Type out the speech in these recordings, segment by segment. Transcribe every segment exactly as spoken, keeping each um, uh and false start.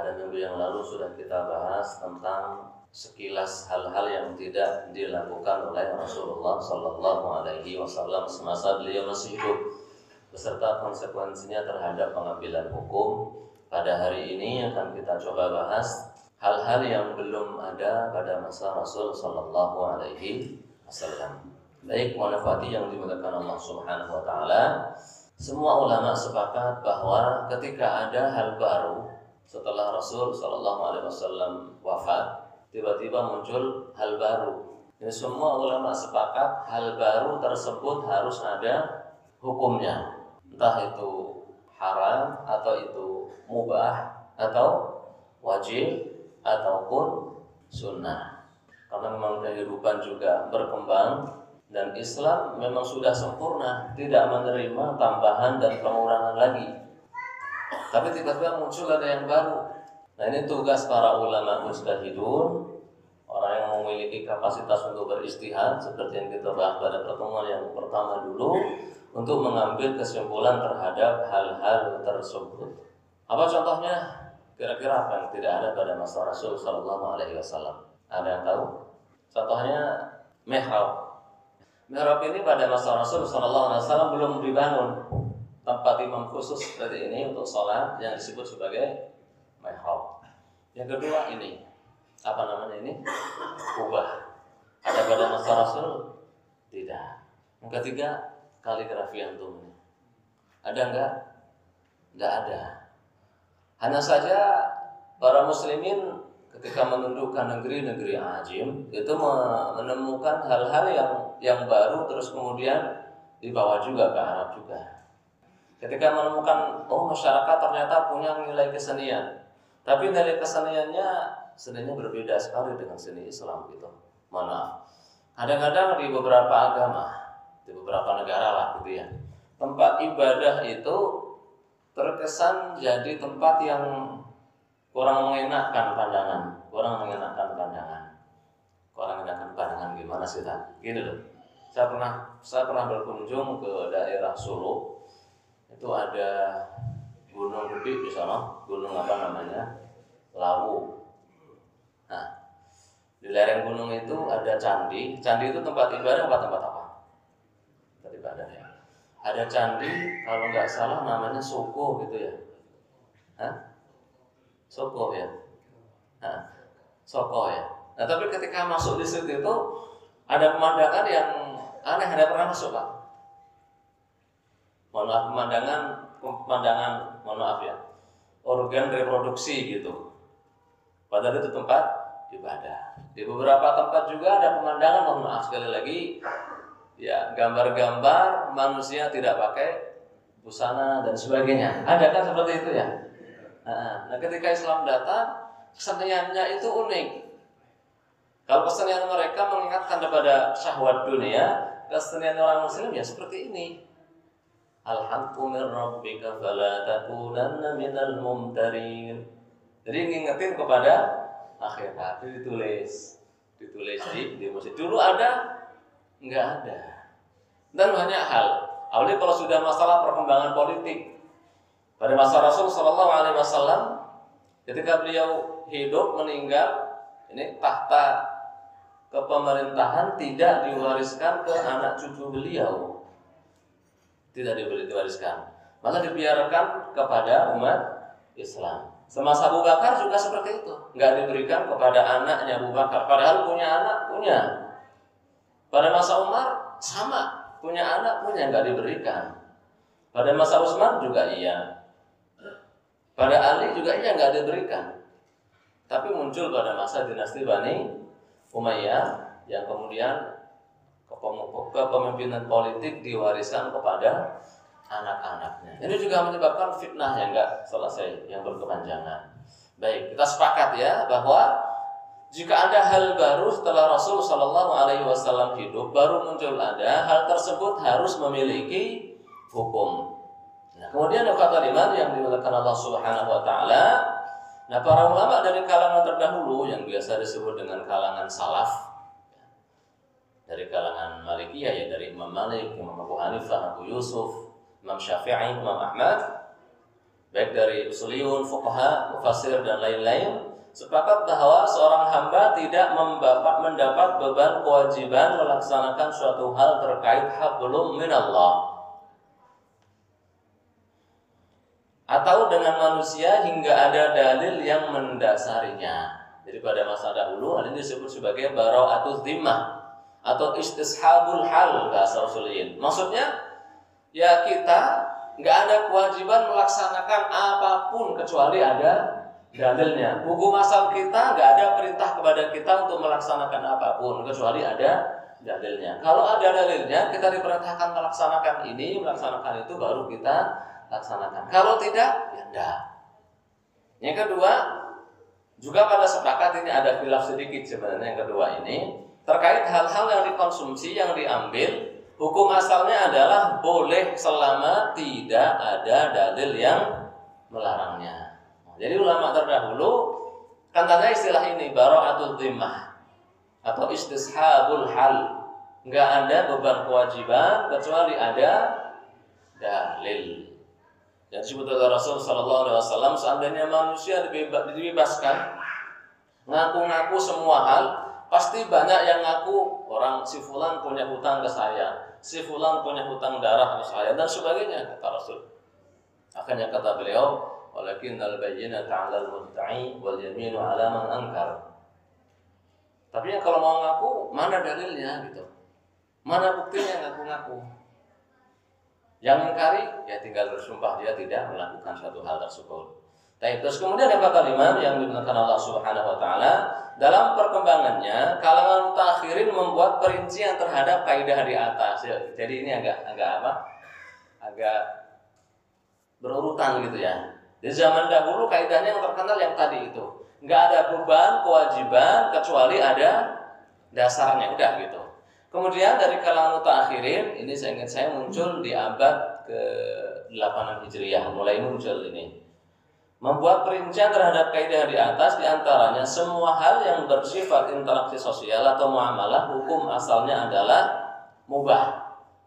pada minggu yang lalu sudah kita bahas tentang sekilas hal-hal yang tidak dilakukan oleh Rasulullah Sallallahu Alaihi Wasallam semasa beliau masih hidup, beserta konsekuensinya terhadap pengambilan hukum. Pada hari ini akan kita coba bahas hal-hal yang belum ada pada masa Rasul Sallallahu Alaihi Wasallam. Baik monafati yang dimuliakan Allah Subhanahu Wa Taala, semua ulama sepakat bahwa ketika ada hal baru setelah Rasul Sallallahu Alaihi Wasallam wafat, tiba-tiba muncul hal baru. Ini semua ulama sepakat hal baru tersebut harus ada hukumnya, entah itu haram atau itu mubah atau wajib ataupun sunnah. Karena memang kehidupan juga berkembang dan Islam memang sudah sempurna, tidak menerima tambahan dan pengurangan lagi. Tapi tiba-tiba muncul ada yang baru. Nah, ini tugas para ulama mujtahidun, orang yang memiliki kapasitas untuk beristihad, seperti yang kita bahas pada pertemuan yang pertama dulu, untuk mengambil kesimpulan terhadap hal-hal tersebut. Apa contohnya? Kira-kira apa yang tidak ada pada masa Rasul Sallallahu Alaihi Wasallam? Ada yang tahu? Contohnya mihrab. Mihrab ini pada masa Rasul Sallallahu Alaihi Wasallam belum dibangun. Tempat imam khusus seperti ini untuk sholat yang disebut sebagai mihrab. Yang kedua ini, apa namanya ini? Kubah. Ada pada masa Rasul? Tidak. Yang ketiga, kaligrafi antum ini. Ada enggak? Enggak ada. Hanya saja para muslimin ketika menundukkan negeri-negeri ajim itu menemukan hal-hal yang yang baru, terus kemudian dibawa juga ke Arab juga. Ketika menemukan oh masyarakat ternyata punya nilai kesenian, tapi nilai keseniannya seninya berbeda sekali dengan seni Islam gitu. Mana? Kadang-kadang di beberapa agama, di beberapa negara lah gitu ya, tempat ibadah itu terkesan jadi tempat yang kurang mengenakan pandangan, kurang mengenakan pandangan, kurang mengenakan pandangan gimana sih tak? Gini loh, saya pernah saya pernah berkunjung ke daerah Solo. Itu ada gunung gede di sana, gunung apa namanya? Lawu. Nah, di lereng gunung itu ada candi. Candi itu tempat ibadah apa tempat apa? Tempat ibadah ya. Ada candi, kalau nggak salah namanya Soko gitu ya. Hah? Soko ya. Nah, Soko ya. Nah, tapi ketika masuk di situ itu ada pemandangan yang aneh. Ada pernah masuk Pak? Mohon maaf, pemandangan, pemandangan, mohon maaf ya, organ reproduksi gitu. Padahal itu tempat ibadah. Di beberapa tempat juga ada pemandangan, mohon maaf sekali lagi, ya gambar-gambar manusia tidak pakai busana dan sebagainya. Ada kan seperti itu ya? Nah, nah ketika Islam datang, keseniannya itu unik. Kalau kesenian mereka mengingatkan kepada syahwat dunia, kesenian orang Muslim ya seperti ini. Al-haqqu min rabbika fala takunanna minal mumtarin. Jadi ngingetin kepada akhirat. Itu ditulis, ditulis di di masjid. Dulu ada, enggak ada. Dan banyak hal. Apalagi kalau sudah masalah perkembangan politik. Pada masa Rasul Sallallahu Alaihi Wasallam, ketika beliau hidup meninggal, ini tahta kepemerintahan tidak diwariskan ke anak cucu beliau. Tidak diwariskan, malah dibiarkan kepada umat Islam. Semasa Abu Bakar juga seperti itu, nggak diberikan kepada anaknya Abu Bakar, padahal punya anak punya. Pada masa Umar sama, punya anak punya, nggak diberikan. Pada masa Utsman juga iya, pada Ali juga iya, nggak diberikan. Tapi muncul pada masa dinasti Bani Umayyah yang kemudian kepemimpinan politik diwariskan kepada anak-anaknya. Ini juga menyebabkan fitnah yang enggak selesai, yang berkepanjangan. Baik, kita sepakat ya bahwa jika ada hal baru setelah Rasul Sallallahu Alaihi Wasallam hidup, baru muncul ada hal tersebut harus memiliki hukum. Nah, kemudian ada kalimat yang dimuliakan Allah Subhanahu Wa Taala. Nah, para ulama dari kalangan terdahulu yang biasa disebut dengan kalangan salaf, dari kalangan Malikiyah ya, dari Imam Malik, Imam Abu Hanifah, Abu Yusuf, Imam Syafi'i, Imam Ahmad, baik dari usuliyun, fuqaha, mufassir dan lain-lain, sepakat bahwa seorang hamba tidak membapak, mendapat beban kewajiban melaksanakan suatu hal terkait hablum minallah atau dengan manusia hingga ada dalil yang mendasarinya. Jadi pada masa dahulu hal ini disebut sebagai bara'atuz zimmah atau istishabul hal bahasa usuliyin. Maksudnya ya kita nggak ada kewajiban melaksanakan apapun kecuali ada dalilnya. Hukum asal kita nggak ada perintah kepada kita untuk melaksanakan apapun kecuali ada dalilnya. Kalau ada dalilnya, kita diperintahkan melaksanakan ini, melaksanakan itu, baru kita laksanakan. Kalau tidak, ya enggak. Yang kedua, juga pada sepakat ini ada khilaf sedikit sebenarnya yang kedua ini terkait hal-hal yang dikonsumsi, yang diambil. Hukum asalnya adalah boleh selama tidak ada dalil yang melarangnya. Jadi ulama terdahulu kan tanya istilah ini bara'atul dhimmah atau istishabul hal. Enggak ada beban kewajiban kecuali ada dalil. Dan disebut oleh Rasul sallallahu alaihi wasallam, seandainya manusia dibebaskan ngaku-ngaku semua hal, pasti banyak yang ngaku orang si fulan punya hutang ke saya, si fulan punya hutang darah ke saya dan sebagainya, kata Rasul. Akhirnya kata beliau, walakinnal bayyinata 'alal mudda'i wal yaminu 'ala man ankar. Tapi ya kalau mau ngaku, mana dalilnya gitu? Mana buktinya ngaku-ngaku? Yang ingkari ya tinggal bersumpah dia tidak melakukan suatu hal tersebut. Baik, terus kemudian yang kelima yang dibenarkan Allah Subhanahu wa taala dalam perkembangannya, kalangan mutakhirin membuat perincian terhadap kaidah di atas. Jadi ini agak agak apa? Agak berurutan gitu ya. Di zaman dahulu kaidahnya yang terkenal yang tadi itu. Enggak ada beban kewajiban kecuali ada dasarnya, udah gitu. Kemudian dari kalangan mutakhirin, ini saya ingat saya muncul di abad ke delapan Hijriah, mulai muncul ini. Membuat perincian terhadap kaidah di atas, diantaranya semua hal yang bersifat interaksi sosial atau muamalah, hukum asalnya adalah mubah.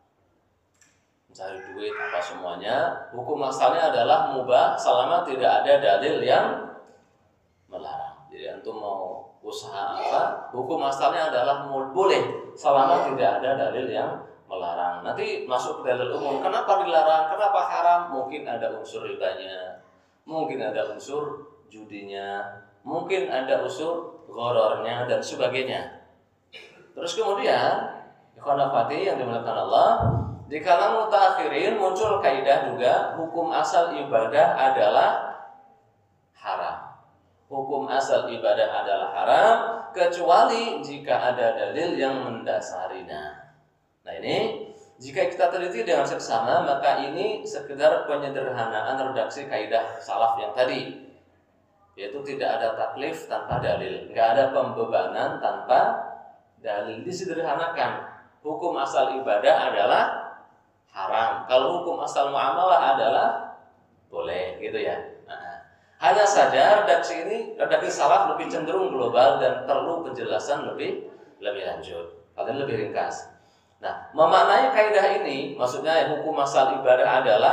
Mencari duit apa semuanya, hukum asalnya adalah mubah selama tidak ada dalil yang melarang. Jadi antum mau usaha apa, hukum asalnya adalah boleh selama tidak ada dalil yang melarang. Nanti masuk ke dalil umum, kenapa dilarang, kenapa haram? Mungkin ada unsur ribanya, mungkin ada unsur judinya, mungkin ada unsur ghorornya dan sebagainya. Terus kemudian ikhwan akhwati yang dimuliakan Allah, di kalangan mutakhirin muncul kaidah juga, hukum asal ibadah adalah haram. Hukum asal ibadah adalah haram kecuali jika ada dalil yang mendasarinya. Nah ini jika kita teliti dengan seksama, maka ini sekedar penyederhanaan redaksi kaidah salaf yang tadi, yaitu tidak ada taklif tanpa dalil, nggak ada pembebanan tanpa dalil. Disederhanakan, hukum asal ibadah adalah haram, kalau hukum asal muamalah adalah boleh, gitu ya. Nah, hanya saja redaksi ini, redaksi salaf lebih cenderung global dan perlu penjelasan lebih lebih lanjut, kalian lebih ringkas. Nah, memaknai kaidah ini, maksudnya hukum asal ibadah adalah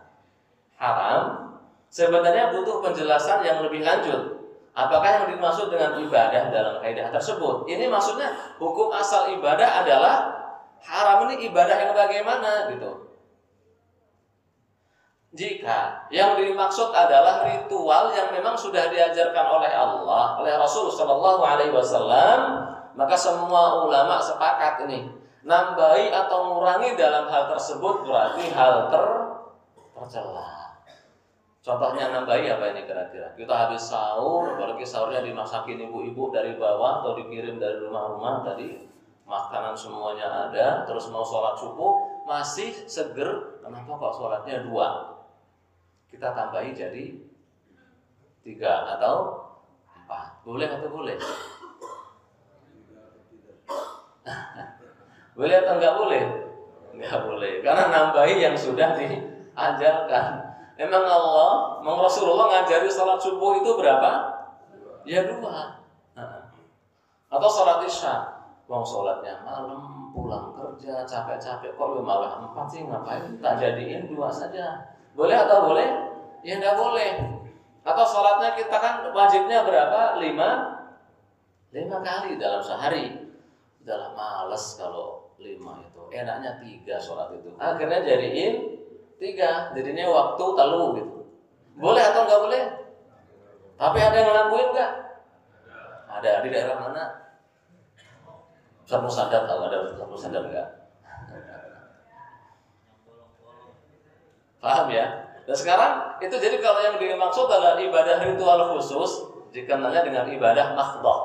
haram, sebenarnya butuh penjelasan yang lebih lanjut. Apakah yang dimaksud dengan ibadah dalam kaidah tersebut? Ini maksudnya hukum asal ibadah adalah haram, ini ibadah yang bagaimana gitu. Jika yang dimaksud adalah ritual yang memang sudah diajarkan oleh Allah, oleh Rasul Shallallahu Alaihi Wasallam, maka semua ulama sepakat ini, nambahi atau mengurangi dalam hal tersebut berarti hal ter tercela. Contohnya nambahi apa ini kira-kira? Kita habis sahur, apalagi sahurnya dimasakin ibu-ibu dari bawah atau dikirim dari rumah-rumah tadi, makanan semuanya ada, terus mau sholat subuh masih seger, kenapa kok sholatnya dua? Kita tambahi jadi tiga atau empat, boleh atau boleh? Boleh atau enggak boleh? Enggak boleh, karena nambahi yang sudah diajarkan. Memang Allah, memang Rasulullah ngajari sholat subuh itu berapa? Ya dua. Atau sholat isya, mau sholatnya malam, pulang kerja, capek-capek, kok lu malah empat sih, ngapain? Tak jadiin dua saja. Boleh atau boleh? Ya nggak boleh. Atau sholatnya kita kan wajibnya berapa? Lima, lima kali dalam sehari. Udahlah males kalau lima itu. Enaknya tiga sholat itu. Akhirnya jadiin tiga. Jadinya waktu telu gitu. Boleh atau nggak boleh? Tapi ada yang ngelakuin nggak? Ada. Di daerah mana? Ustaz Musadab tahu ada Ustaz Musadab nggak? Paham ya? Dan sekarang itu jadi kalau yang dimaksud adalah ibadah ritual khusus dikenalnya dengan ibadah makhdah.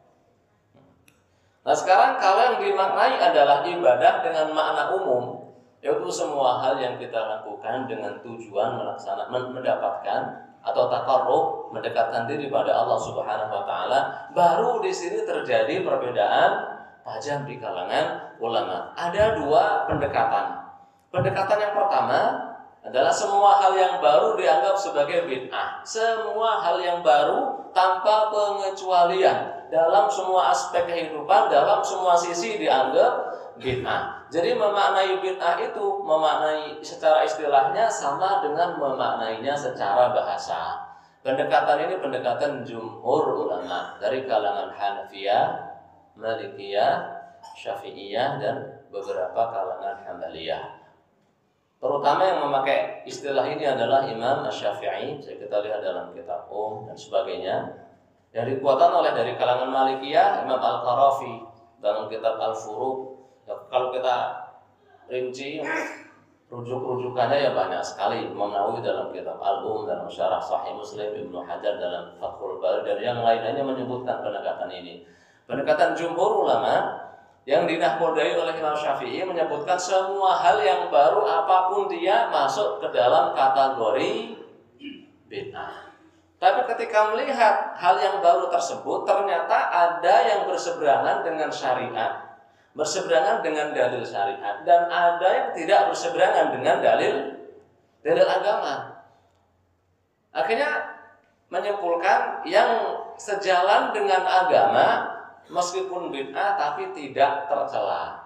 Nah sekarang kalau yang dimaknai adalah ibadah dengan makna umum, yaitu semua hal yang kita lakukan dengan tujuan melaksanakan mendapatkan atau taqarrub, mendekatkan diri pada Allah Subhanahu wa taala, baru di sini terjadi perbedaan tajam di kalangan ulama. Ada dua pendekatan. Pendekatan yang pertama adalah semua hal yang baru dianggap sebagai bid'ah. Semua hal yang baru tanpa pengecualian dalam semua aspek kehidupan, dalam semua sisi dianggap bid'ah. Jadi memaknai bid'ah itu memaknai secara istilahnya sama dengan memaknainya secara bahasa. Pendekatan ini pendekatan jumhur ulama dari kalangan Hanafiyah, Malikiyah, Syafi'iyah dan beberapa kalangan Hambaliyah. Terutama yang memakai istilah ini adalah Imam Asy-Syafi'i, kita lihat dalam kitab Um dan sebagainya. Yang dikuatkan oleh dari kalangan Malikiyah, Imam Al-Qarafi dalam kitab Al-Furuq. Ya, kalau kita rinci rujuk-rujukannya ya banyak sekali. Imam Nawawi dalam kitab Al-Um, dalam Syarah Sahih Muslim, Ibnu Hajar dalam Fathul Bari dan yang lain-lainnya menyebutkan pendekatan ini. Pendekatan jumhur ulama yang dinahkodai oleh Imam Syafi'i menyebutkan semua hal yang baru apapun dia masuk ke dalam kategori bid'ah. Tapi ketika melihat hal yang baru tersebut ternyata ada yang berseberangan dengan syariat, berseberangan dengan dalil syariat, dan ada yang tidak berseberangan dengan dalil dalil agama. Akhirnya menyimpulkan yang sejalan dengan agama meskipun bid'ah tapi tidak tercela,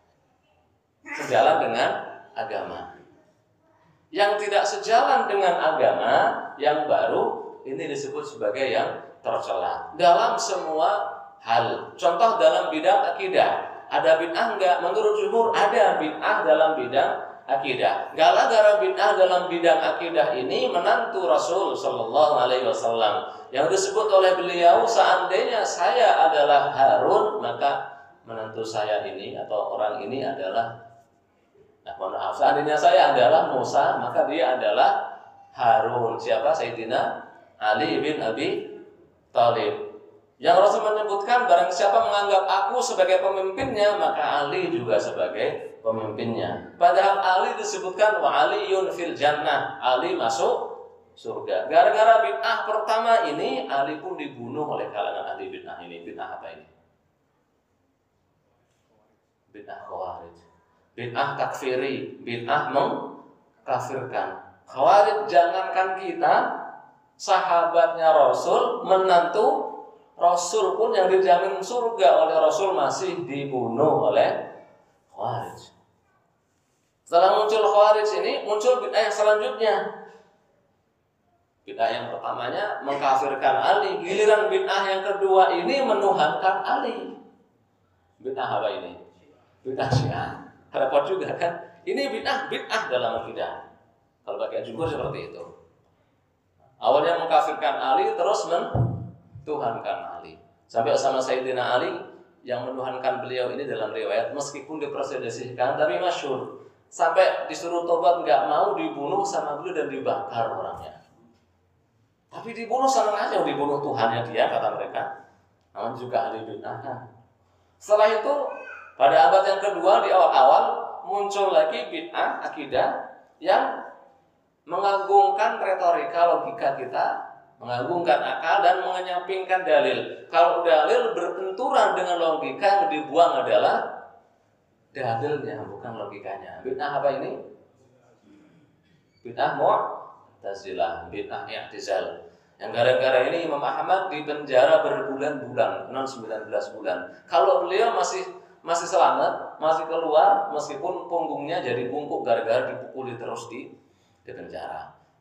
sejalan dengan agama. Yang tidak sejalan dengan agama yang baru ini disebut sebagai yang tercela dalam semua hal. Contoh dalam bidang akidah, ada bid'ah enggak? Menurut jumhur ada bid'ah dalam bidang akidah. Gara-gara bid'ah dalam bidang akidah ini menantu Rasul Shallallahu Alaihi Wasallam yang disebut oleh beliau, seandainya saya adalah Harun, maka menantu saya ini atau orang ini adalah, nah, mohon maaf, seandainya saya adalah Musa, maka dia adalah Harun. Siapa? Sayyidina Ali bin Abi Thalib. Yang Rasul menyebutkan barang siapa menganggap aku sebagai pemimpinnya, maka Ali juga sebagai pemimpinnya. Padahal Ali disebutkan wa aliyun fil jannah, Ali masuk surga. Gara-gara bid'ah pertama ini, Ali pun dibunuh oleh kalangan ahli bid'ah ini. Bid'ah apa ini? Bid'ah Khawarij, bid'ah takfiri, bid'ah mengkafirkan. Khawarij jangankan kita, sahabatnya Rasul, menantu Rasul pun yang dijamin surga oleh Rasul masih dibunuh oleh Khawarij. Setelah muncul Khawarij ini, muncul bid'ah yang selanjutnya. Bid'ah yang pertamanya mengkafirkan Ali, giliran bid'ah yang kedua ini menuhankan Ali. Bid'ah apa ini? Bid'ah Syiah. Repot juga kan? Ini bid'ah bid'ah dalam akidah. Kalau pakai jumhur seperti itu. Awalnya mengkafirkan Ali, terus mentuhankan Ali. Sampai sama Sayyidina Ali yang menuhankan beliau ini dalam riwayat, meskipun diperselisihkan tapi masyhur. Sampai disuruh tobat nggak mau, dibunuh sama beliau dan dibakar orangnya. Tapi dibunuh senang aja, dibunuh Tuhannya dia, kata mereka. Namun juga ahli bid'ah. Setelah itu pada abad yang kedua di awal-awal muncul lagi bid'ah akidah yang mengagungkan retorika logika kita, mengagungkan akal dan mengenyampingkan dalil. Kalau dalil berbenturan dengan logika, yang dibuang adalah dalilnya, bukan logikanya. Bid'ah apa ini? Bid'ah Mu'tazilah, bid'ah i'tizal. Yang gara-gara ini Imam Ahmad dipenjara berbulan-bulan, sembilan belas bulan. Kalau beliau masih masih selamat, masih keluar, meskipun punggungnya jadi bungkuk gara-gara dipukuli terus di, di penjara.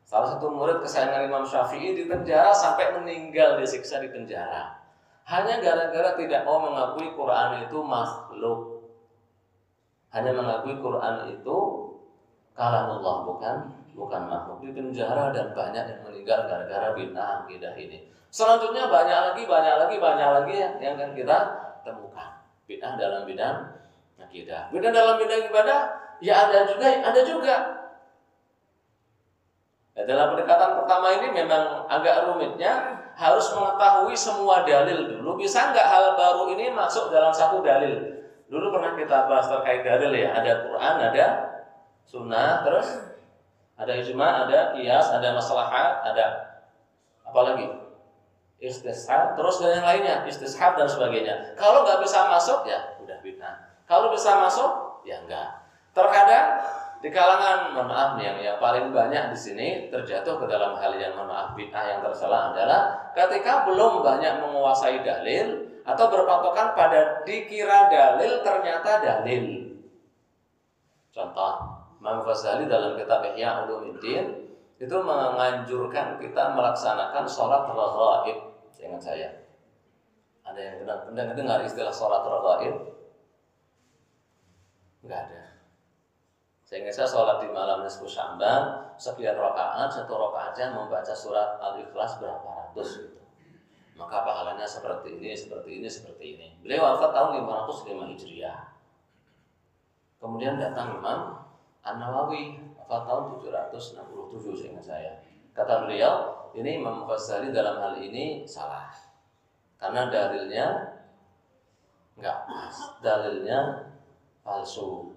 Salah satu murid kesayangan Imam Syafi'i di penjara sampai meninggal, disiksa di penjara. Hanya gara-gara tidak mau mengakui Quran itu makhluk. Hanya mengakui Quran itu kalamullah, bukan bukan makhluk. Di penjara dan banyak yang meninggal gara-gara bid'ah akidah ini. Selanjutnya banyak lagi, banyak lagi, banyak lagi yang akan kita temukan. Bid'ah dalam bidang akidah. Bid'ah dalam bidang ibadah, ya ada juga, ada juga. Ya, dalam pendekatan pertama ini memang agak rumitnya, harus mengetahui semua dalil dulu. Bisa nggak hal baru ini masuk dalam satu dalil? Dulu pernah kita bahas terkait dalil ya. Ada Quran, ada Sunnah, terus ada ijma, ada qiyas, ada maslahat, ada apa lagi? Istishab, terus dan yang lainnya, istishab dan sebagainya. Kalau nggak bisa masuk ya udah bid'ah. Kalau bisa masuk ya enggak. Terkadang di kalangan, mohon maaf yang yang paling banyak di sini terjatuh ke dalam hal yang mohon maaf bid'ah yang tercela adalah ketika belum banyak menguasai dalil atau berpatokan pada dikira dalil ternyata dalil. Contoh, Imam Ghazali dalam kitab Ihya Ulumuddin itu menganjurkan kita melaksanakan sholat raghaib. Ingat saya, ada yang pernah dengar istilah sholat raghaib? Enggak ada. Sehingga saya sholat di malam nisfu Sya'ban, sekian rakaat, satu rakaatnya membaca surat Al-Ikhlas berapa ratus gitu. Maka pahalanya seperti ini, seperti ini, seperti ini. Beliau wafat tahun lima ratus lima Hijriah. Kemudian datang Imam An-Nawawi, wafat tahun tujuh ratus enam puluh tujuh seingat saya. Kata beliau, ini Imam Ghazali dalam hal ini salah. Karena dalilnya enggak pas, dalilnya palsu.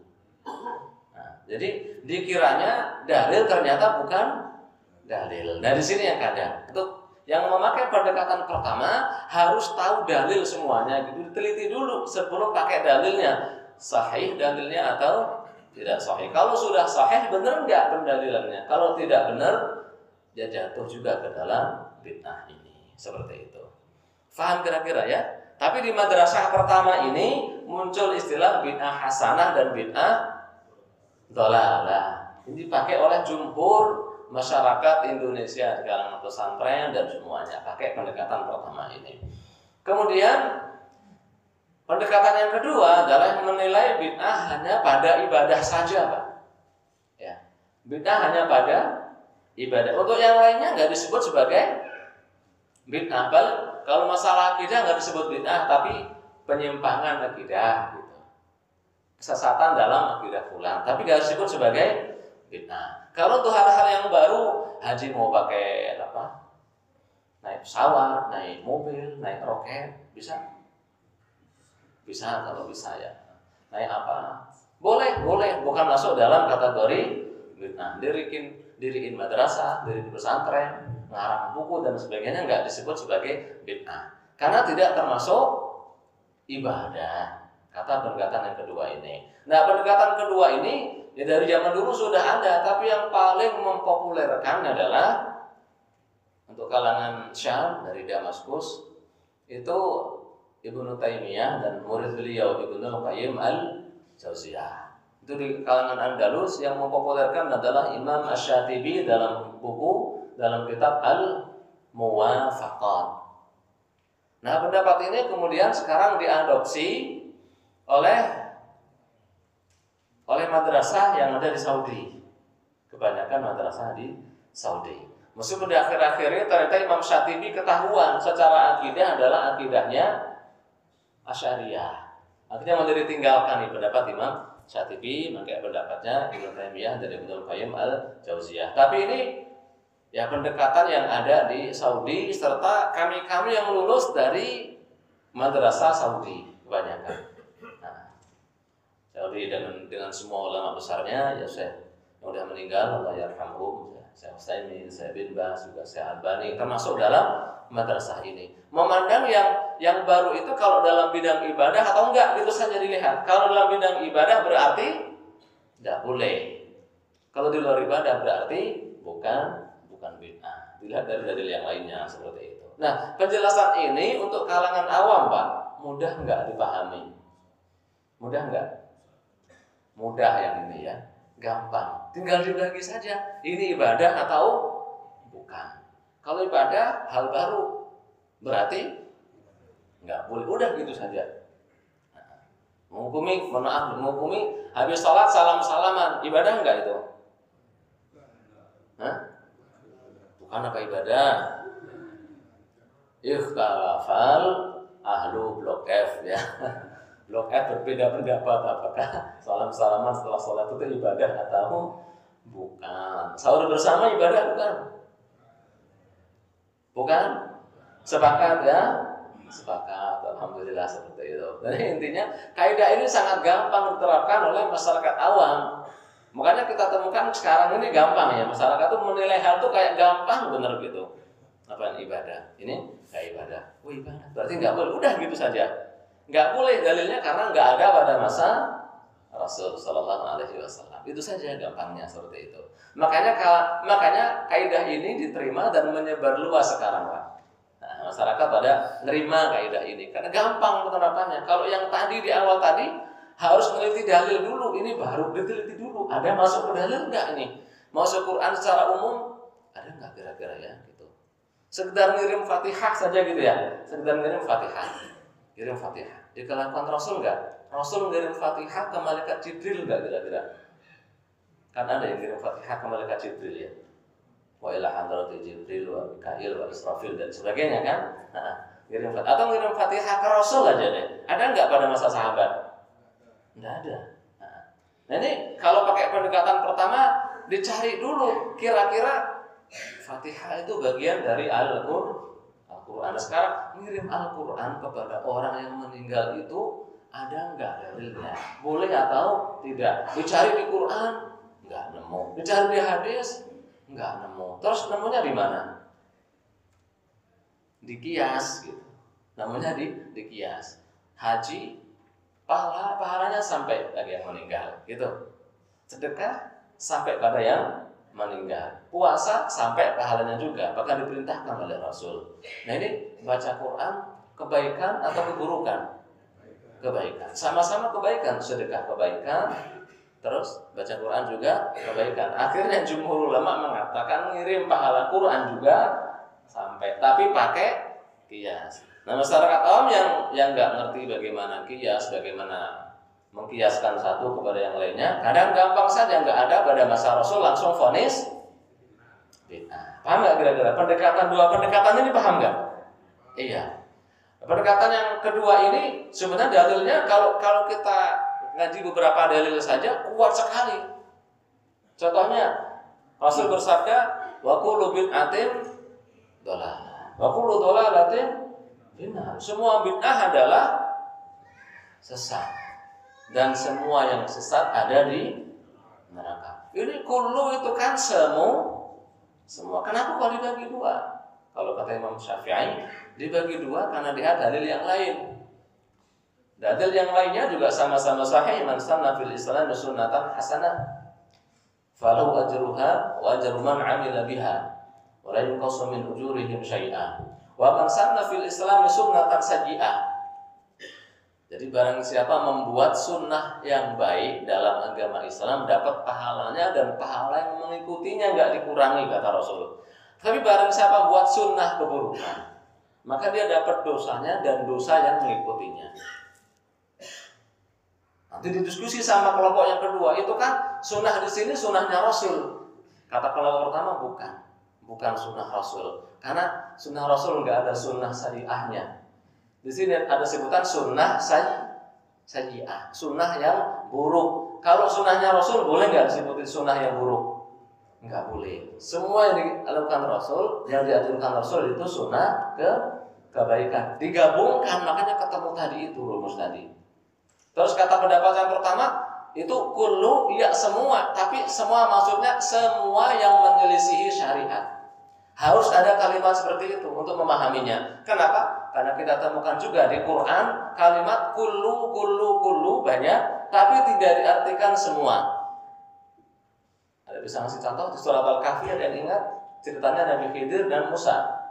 Jadi dikiranya dalil ternyata bukan dalil. Nah di sini yang kadang untuk yang memakai pendekatan pertama harus tahu dalil semuanya gitu, diteliti dulu sebelum pakai dalilnya, sahih dalilnya atau tidak sahih. Kalau sudah sahih benar nggak pendalilannya? Kalau tidak benar ya jatuh juga ke dalam bid'ah ini. Seperti itu. Faham kira-kira ya? Tapi di madrasah pertama ini muncul istilah bid'ah hasanah dan bid'ah dhalalah. Ini dipakai oleh jumhur masyarakat Indonesia di kalangan pesantren dan semuanya pakai pendekatan pertama ini. Kemudian pendekatan yang kedua adalah menilai bid'ah hanya pada ibadah saja, Pak. Ya. Bid'ah hanya pada ibadah. Untuk yang lainnya nggak disebut sebagai bid'ah. Kalau masalah akidah nggak disebut bid'ah, tapi penyimpangan akidah. Kesesatan dalam akidah fulan, tapi gak disebut sebagai bid'ah. Kalau untuk hal-hal yang baru, haji mau pakai apa? Naik pesawat, naik mobil, naik roket, bisa? Bisa kalau bisa ya. Naik apa? Boleh, boleh. Bukan masuk dalam kategori bid'ah. Dirikin, diriin madrasah, diriin pesantren, ngarang buku dan sebagainya nggak disebut sebagai bid'ah. Karena tidak termasuk ibadah. Kata pendekatan yang kedua ini. Nah, pendekatan kedua ini ya dari zaman dulu sudah ada, tapi yang paling mempopulerkan adalah untuk kalangan Syam dari Damaskus itu Ibnu Taimiyah dan murid beliau Ibnu Qayyim al-Jauziyah. Itu di kalangan Andalus yang mempopulerkan adalah Imam Asy-Syatibi dalam buku dalam kitab Al-Muwafaqat. Nah, pendapat ini kemudian sekarang diadopsi oleh oleh madrasah yang ada di Saudi. Kebanyakan madrasah di Saudi. Meskipun di akhir-akhirnya ternyata Imam Syatibi ketahuan secara akidah adalah akidahnya Asy'ariyah. Akhirnya menjadi tinggalkan nih pendapat Imam Syatibi, maka pendapatnya Ibnu Taimiyah dari Ibnu Qayyim al-Jauziyah. Tapi ini ya pendekatan yang ada di Saudi serta kami-kami yang lulus dari madrasah Saudi kebanyakan. Saudi dengan dengan semua ulama besarnya, ya saya yang sudah meninggal, Allah yarhamhum, saya Utsaimin, saya bin Baz, juga saya Albani, termasuk dalam madrasah ini. Memandang yang yang baru itu kalau dalam bidang ibadah atau enggak, itu saja dilihat. Kalau dalam bidang ibadah berarti tidak boleh. Kalau di luar ibadah berarti bukan bukan bid'ah. Dilihat dari dalil yang lainnya seperti itu. Nah, penjelasan ini untuk kalangan awam, Pak, mudah enggak dipahami? Mudah enggak? Mudah yang ini ya, gampang. Tinggal dibagi saja. Ini ibadah atau Kalau ibadah hal baru, berarti nggak boleh. Udah gitu saja. Nah, menghukumi, mohon maaf, menghukumi habis sholat salam-salaman, ibadah enggak itu? Hah? Bukan apa ibadah? Ikhtalafal ahlu blok F ya. Blok F berbeda pendapat apakah salam-salaman setelah sholat itu ibadah atau bukan. Sahur bersama ibadah bukan? Bukan? Sepakat ya? Sepakat, alhamdulillah seperti itu. Jadi intinya kaidah ini sangat gampang diterapkan oleh masyarakat awam. Makanya kita temukan sekarang ini gampang ya, masyarakat itu menilai hal itu kayak gampang bener gitu. Apa ibadah? Ini kayak ibadah. Oh ibadah, berarti nggak boleh. Udah gitu saja. Nggak boleh, dalilnya karena nggak ada pada masa Rasul Shallallahu Alaihi Wasallam. Itu saja gampangnya seperti itu. Makanya makanya kaidah ini diterima dan menyebar luas sekarang, Pak. Nah, masyarakat pada nerima kaidah ini karena gampang penerapannya. Kalau yang tadi di awal tadi harus meneliti dalil dulu, ini baru diteliti dulu. Ada masuk ke dalil nggak ini? Masuk Quran secara umum ada nggak kira-kira ya? Gitu. Sekedar ngirim Fatihah saja gitu ya. Sekedar ngirim Fatihah, kirim Fatihah. Dilakukan Rasul nggak? Rasul ngirim Fatihah ke malaikat Jibril nggak kira-kira? Kan ada yang ngirim Fatihah ke malaikat Jibril ya. Wa ila hadrati Jibril wa Mikail wa Israfil dan sebagainya kan? Nah, ngirim Fatihah atau ngirim Fatihah ke Rasul aja deh. Ada nggak pada masa sahabat? Nggak ada. Nah ini kalau pakai pendekatan pertama dicari dulu kira-kira Fatihah itu bagian dari Al-Qur'an. Al-Quran. Sekarang ngirim Al-Quran kepada orang yang meninggal itu ada nggak dalilnya? Boleh atau tidak? Dicari di Quran nggak nemu. Dicari di hadis nggak nemu. Terus nemunya di mana? Di kias gitu. Namanya di di kias. Haji pahala pahalanya sampai bagi yang meninggal gitu. Sedekah sampai pada yang meninggal. Puasa sampai pahalanya juga, bahkan diperintahkan oleh Rasul. Nah ini baca Quran kebaikan atau keburukan? Kebaikan. Sama-sama kebaikan, sedekah kebaikan, terus baca Quran juga kebaikan. Akhirnya jumhur ulama mengatakan ngirim pahala Quran juga sampai, tapi pakai kias. Nah masyarakat awam yang yang nggak ngerti bagaimana kias, bagaimana mengkiaskan satu kepada yang lainnya, kadang gampang saja, nggak ada pada masa Rasul langsung vonis bid'ah. Paham nggak kira-kira? Pendekatan dua pendekatan ini paham nggak? Iya. Pendekatan yang kedua ini sebenarnya dalilnya kalau kalau kita ngaji beberapa dalil saja kuat sekali. Contohnya Rasul bersabda, wa kullu bid'atin dhalalah. Wa kullu dhalalatin finnar. Semua bid'ah adalah sesat. Dan semua yang sesat ada di neraka. Ini kullu itu kan semua, semua. Kenapa kalau dibagi dua? Kalau kata Imam Syafi'i, dibagi dua karena dia dalil yang lain. Dalil yang lainnya juga sama-sama sahih. Man sanna fil Islam sunnatan hasanah, falahu ajruha wa ajru man 'amila biha, wa la yunqasu min ujurihim syai'an. Wa man sanna fil Islam sunnatan sayyi'ah. Jadi barang siapa membuat sunnah yang baik dalam agama Islam dapat pahalanya dan pahala yang mengikutinya nggak dikurangi kata Rasul. Tapi barang siapa buat sunnah keburukan, maka dia dapat dosanya dan dosa yang mengikutinya. Nanti didiskusi sama kelompok yang kedua, itu kan sunnah di sini sunnahnya Rasul. Kata kelompok pertama bukan, bukan sunnah Rasul, karena sunnah Rasul nggak ada sunnah syariahnya. Di sini ada sebutan sunnah sayyi'ah, sunnah yang buruk. Kalau sunnahnya Rasul boleh nggak disebutin sunnah yang buruk? Nggak boleh. Semua yang dilakukan Rasul, yang diaturkan Rasul itu sunnah ke kebaikan. Digabungkan, makanya ketemu tadi itu rumus tadi. Terus kata pendapat yang pertama itu kullu ya semua, tapi semua maksudnya semua yang menyelisihi syariat. Harus ada kalimat seperti itu untuk memahaminya. Kenapa? Karena kita temukan juga di Quran kalimat kullu kullu kullu banyak, tapi tidak diartikan semua. Ada bisa ngasih contoh di surat Al-Kahfi ada yang ingat ceritanya Nabi Khidir dan Musa?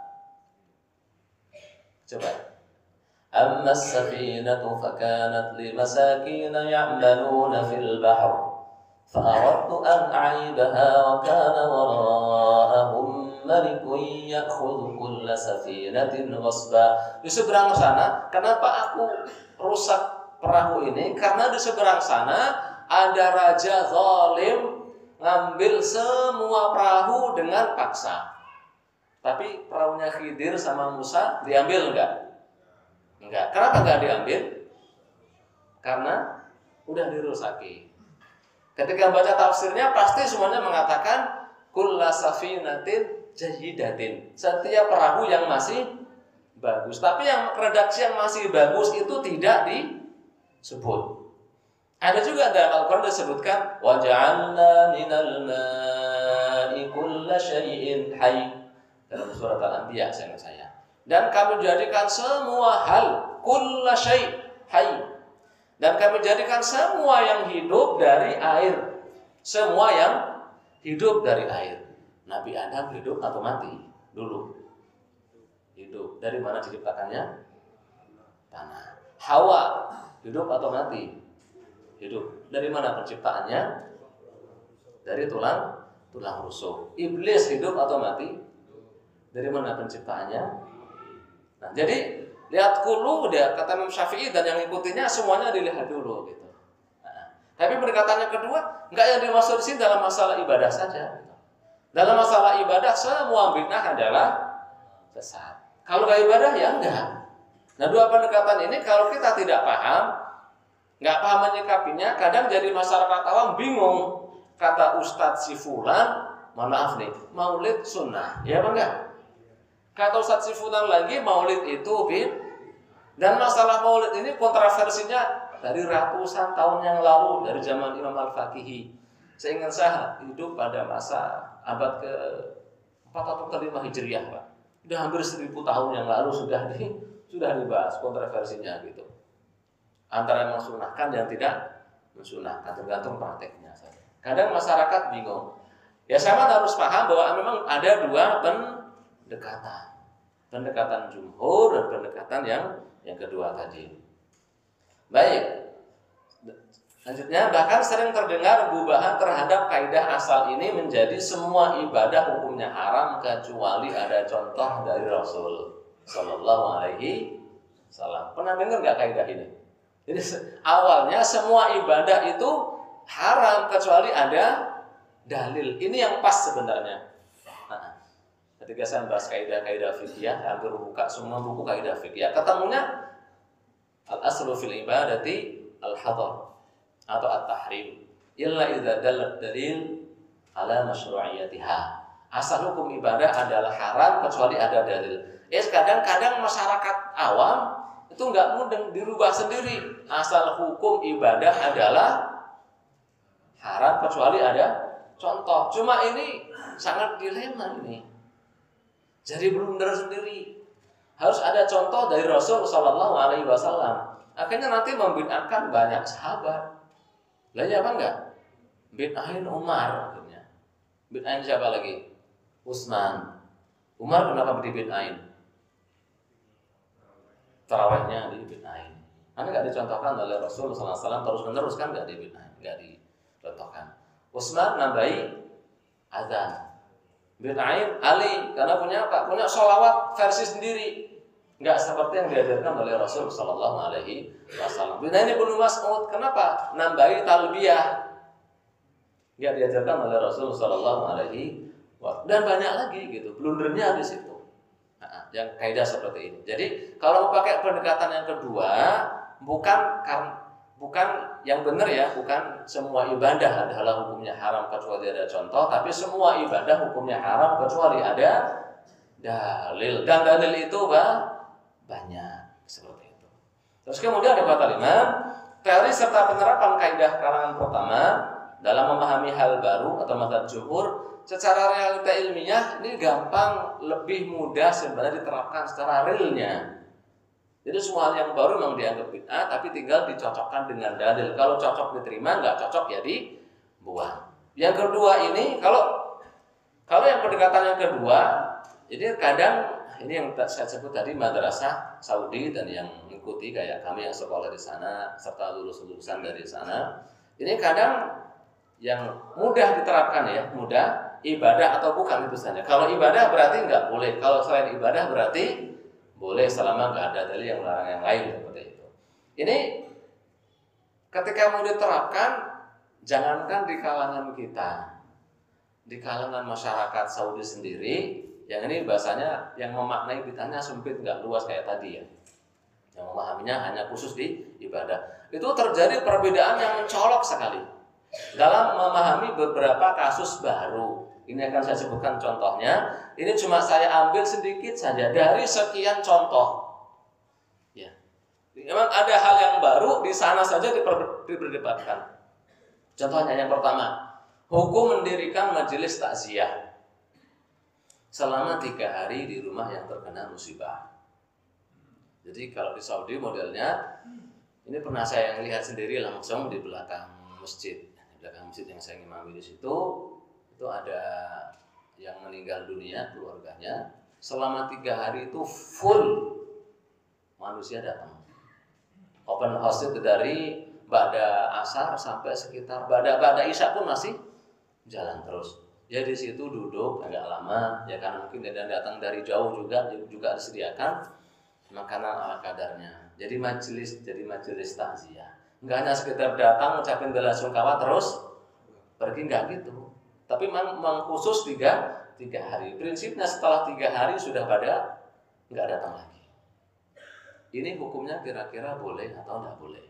Coba. Amma as-safinatu fakanat limasakin ya'maluna fil bahr فأردت أن أعيبها وكان وراءهم ملك يأخذ كل سفينة غصبا. Di seberang sana, kenapa aku rusak perahu ini? Karena di seberang sana ada raja zalim ngambil semua perahu dengan paksa. Tapi perahunya Khidir sama Musa diambil enggak? Enggak. Kenapa enggak diambil? Karena udah dirusaki. Ketika baca tafsirnya pasti semuanya mengatakan kulla safinatin jayyidatin. Setiap perahu yang masih bagus. Tapi yang redaksi yang masih bagus itu tidak disebut. Ada juga dalam Al-Quran disebutkan wa ja'alna minal ma'i kulla syai'in hayy. Dalam surat Al-Anbiya sayang saya. Dan kami jadikan semua hal kulla syai' hayy. Dan kami jadikan semua yang hidup dari air. Semua yang hidup dari air. Nabi Adam hidup atau mati? Dulu hidup. Dari mana diciptakannya? Tanah. Hawa hidup atau mati? Hidup. Dari mana penciptaannya? Dari tulang tulang rusuk. Iblis hidup atau mati? Dari mana penciptaannya? Nah, jadi lihat kulu dia kata Imam Syafi'i dan yang ngikutinya semuanya dilihat dulu gitu. Nah, tapi pendekatannya kedua enggak yang dimaksud di sini dalam masalah ibadah saja. Gitu. Dalam masalah ibadah semua bid'ah adalah sesat. Kalau enggak ibadah ya enggak. Nah dua pendekatan ini kalau kita tidak paham, enggak paham menyikapinya, kadang jadi masyarakat awam bingung. Kata Ustadz si fulan, mohon maaf nih, maulid sunnah, ya apa enggak? Kata Ustadz Sifunan lagi maulid itu bin. Dan masalah maulid ini kontroversinya dari ratusan tahun yang lalu, dari zaman Imam Al-Faqihi. Saya ingat saya hidup pada masa abad ke empat atau ke lima Hijriah, Pak. Sudah hampir seribu tahun yang lalu sudah di, sudah dibahas kontroversinya gitu. Antara yang mensunahkan dan tidak mensunahkan, tergantung prakteknya saja. Kadang masyarakat bingung. Ya sama harus paham bahwa memang ada dua pendekatan. Pendekatan jumhur dan pendekatan yang yang kedua tadi. Baik. Selanjutnya bahkan sering terdengar gubahan terhadap kaidah asal ini menjadi semua ibadah hukumnya haram kecuali ada contoh dari Rasul Sallallahu Alaihi Wasallam. Pernah dengar nggak kaidah ini? Jadi awalnya semua ibadah itu haram kecuali ada dalil. Ini yang pas sebenarnya. Nah, ketika saya bahas kaidah-kaidah fikih, hampir buka semua buku kaidah fikih, ketemunya al-aslu fil ibadati al-hadar atau at-tahrim illa idza dallat dalil ala masyru'iyatiha. Asal hukum ibadah adalah haram kecuali ada dalil. Eh kadang-kadang masyarakat awam itu enggak mudah dirubah sendiri. Asal hukum ibadah adalah haram kecuali ada contoh. Cuma ini sangat dilema ini. Jadi belum benar sendiri. Harus ada contoh dari Rasul Sallallahu Alaihi Wasallam. Akhirnya nanti membid'ahkan banyak sahabat. Lainnya apa enggak? Bid'ahin Umar akhirnya. Bid'ahin siapa lagi? Utsman. Umar kenapa dibid'ahin? Tarawihnya dibid'ahin. Karena enggak dicontohkan oleh Rasul Sallallahu Alaihi Wasallam terus menerus kan enggak dibid'ahin, enggak dicontohkan. Utsman nambahi azan. Bid'ahin Ali karena punya apa? Punya sholawat versi sendiri, nggak seperti yang diajarkan oleh Rasul Sallallahu Alaihi Wasallam. Bid'ahin Ibnu Mas'ud kenapa? Nambahi talbiyah, nggak diajarkan oleh Rasul Sallallahu Alaihi Wasallam. Dan banyak lagi gitu, blundernya di situ. Nah, yang kaidah seperti ini. Jadi kalau mau pakai pendekatan yang kedua, bukan karena bukan yang benar ya, bukan semua ibadah adalah hukumnya haram kecuali ada contoh, tapi semua ibadah hukumnya haram kecuali ada dalil. Dan dalil itu bah, banyak seperti itu. Terus kemudian ada kata lima, teori serta penerapan kaidah kalangan pertama dalam memahami hal baru atau mazhab jumhur secara realita ilmiah ini gampang, lebih mudah sebenarnya diterapkan secara realnya. Jadi semua hal yang baru memang dianggap bid'ah, tapi tinggal dicocokkan dengan dalil. Kalau cocok diterima, nggak cocok ya dibuang. Yang kedua ini, kalau kalau yang pendekatan yang kedua, ini kadang ini yang saya sebut tadi madrasah Saudi dan yang mengikuti kayak kami yang sekolah di sana serta lulus-lulusan dari sana, ini kadang yang mudah diterapkan ya, mudah ibadah atau bukan itu saja. Kalau ibadah berarti nggak boleh. Kalau selain ibadah berarti boleh selama nggak ada dalil yang melarang yang lain seperti itu. Ini ketika mau diterapkan, jangankan di kalangan kita, di kalangan masyarakat Saudi sendiri, yang ini bahasanya yang memaknai bid'ahnya sempit, nggak luas kayak tadi ya. Yang memahaminya hanya khusus di ibadah. Itu terjadi perbedaan yang mencolok sekali dalam memahami beberapa kasus baru. Ini akan saya sebutkan contohnya. Ini cuma saya ambil sedikit saja dari sekian contoh. Ya, memang ada hal yang baru di sana saja diper, diperdebatkan. Contohnya yang pertama, hukum mendirikan majelis takziah selama tiga hari di rumah yang terkena musibah. Jadi kalau di Saudi modelnya, ini pernah saya lihat sendiri langsung di belakang masjid, di belakang masjid yang saya imami di situ, itu ada yang meninggal dunia keluarganya. Selama tiga hari itu full manusia datang. Open house itu dari Ba'da asar sampai sekitar Ba'da Ba'da isya pun masih jalan terus. Ya di situ duduk agak lama, ya karena mungkin dia datang dari jauh juga, juga disediakan makanan ala kadarnya. Jadi majelis, jadi majelis takziah. Enggak hanya sekedar datang ngucapin bela sungkawa terus pergi, enggak gitu. Tapi memang khusus tiga, tiga hari. Prinsipnya setelah tiga hari sudah pada enggak datang lagi. Ini hukumnya kira-kira boleh atau enggak boleh?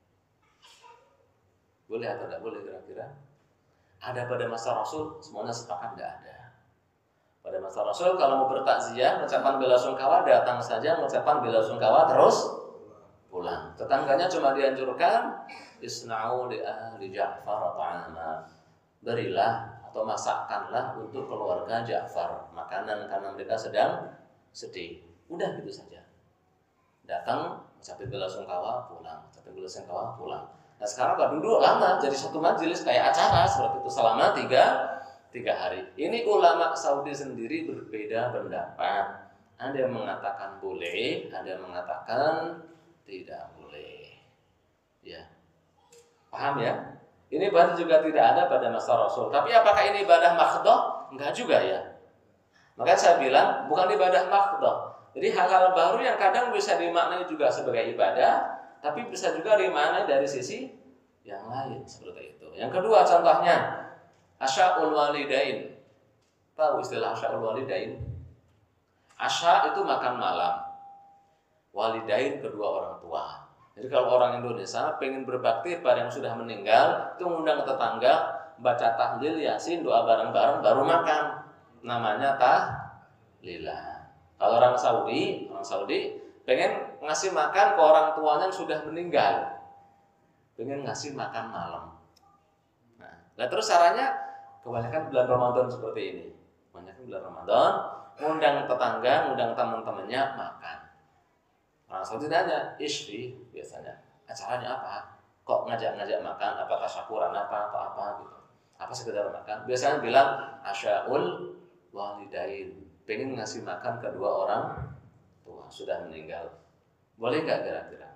Boleh atau enggak boleh kira-kira? Ada pada masa Rasul, semuanya sepakat enggak ada. Pada masa Rasul kalau mau bertakziah, mengucapkan bela sungkawa datang saja, mengucapkan bela sungkawa terus pulang. Tetangganya cuma dianjurkan isna'u li ahli Ja'far ta'ama. Berilah atau masakkanlah untuk keluarga Ja'far makanan karena mereka sedang sedih. Udah gitu saja. Datang, mengucapkan bela sungkawa, pulang, mengucapkan bela sungkawa, pulang. Nah sekarang Pak duduk lama jadi satu majelis kayak acara seperti itu selama tiga Tiga hari. Ini ulama Saudi sendiri berbeda pendapat. Ada yang mengatakan boleh, ada yang mengatakan tidak boleh. Ya, paham ya? Ini berarti juga tidak ada pada masa Rasul. Tapi apakah ini ibadah makhdoh? Enggak juga ya. Makanya saya bilang bukan ibadah makhdoh. Jadi hal-hal baru yang kadang bisa dimaknai juga sebagai ibadah, tapi bisa juga dimaknai dari sisi yang lain seperti itu. Yang kedua contohnya Asya'ul walidain. Tahu istilah asya'ul walidain? Asya itu makan malam. Walidain kedua orang tua. Jadi kalau orang Indonesia pengen berbakti pada yang sudah meninggal, itu ngundang tetangga, baca tahlil, yasin, doa bareng-bareng baru makan. Namanya tahlilan. Kalau orang Saudi, orang Saudi pengen ngasih makan ke orang tuanya yang sudah meninggal. Pengen ngasih makan malam. Nah, nah terus caranya kebanyakan bulan Ramadan seperti ini. Kebanyakan bulan Ramadan, ngundang tetangga, ngundang teman-temannya makan. Orang Saudi nanya, ishfi biasanya. Acaranya apa? Kok ngajak-ngajak makan? Apa tasyakuran apa atau apa gitu? Apa sekedar makan? Biasanya bilang asya'ul walidain. Pengen ngasih makan kedua orang tua sudah meninggal. Boleh enggak kira-kira?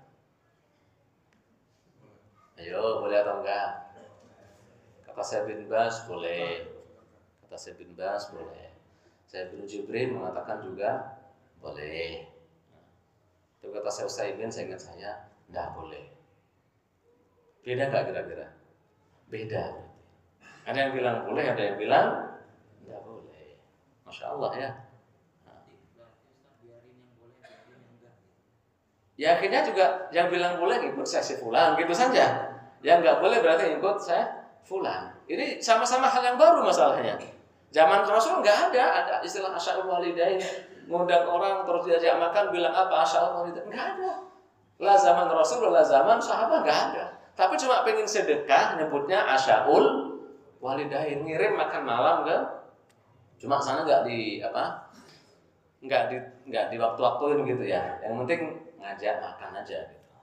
Ayo, boleh atau enggak? Kata saya bin Bas boleh, kata saya bin Bas boleh, saya bin Jibril mengatakan juga boleh. Tapi kata saya Utsaimin, saya ingat saya tidak boleh. Beda nggak kira-kira? Beda. Ada yang bilang boleh, ada yang bilang tidak boleh. Masya Allah ya. Nah. Ya akhirnya juga yang bilang boleh ikut saya si fulan gitu saja. Yang nggak boleh berarti ikut saya fulan. Ini sama-sama hal yang baru masalahnya. Zaman Rasul nggak ada ada istilah asya'ul walidain. Ngundang orang terus diajak makan bilang apa asya'ul walidain, nggak ada. Lah zaman Rasul, lah zaman sahabat nggak ada. Tapi cuma pengen sedekah nyebutnya asya'ul walidain, ngirim makan malam ke. Cuma sana nggak di apa? Nggak di nggak di waktu-waktuin gitu ya. Yang penting ngajak makan aja.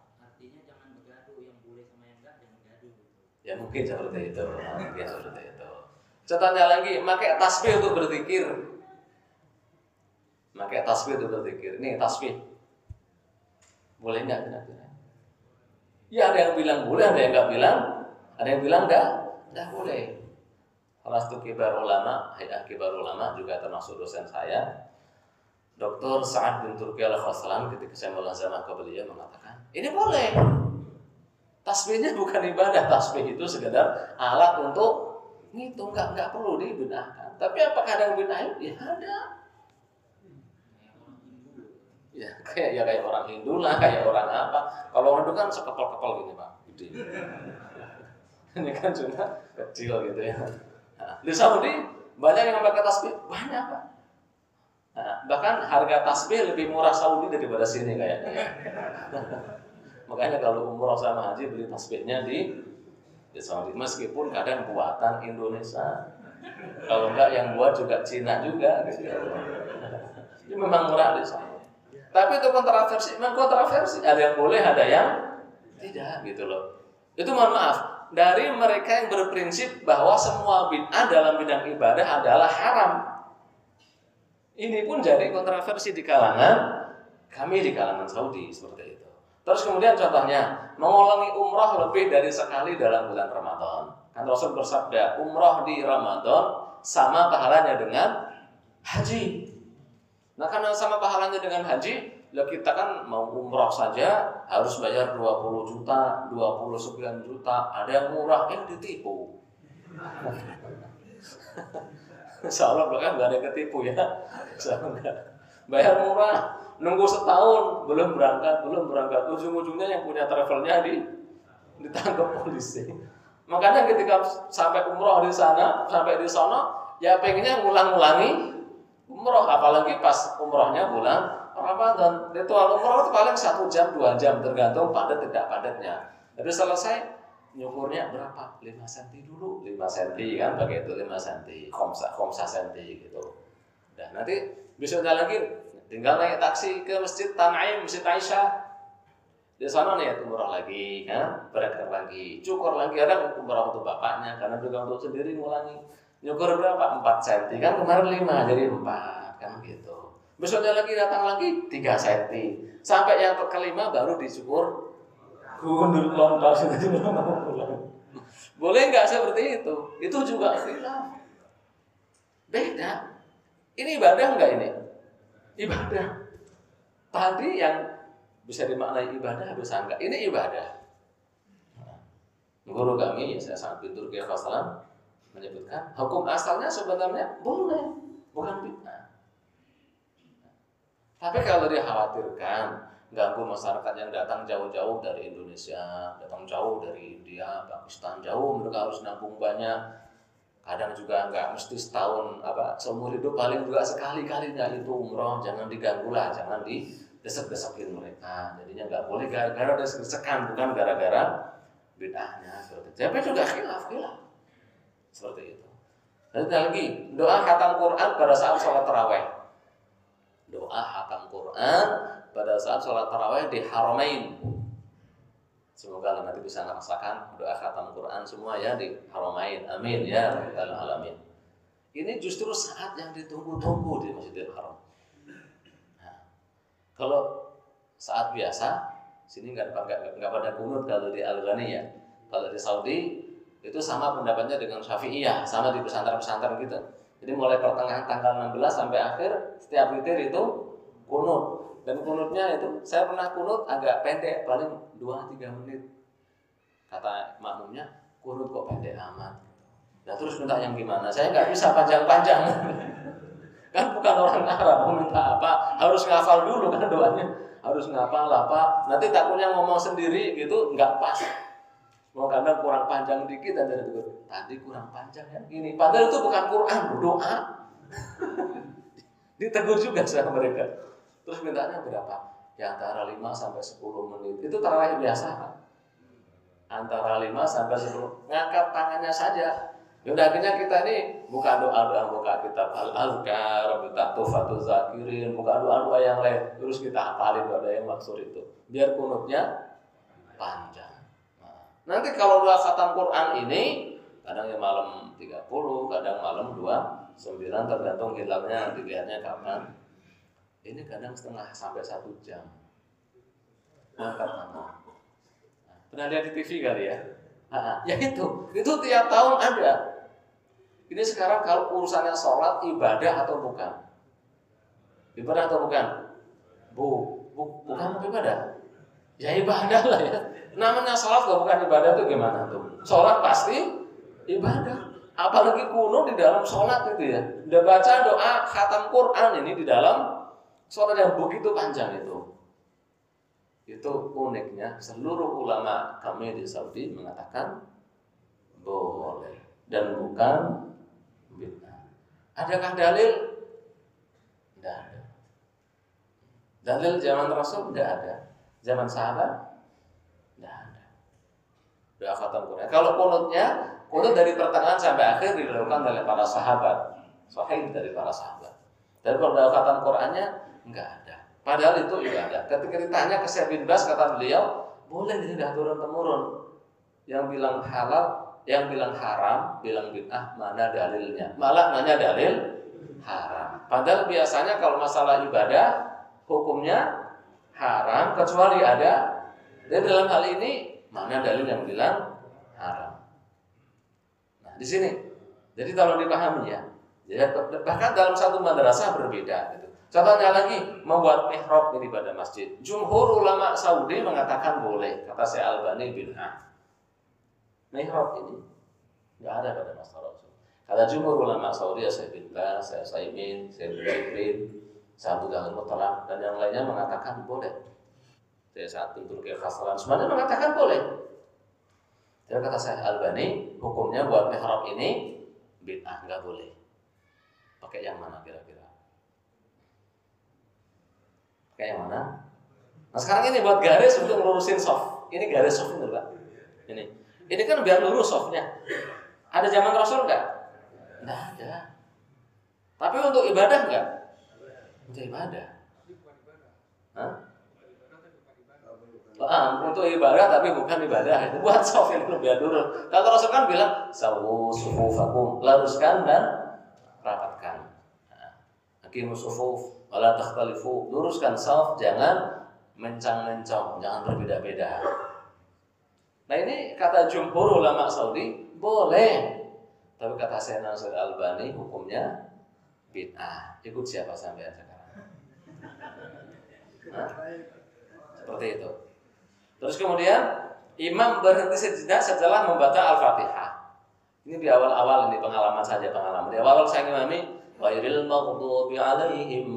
Ya mungkin seperti itu, mungkin seperti itu. Contohnya lagi, pakai tasbih untuk berzikir. Pakai tasbih untuk berzikir. Nih tasbih. Boleh nggak kira-kira? Ya ada yang bilang boleh, ada yang nggak bilang, ada yang bilang nggak, Tidak boleh. Salah satu kibar ulama, hayat kibar ulama juga termasuk dosen saya, Doktor Sa'ad bin Turki Al-Khaslan, ketika saya mulazamah ke beliau mengatakan, ini boleh. Tasbihnya bukan ibadah, tasbih itu sekedar alat untuk ngitung, nggak nggak perlu dibid'ahkan. Tapi apakah ada yang bid'ahin? Ya ada. Ya kayak ya kayak orang Hindu lah, kayak orang apa. Kalau orang Hindu kan sekepal-kepal gini Pak, gede. Ini kan cuma kecil gitu ya. Nah, di Saudi banyak yang pakai tasbih, banyak Pak. Nah, bahkan harga tasbih lebih murah Saudi daripada sini kayaknya. Makanya kalau umroh sama haji beli tasbihnya di di Saudi, meskipun kadang buatan Indonesia. Kalau enggak yang buat juga Cina juga gitu. Ini memang murah di sana. Tapi itu kontroversi, memang kontroversi. Ada yang boleh, ada yang tidak gitu loh. Itu mohon maaf, dari mereka yang berprinsip bahwa semua bid'ah dalam bidang ibadah adalah haram. Ini pun jadi kontroversi di kalangan kami di kalangan Saudi seperti itu. Terus kemudian contohnya mengulangi umrah lebih dari sekali dalam bulan Ramadan. Kan Rasul bersabda, umrah di Ramadan sama pahalanya dengan haji. Nah karena sama pahalanya dengan haji, lah kita kan mau umrah saja harus bayar dua puluh juta, dua puluh sekian juta. Ada yang murah, yang ditipu. Insya Allah kan nggak ada yang ketipu ya. Insya Allah nggak. Bayar murah, nunggu setahun belum berangkat, belum berangkat. Ujung-ujungnya yang punya travelnya di ditangkap polisi. Makanya ketika sampai umroh di sana, sampai di sana, ya pengennya ngulang-ngulangi umroh, apalagi pas umrohnya bulan Ramadan. Ritual umroh itu paling satu jam, dua jam, tergantung padat tidak padatnya. Tapi selesai nyukurnya berapa? lima senti dulu, lima senti kan, pakai itu lima senti, khomsa, khomsa senti gitu. Dan nanti besoknya lagi tinggal naik taksi ke Masjid Tan'im, Masjid Aisyah. Di sana nih umroh lagi, kan, berakar lagi, cukur lagi, ada umroh untuk bapaknya, karena juga untuk sendiri ngulangi. Nyukur berapa? empat senti, kan kemarin lima, jadi empat, kan gitu. Besoknya lagi datang lagi tiga senti, sampai yang kelima baru dicukur. Gundul lontos itu boleh nggak seperti itu? Itu juga khilaf. Beda. Ini ibadah nggak ini? Ibadah. Tadi yang bisa dimaknai ibadah, bisa enggak? Ini ibadah. Guru kami, saya sangat pintur Kiai Fasalam menyebutkan hukum asalnya sebenarnya boleh, bukan bid'ah. Tapi kalau dia khawatirkan ganggu masyarakat yang datang jauh-jauh dari Indonesia, datang jauh dari India, Pakistan, jauh mereka harus nabung banyak. Kadang juga nggak mesti setahun, apa seumur hidup paling juga sekali-kalinya itu umroh, jangan diganggu lah, jangan didesek-desekin mereka. Jadinya nggak boleh gara-gara desek-desekan, bukan gara-gara bid'ahnya seperti itu. Tapi juga khilaf-khilaf seperti itu. Dan lagi doa khatam Quran pada saat sholat tarawih. Doa khatam Quran pada saat sholat tarawih di Haramain. Semoga nanti bisa merasakan doa khatam Quran semua ya di Haramain. Amin ya rabbal alamin. Ini justru saat yang ditunggu-tunggu di Masjidil Haram. Nah, kalau saat biasa sini nggak nggak pada kunut kalau di Al-Ghani ya. Kalau di Saudi itu sama pendapatnya dengan Syafi'iyah, sama di pesantren-pesantren gitu. Jadi mulai pertengahan tanggal enam belas sampai akhir setiap witir itu kunut. Dan kunutnya itu, saya pernah kunut agak pendek, paling dua sampai tiga menit. Kata makmumnya, kunut kok pendek amat. Nah terus minta yang gimana? Saya nggak bisa panjang-panjang. Kan bukan orang Arab, mau minta apa? Harus ngafal dulu kan doanya. Harus ngafal apa? Nanti takutnya ngomong sendiri gitu, nggak pas. Mau kadang kurang panjang dikit, dan dari itu, tadi kurang panjang ya gini. Padahal itu bukan Quran, doa. Ditegur juga sama mereka. Terus mintanya berapa? Ya antara lima sampai sepuluh menit. Itu tarawih biasa kan? Antara lima sampai sepuluh. Ngangkat tangannya saja. Yaudah akhirnya kita ini buka doa-doa, buka kitab Al-Azkar, buka Tuhfatul Zakirin, buka doa-doa yang lain. Terus kita hafalin doa yang maksud itu. Biar kunutnya panjang. Nah, nanti kalau doa khatam Quran ini kadang ya malam tiga puluh, kadang malam dua puluh sembilan, tergantung hilalnya dilihatnya kapan. Ini kadang setengah sampai satu jam. Angkat tangan. Nah, pernah lihat di T V kali ya? Nah, ya itu, itu tiap tahun ada. Ini sekarang kalau urusannya sholat, ibadah atau bukan? Ibadah atau bukan? Bu, bu bukan ibadah. Ya ibadah lah ya. Namanya sholat kalau bukan ibadah itu gimana tuh? Sholat pasti ibadah. Apalagi kuno di dalam sholat itu ya. Udah baca doa khatam Quran ini di dalam sholat yang begitu panjang itu. Itu uniknya seluruh ulama kami di Saudi mengatakan boleh dan bukan bid'ah. Adakah dalil? Tidak ada. Dalil zaman Rasul tidak ada. Zaman sahabat tidak ada. Doa khatam Quran. Kalau kunutnya, kunut dari pertengahan sampai akhir dilakukan oleh para sahabat. Sahih dari para sahabat. Tapi kalau doa khatam Qurannya enggak ada. Padahal itu ibadah. Ketika ditanya ke Syekh bin Baz, kata beliau, boleh ini sudah turun temurun. Yang bilang halal, yang bilang haram, bilang bid'ah, mana dalilnya? Malah nanya dalil haram. Padahal biasanya kalau masalah ibadah, hukumnya haram kecuali ada. Dan dalam hal ini, mana dalil yang bilang haram? Nah, di sini. Jadi tolong dipahami ya. Jadi bahkan dalam satu madrasah berbeda. Gitu. Contohnya lagi, membuat mihrab ini pada masjid. Jumhur ulama Saudi mengatakan boleh, kata Syekh Albani bid'ah. Mihrab ini nggak ada pada masa Rasul. Kata jumhur ulama Saudi, Syekh bin Baz, Syekh Utsaimin, Syekh Bin, Syekh Abdul Ghani Mutlaq dan yang lainnya mengatakan boleh. Syekh Sa'ad bin Turki Al-Khasran semuanya mengatakan boleh. Jadi kata Syekh Albani, hukumnya buat mihrab ini bid'ah, nggak boleh. Pakai yang mana kira-kira? Pakai yang mana? Nah sekarang ini buat garis untuk ngurusin soft. Ini garis soft ini Pak. Ini. Ini kan biar lurus softnya. Ada zaman Rasul nggak? Nggak ada. Tapi untuk ibadah nggak? Untuk ibadah. Hah? Ah, untuk ibadah tapi bukan ibadah. Itu buat soft ini biar lurus. Kalau Rasul kan bilang sawu sufufakum, laruskan dan rapatkan. Aqimus sufuf wala takhtalifu, luruskan saf, jangan mencang-mencong, jangan berbeda-beda. Nah ini kata jumhur ulama Saudi boleh, tapi kata Syekh Nasir Albani hukumnya bid'ah. Ikut siapa sampai sekarang? Nah, seperti itu. Terus kemudian imam berhenti sejenak setelah membaca Al-Fatihah. Ini di awal-awal, ini pengalaman saja pengalaman. Di awal-awal saya ngimami ghairil maghdubi alaihim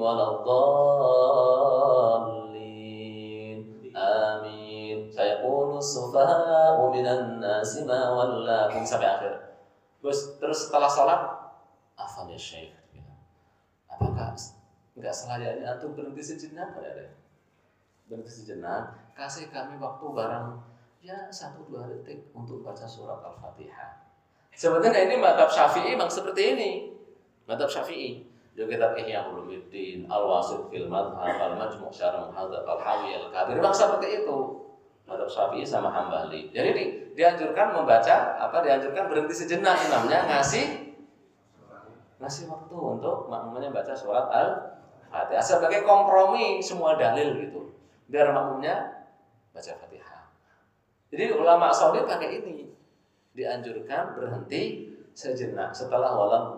waladdallin. Amin. Sayaqulu sufaha'u minan nasi ma wallakum sampai akhir. Terus terus setelah salat, afal ya Syekh. Apakah enggak selayaknya antum berhenti sejenak ada? Berhenti sejenak, kasih kami waktu barang ya satu dua detik untuk baca surat Al-Fatihah. Sebenarnya ini mazhab Syafi'i memang seperti ini. Mazhab Syafi'i. Di kitab Ihya Ulumuddin, Al-Wasit fil Madhhab, Al-Majmu' Syarh Muhadzab, Al-Hawi Al-Kabir, memang seperti itu. Mazhab Syafi'i sama Hambali. Jadi di, dianjurkan membaca apa? Dianjurkan berhenti sejenak, namanya ngasih ngasih waktu untuk makmumnya baca surat Al-Fatihah sebagai kompromi semua dalil gitu. Biar makmumnya baca Fatihah. Jadi ulama Saudi pakai ini. Dianjurkan berhenti sejenak setelah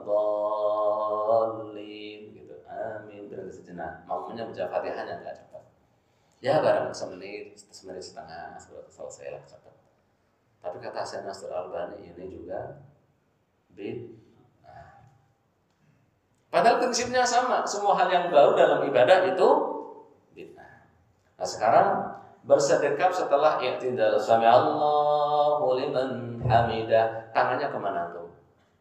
waladdallin gitu. Amin, berhenti sejenak. Makmumnya baca Fatihahnya enggak cepat. Ya barang semenit, semenit setengah selesai lah cepat. Tapi kata Syekh Nasir Albani ini juga bid'ah. Padahal prinsipnya sama, semua hal yang baru dalam ibadah itu bid'ah. Nah sekarang bersedekap setelah i'tidal, sami Allahu liman hamidah, tangannya kemana tuh?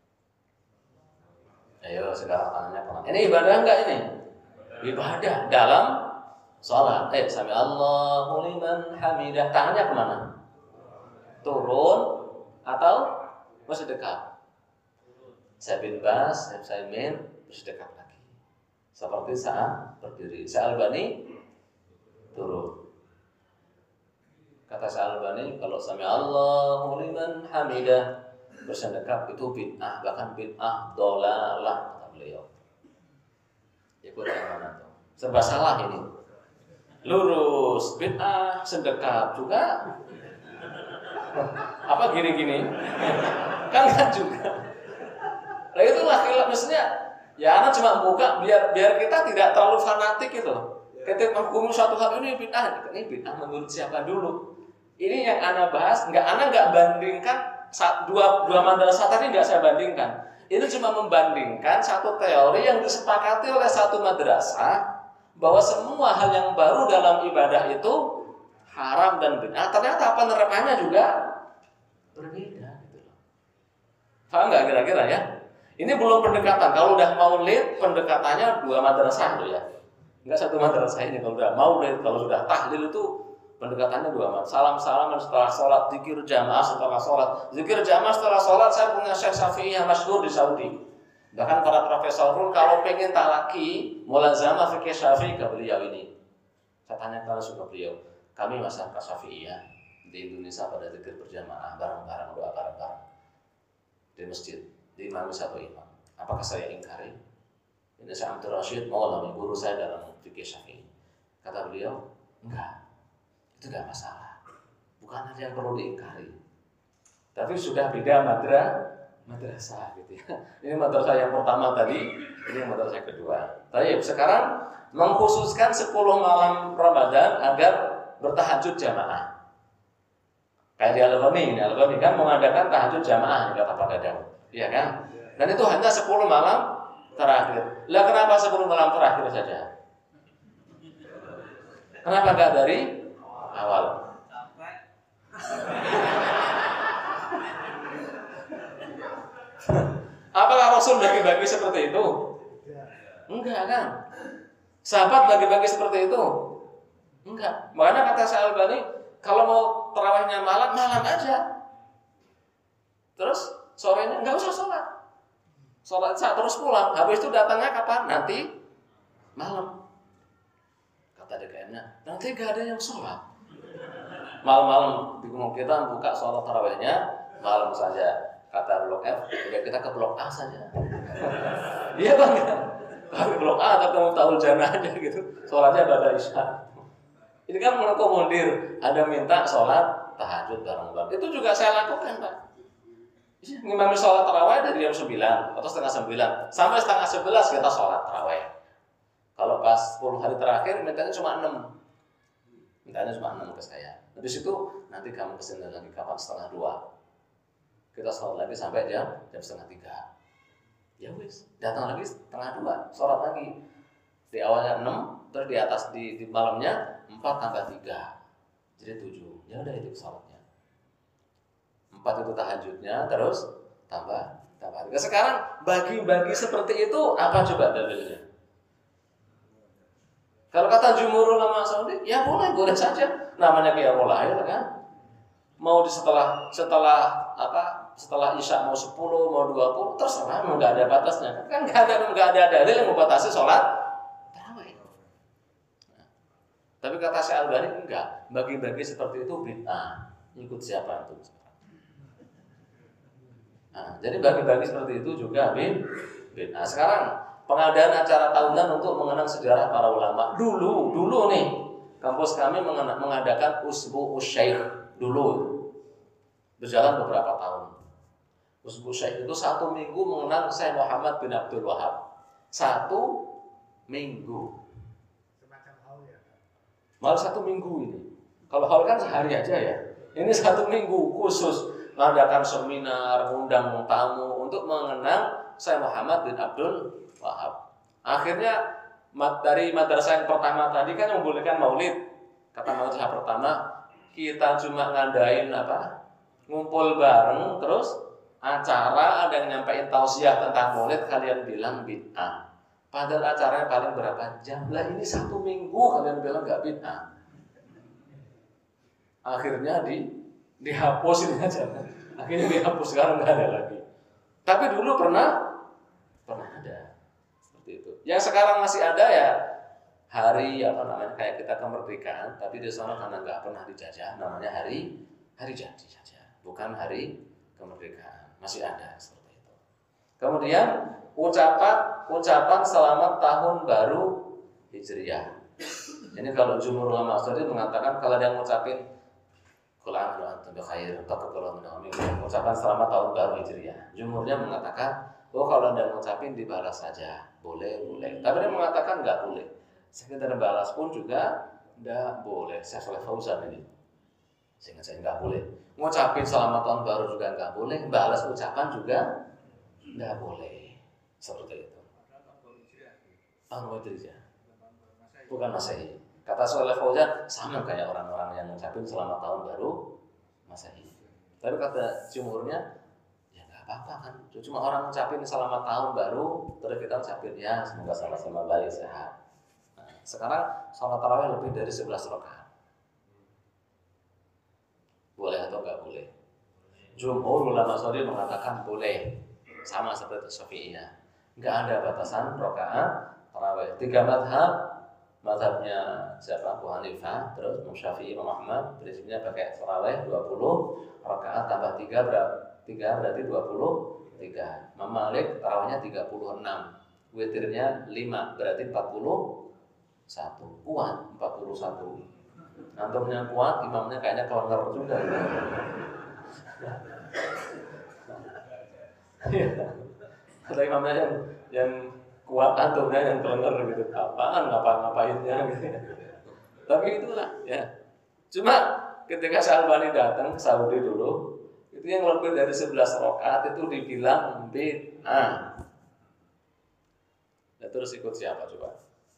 Ayo sekarang tangannya kemana? Ini ibadah enggak ini? Ibadah dalam sholat. Eh, sami Allahu liman hamidah, tangannya kemana? Turun atau bersedekap? Syekh bin Baz, Syekh Utsaimin bersedekap lagi. Seperti saat berdiri. Syekh Albani turun. Kata Syekh Albani, kalau sami Allahu liman hamidah bersedekap itu bid'ah, bahkan bid'ah dolalah kata beliau. Ikut yang mana tuh? Serba salah ini. Lurus bid'ah, sedekap juga. Apa gini-gini? Kan kan juga. Nah itulah khilaf maksudnya. Ya anak cuma buka biar biar kita tidak terlalu fanatik gitu loh. Ketika menghukum suatu hal ini bid'ah, ini bid'ah menurut siapa dulu? Ini yang anak bahas, enggak anak enggak bandingkan dua dua madrasah tadi enggak saya bandingkan. Ini cuma membandingkan satu teori yang disepakati oleh satu madrasah bahwa semua hal yang baru dalam ibadah itu haram dan bid'ah. Ternyata penerapannya juga berbeda gitu loh. Paham enggak kira-kira ya? Ini belum pendekatan. Kalau udah maulid, pendekatannya dua madrasah itu ya. Enggak satu madrasah ini. Kalau udah maulid, kalau sudah tahlil itu pendekatannya dua madrasah. Salam-salaman setelah sholat, zikir jamaah setelah sholat. Zikir jamaah setelah sholat, saya punya Syekh Syafi'i yang masyhur di Saudi. Bahkan para profesor kalau pengen talaki, mulazamah fikih Syafi'i ke beliau ini. Saya tanyakan langsung ke beliau. Kami masyarakat Syafi'iyah di Indonesia pada zikir berjamaah bareng-bareng, doa bareng-bareng di masjid. Di imam satu imam. Apakah saya ingkari? Ini Syekh Abdul Rashid Maulana, guru saya dalam fikih Syafi'i. Kata beliau, enggak, itu enggak masalah. Bukan hal yang perlu diingkari. Tapi sudah beda madra, madrasah gitu ya. Ini madrasah yang pertama tadi, ini madrasah yang kedua. Tapi sekarang mengkhususkan sepuluh malam Ramadan agar bertahajud jamaah. Kayak di Al-Ghani, ini Al-Ghani kan mengadakan tahajud jamaah kata Pak Dadang. Iya kan? Dan itu hanya sepuluh malam terakhir. Lah kenapa sepuluh malam terakhir saja? Kenapa enggak dari awal? Apakah Rasul bagi-bagi seperti itu? Enggak kan? Sahabat bagi-bagi seperti itu? Enggak. Makanya kata Syekh Albani, kalau mau tarawihnya malam, malam aja. Terus sorenya enggak usah sholat. Sholat saat terus pulang. Habis itu datangnya kapan? Nanti malam. Kata D K M-nya, nanti enggak ada yang sholat. Malam-malam kita buka sholat tarawihnya malam saja. Kata blok F, udah kita ke blok A saja. Iya bang, ke blok A atau ke Muftaul Jannah aja gitu. Sholatnya pada Isya. Ini kan mengakomodir. Ada minta sholat tahajud bareng-bareng. Itu juga saya lakukan pak. Ngimami sholat tarawih dari jam sembilan atau setengah sembilan sampai setengah sebelas kita sholat tarawih. Kalau pas sepuluh hari terakhir mintanya cuma enam, mintanya cuma enam ke saya. Habis itu nanti kamu kesini lagi kapan setengah dua. Kita sholat lagi sampai jam jam setengah tiga. Ya wis, datang lagi setengah dua, sholat lagi. Di awalnya enam, terus di atas di, di malamnya empat tambah tiga, jadi tujuh. Ya udah itu sholatnya. Empat itu tahajudnya, terus tambah tambah tiga. Sekarang bagi-bagi seperti itu apa coba dalilnya? Kalau kata jumhur ulama Saudi, ya boleh, boleh saja. Namanya qiyamul lail kan. Mau di setelah setelah apa? Setelah Isya mau sepuluh, mau dua puluh, terserah, enggak ada batasnya. Kan enggak ada enggak ada dalil yang membatasi sholat tarawih. Nah, tapi kata Syekh Albani enggak, bagi-bagi seperti itu bid'ah. Ikut siapa itu? Nah, jadi bagi-bagi seperti itu juga bid'ah. Sekarang pengadaan acara tahunan untuk mengenang sejarah para ulama. Dulu, dulu nih, kampus kami mengadakan Usbu Usyaikh dulu. Berjalan beberapa tahun. Usbu Usyaikh itu satu minggu mengenang Syekh Muhammad bin Abdul Wahab. Satu minggu. Semacam haul ya. Malah satu minggu ini. Kalau haul kan sehari aja ya. Ini satu minggu khusus mengadakan seminar, undang tamu untuk mengenang Syekh Muhammad bin Abdul Wahab. Akhirnya dari madrasah yang pertama tadi kan membolehkan maulid. Kata madrasah pertama, kita cuma ngadain apa? Ngumpul bareng, terus acara ada yang nyampein tausiah tentang maulid, kalian bilang bid'ah. Padahal acaranya paling berapa jam? Lah ini satu minggu kalian bilang nggak bid'ah. Akhirnya di dihapus ini aja. Akhirnya dihapus, sekarang nggak ada lagi. Tapi dulu pernah pernah ada seperti itu. Yang sekarang masih ada ya hari apa namanya kayak kita kemerdekaan, tapi di sana karena nggak pernah dijajah, namanya hari hari jadi saja, bukan hari kemerdekaan. Masih ada seperti itu. Kemudian ucapan ucapan selamat tahun baru Hijriah. Ini kalau jumhur ulama tadi mengatakan kalau ada yang ngucapin Kulaan antum bi khair, taqabbalallahu minna. Ucapan selamat tahun baru Hijriah. Jumhurnya mengatakan, oh kalau Anda ngucapin dibalas saja, boleh, boleh. Tapi dia mengatakan nggak boleh. Sekedar balas pun juga nggak boleh. Saya Saleh Fauzan ini, sehingga saya nggak boleh. Ngucapin selamat tahun baru juga nggak boleh. Balas ucapan juga nggak boleh. Seperti itu. Tahun Hijriah, bukan Masehi. Kata Saleh Fauzan sama kayak orang-orang yang ngucapin selamat tahun baru Masehi. Tapi kata jumhurnya, ya nggak apa-apa kan. Cuma orang ngucapin selamat tahun baru, terus kita ngucapin ya semoga sama-sama baik sehat. Nah, sekarang sholat tarawih lebih dari sebelas rakaat. Boleh atau nggak boleh? Jumhur ulama Saudi mengatakan boleh, sama seperti Syafi'iyah. Nggak ada batasan rakaat tarawih. Tiga madhab. Mazhabnya siapa? Abu Hanifah, terus Imam Syafi'i, Imam Ahmad, prinsipnya pakai tarawih dua puluh rakaat tambah tiga berapa? tiga berarti dua puluh tiga. Imam Malik tarawihnya tiga puluh enam. Witirnya lima berarti empat puluh satu. Kuat empat puluh satu. Antumnya kuat, imamnya kayaknya kelengger juga. Ada imamnya yang yang kuat, antumnya yang kelengger gitu, apaan ngapa-ngapainnya gitu. Tapi itulah ya. Cuma ketika Syalbani datang ke Saudi dulu, itu yang lebih dari sebelas rakaat itu dibilang bid'ah. Nah, terus ikut siapa coba?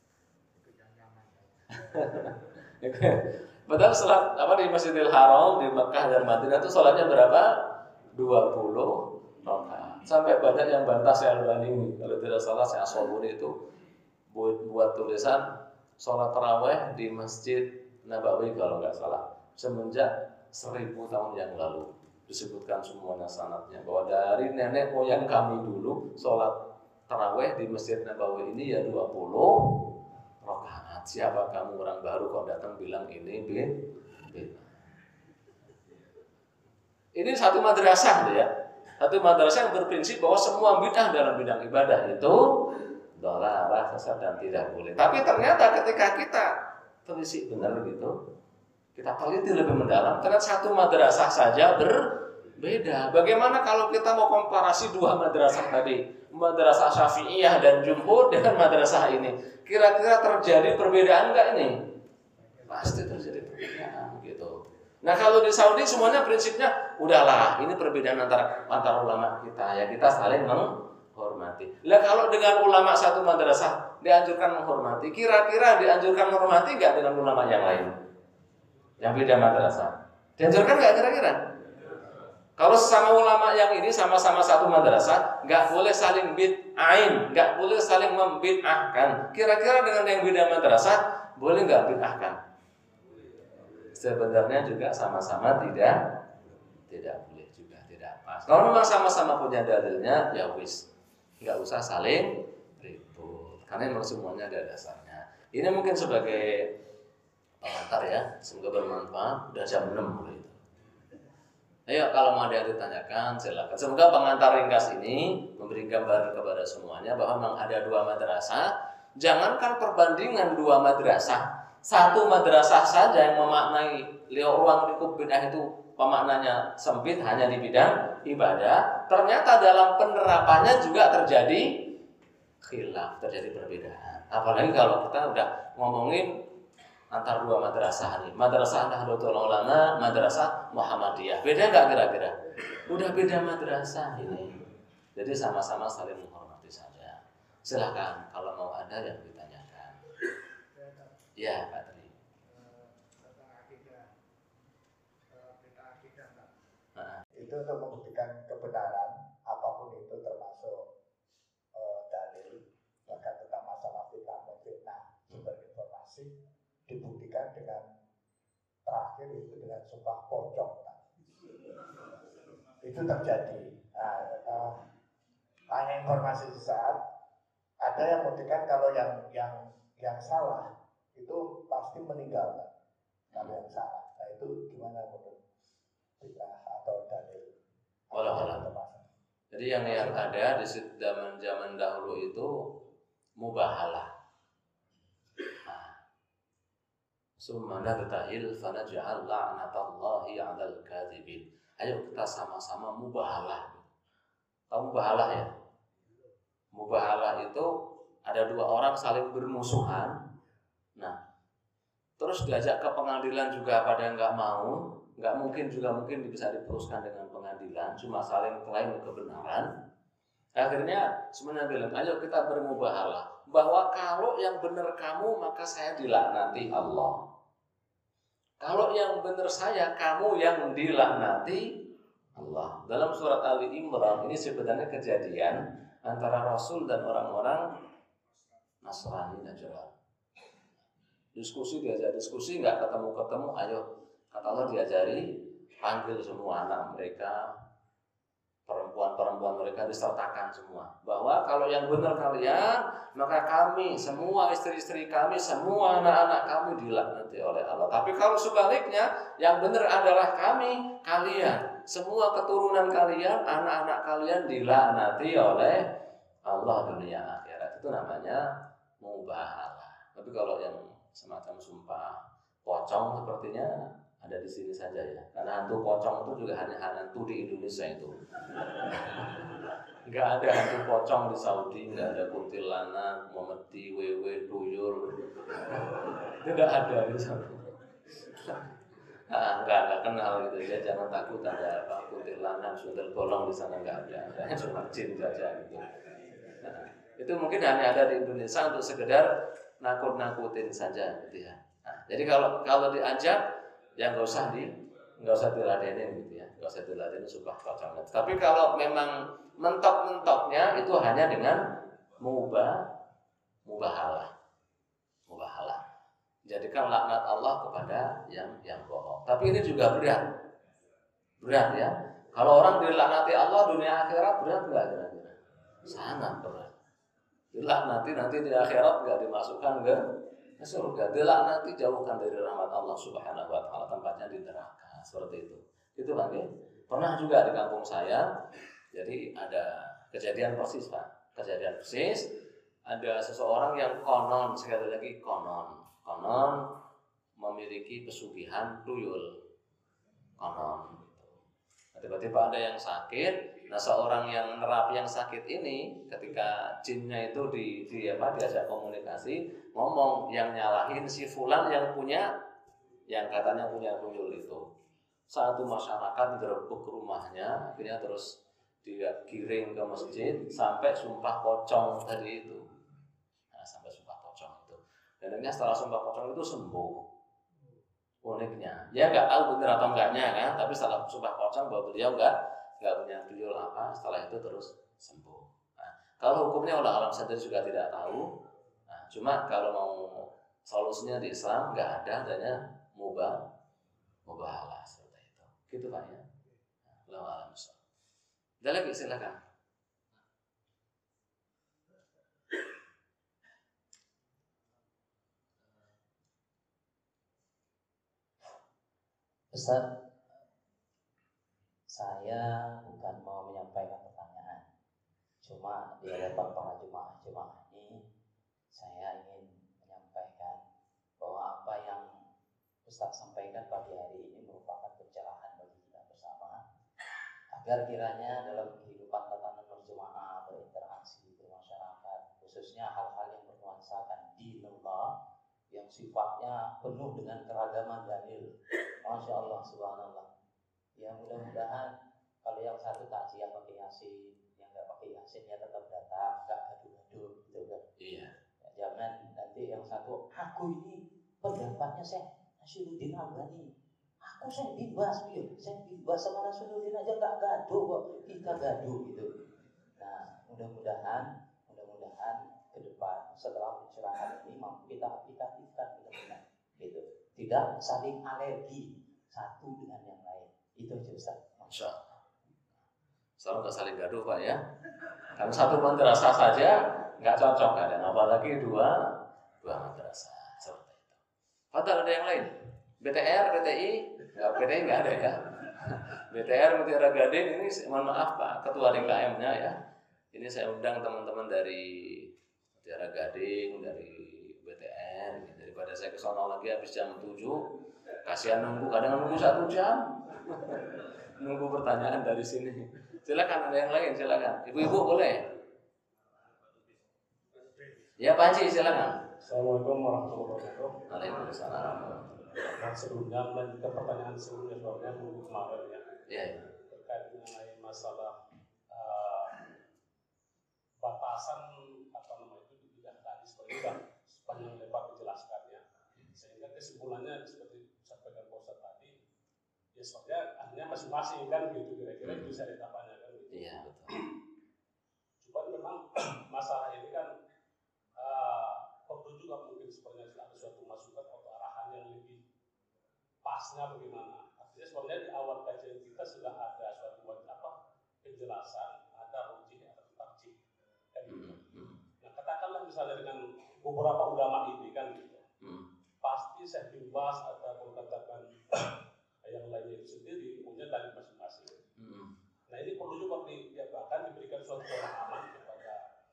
Padahal salat apa di Masjidil Haram di Mekah dan Madinah itu salatnya berapa? dua puluh rakaat. Sampai banyak yang bantah Syalbani ini. Kalau tidak salah saya Asobuni itu buat, buat tulisan sholat taraweh di Masjid Nabawi kalau nggak salah semenjak seribu tahun yang lalu. Disebutkan semuanya sanadnya bahwa dari nenek moyang kami dulu sholat taraweh di Masjid Nabawi ini ya dua puluh rakaat. Siapa kamu orang baru kok datang bilang ini bid? Ini satu madrasah ya. Satu madrasah yang berprinsip bahwa semua bid'ah dalam bidang ibadah itu dhalalah, sesat dan tidak boleh. Tapi ternyata ketika kita telisik benar gitu, kita teliti lebih mendalam, ternyata satu madrasah saja berbeda. Bagaimana kalau kita mau komparasi dua madrasah tadi, madrasah Syafi'iyah dan Jumhur dengan madrasah ini, kira-kira terjadi perbedaan enggak ini? Pasti terjadi perbedaan gitu. Nah kalau di Saudi semuanya prinsipnya udahlah ini perbedaan antara antara ulama kita ya kita saling menghormati. Lah kalau dengan ulama satu madrasah dianjurkan menghormati, kira-kira dianjurkan menghormati nggak dengan ulama yang lain yang beda madrasah? Dianjurkan nggak kira-kira? Kalau sama ulama yang ini sama-sama satu madrasah nggak boleh saling bid'ain, nggak boleh saling membid'ahkan. Kira-kira dengan yang beda madrasah boleh nggak bid'ahkan? Sebenarnya juga sama-sama tidak tidak boleh juga, tidak pas. Kalau memang sama-sama punya dalilnya, ya wis, nggak usah saling ribut, karena memang semuanya ada dasarnya. Ini mungkin sebagai pengantar ya, semoga bermanfaat. Udah jam enam gitu. Ayo kalau mau ada yang ditanyakan silakan. Semoga pengantar ringkas ini memberi gambaran kepada semuanya bahwa memang ada dua madrasah. Jangankan perbandingan dua madrasah. Satu madrasah saja yang memaknai liau ruang lingkup bid'ah itu pemaknanya sempit hanya di bidang ibadah, ternyata dalam penerapannya juga terjadi khilaf, terjadi perbedaan. Apalagi kalau kita udah ngomongin antar dua madrasah nih, madrasah Nahdlatul Ulama, madrasah Muhammadiyah, beda nggak kira-kira? Udah beda madrasah ini, jadi sama-sama saling menghormati saja. Silakan kalau mau ada yang ditanyakan. Ya, Pak Tri. Itu untuk membuktikan kebenaran apapun itu termasuk uh, dalil bahkan tentang masalah fitnah memfitnah sumber informasi dibuktikan dengan terakhir itu dengan sumpah pocong. Itu terjadi. Nah, uh, hanya informasi sesaat. Ada yang membuktikan kalau yang yang yang salah itu pasti meninggal kalau yang salah. Nah itu gimana menurut kita atau dalil? Walau Jadi yang yang ada di zaman zaman dahulu itu mubahalah. Nah, Summa nabtahil fanaj'al la'natallahi 'alal kadhibin. Ayo kita sama-sama mubahalah. Tahu mubahalah ya? Mubahalah itu ada dua orang saling bermusuhan. Nah, terus diajak ke pengadilan juga pada nggak mau, nggak mungkin juga mungkin bisa diteruskan dengan pengadilan, cuma saling klaim kebenaran. Akhirnya semuanya bilang, ayo kita bermubahalah bahwa kalau yang benar kamu maka saya dilaknati Allah. Kalau yang benar saya, kamu yang dilaknati Allah. Dalam surat Ali Imran ini sebenarnya kejadian antara Rasul dan orang-orang Nasrani Najran. Diskusi diajak diskusi nggak ketemu-ketemu, ayo kata Allah diajari, panggil semua anak mereka, perempuan-perempuan mereka disertakan semua. Bahwa kalau yang benar kalian, maka kami, semua istri-istri kami, semua anak-anak kami dilaknati oleh Allah. Tapi kalau sebaliknya, yang benar adalah kami, kalian, semua keturunan kalian, anak-anak kalian dilaknati oleh Allah dunia akhirat. Itu namanya mubahalah. Tapi kalau yang semacam sumpah pocong sepertinya ada di sini saja ya. Karena hantu pocong itu juga hanya hantu di Indonesia itu. Enggak ada hantu pocong di Saudi, enggak ada kuntilanak, memeti, wewe, tuyul. Tidak ada di sana. Nah, enggak, enggak kenal gitu ya. Jangan takut ada apa kuntilanak, sundel bolong di sana enggak ada. Hanya cuma jin saja gitu. Nah, itu mungkin hanya ada di Indonesia untuk sekedar nakut-nakutin saja gitu ya. Nah, jadi kalau kalau diajak ya nggak usah di nggak usah diladenin gitu ya, nggak usah diladenin sumpah pocong. Tapi kalau memang mentok-mentoknya itu hanya dengan mubah mubahalah, mubahalah. Jadikan laknat Allah kepada yang yang bohong. Tapi ini juga berat, berat ya. Kalau orang dilaknati Allah dunia akhirat berat nggak kira-kira? Sangat berat. Dilaknati nanti di akhirat nggak dimasukkan ke surga, dilaknati jauhkan dari rahmat Allah Subhanahu wa taala, tempatnya di neraka. Seperti itu. Itu Pak. Pernah juga di kampung saya. Jadi ada kejadian persis Pak. Kejadian persis ada seseorang yang konon, sekali lagi konon, konon memiliki pesugihan tuyul. Konon. Tiba-tiba ada yang sakit. Nah, seorang yang nerapi yang sakit ini ketika jinnya itu di, di apa diajak komunikasi, ngomong yang nyalahin si fulan yang punya yang katanya punya tuyul itu. Satu masyarakat digerebek ke rumahnya, akhirnya terus digiring ke masjid sampai sumpah pocong tadi itu. Nah, sampai sumpah pocong itu. Dan akhirnya setelah sumpah pocong itu sembuh. Uniknya, ya nggak tahu benar atau enggaknya kan, tapi setelah sumpah pocong bahwa beliau nggak nggak punya tuyul apa, setelah itu terus sembuh. Nah, kalau hukumnya ulah alam sendiri juga tidak tahu. Nah, cuma kalau mau solusinya di Islam nggak ada, adanya mubah, mubahalah seperti itu. Gitu Pak ya. Ulah alam sendiri. Ada lagi silakan. Ustaz, saya bukan mau menyampaikan pertanyaan, cuma di hadapan para jemaah-jemaah ini saya ingin menyampaikan bahwa apa yang Ustaz sampaikan pagi hari ini merupakan pencerahan bagi kita bersama, agar kiranya dalam kehidupan tatanan berjemaah, berinteraksi, bermasyarakat, khususnya hal-hal yang bernuansakan dinullah, yang sifatnya penuh dengan keragaman dalil, Masya Allah, Subhanallah. Ya mudah-mudahan kalau yang satu takziah pakai yasin, yang nggak pakai yasin ya tetap datang, nggak gaduh-gaduh gitu kan. Iya. Ya, jangan nanti yang satu, aku ini pendapatnya saya Nasruddin Albani, aku saya bebas, ya, saya bebas sama Nasruddin aja nggak gaduh kok, kita gaduh gitu. Nah mudah-mudahan, mudah-mudahan ke depan setelah pencerahan ini mampu kita aplikatifkan benar-benar gitu, tidak saling alergi satu dengan yang lain. Itu aja Ustaz. Masya Allah. Soalnya nggak saling gaduh Pak ya. Karena satu madrasah saja nggak cocok kadang, apalagi dua dua madrasah seperti itu. Padahal ada yang lain. B T R, B T I, nggak B T I nggak ada ya. B T R Mutiara Gading ini, mohon maaf Pak, ketua D K M-nya ya. Ini saya undang teman-teman dari Mutiara Gading, dari B T R, dari daripada saya ke sono lagi habis jam tujuh, kasihan nunggu, kadang nunggu satu jam. Nunggu pertanyaan dari sini. Silakan, ada yang lain, silakan. Ibu-ibu boleh? Ya Pak Haji, silakan. Assalamualaikum warahmatullahi wabarakatuh. Waalaikumsalam. Nah, sebelumnya melanjutkan pertanyaan sebelumnya soalnya minggu kemarin ya. Iya. Terkait mengenai masalah uh, batasan apa namanya itu tidak tadi seperti itu sepanjang lebar dijelaskannya. Sehingga kesimpulannya seperti disampaikan Pak Ustadz tadi, ya soalnya akhirnya masing-masing kan gitu kira-kira itu saya tanggapannya kan. Gitu. Iya betul. Cuman memang masalah ini kan uh, perlu juga mungkin sebenarnya ada suatu masukan atau arahan yang lebih pasnya bagaimana. Artinya sebenarnya di awal kajian kita sudah ada suatu apa penjelasan, ada rujih, ada tarjih. Kan gitu. Nah katakanlah misalnya dengan beberapa ulama ini kan gitu, pasti saya bimbas ataupun katakan yang lainnya itu sendiri punya dalil masing-masing. Nah ini perlu juga di, ya, bahkan diberikan suatu pemahaman kepada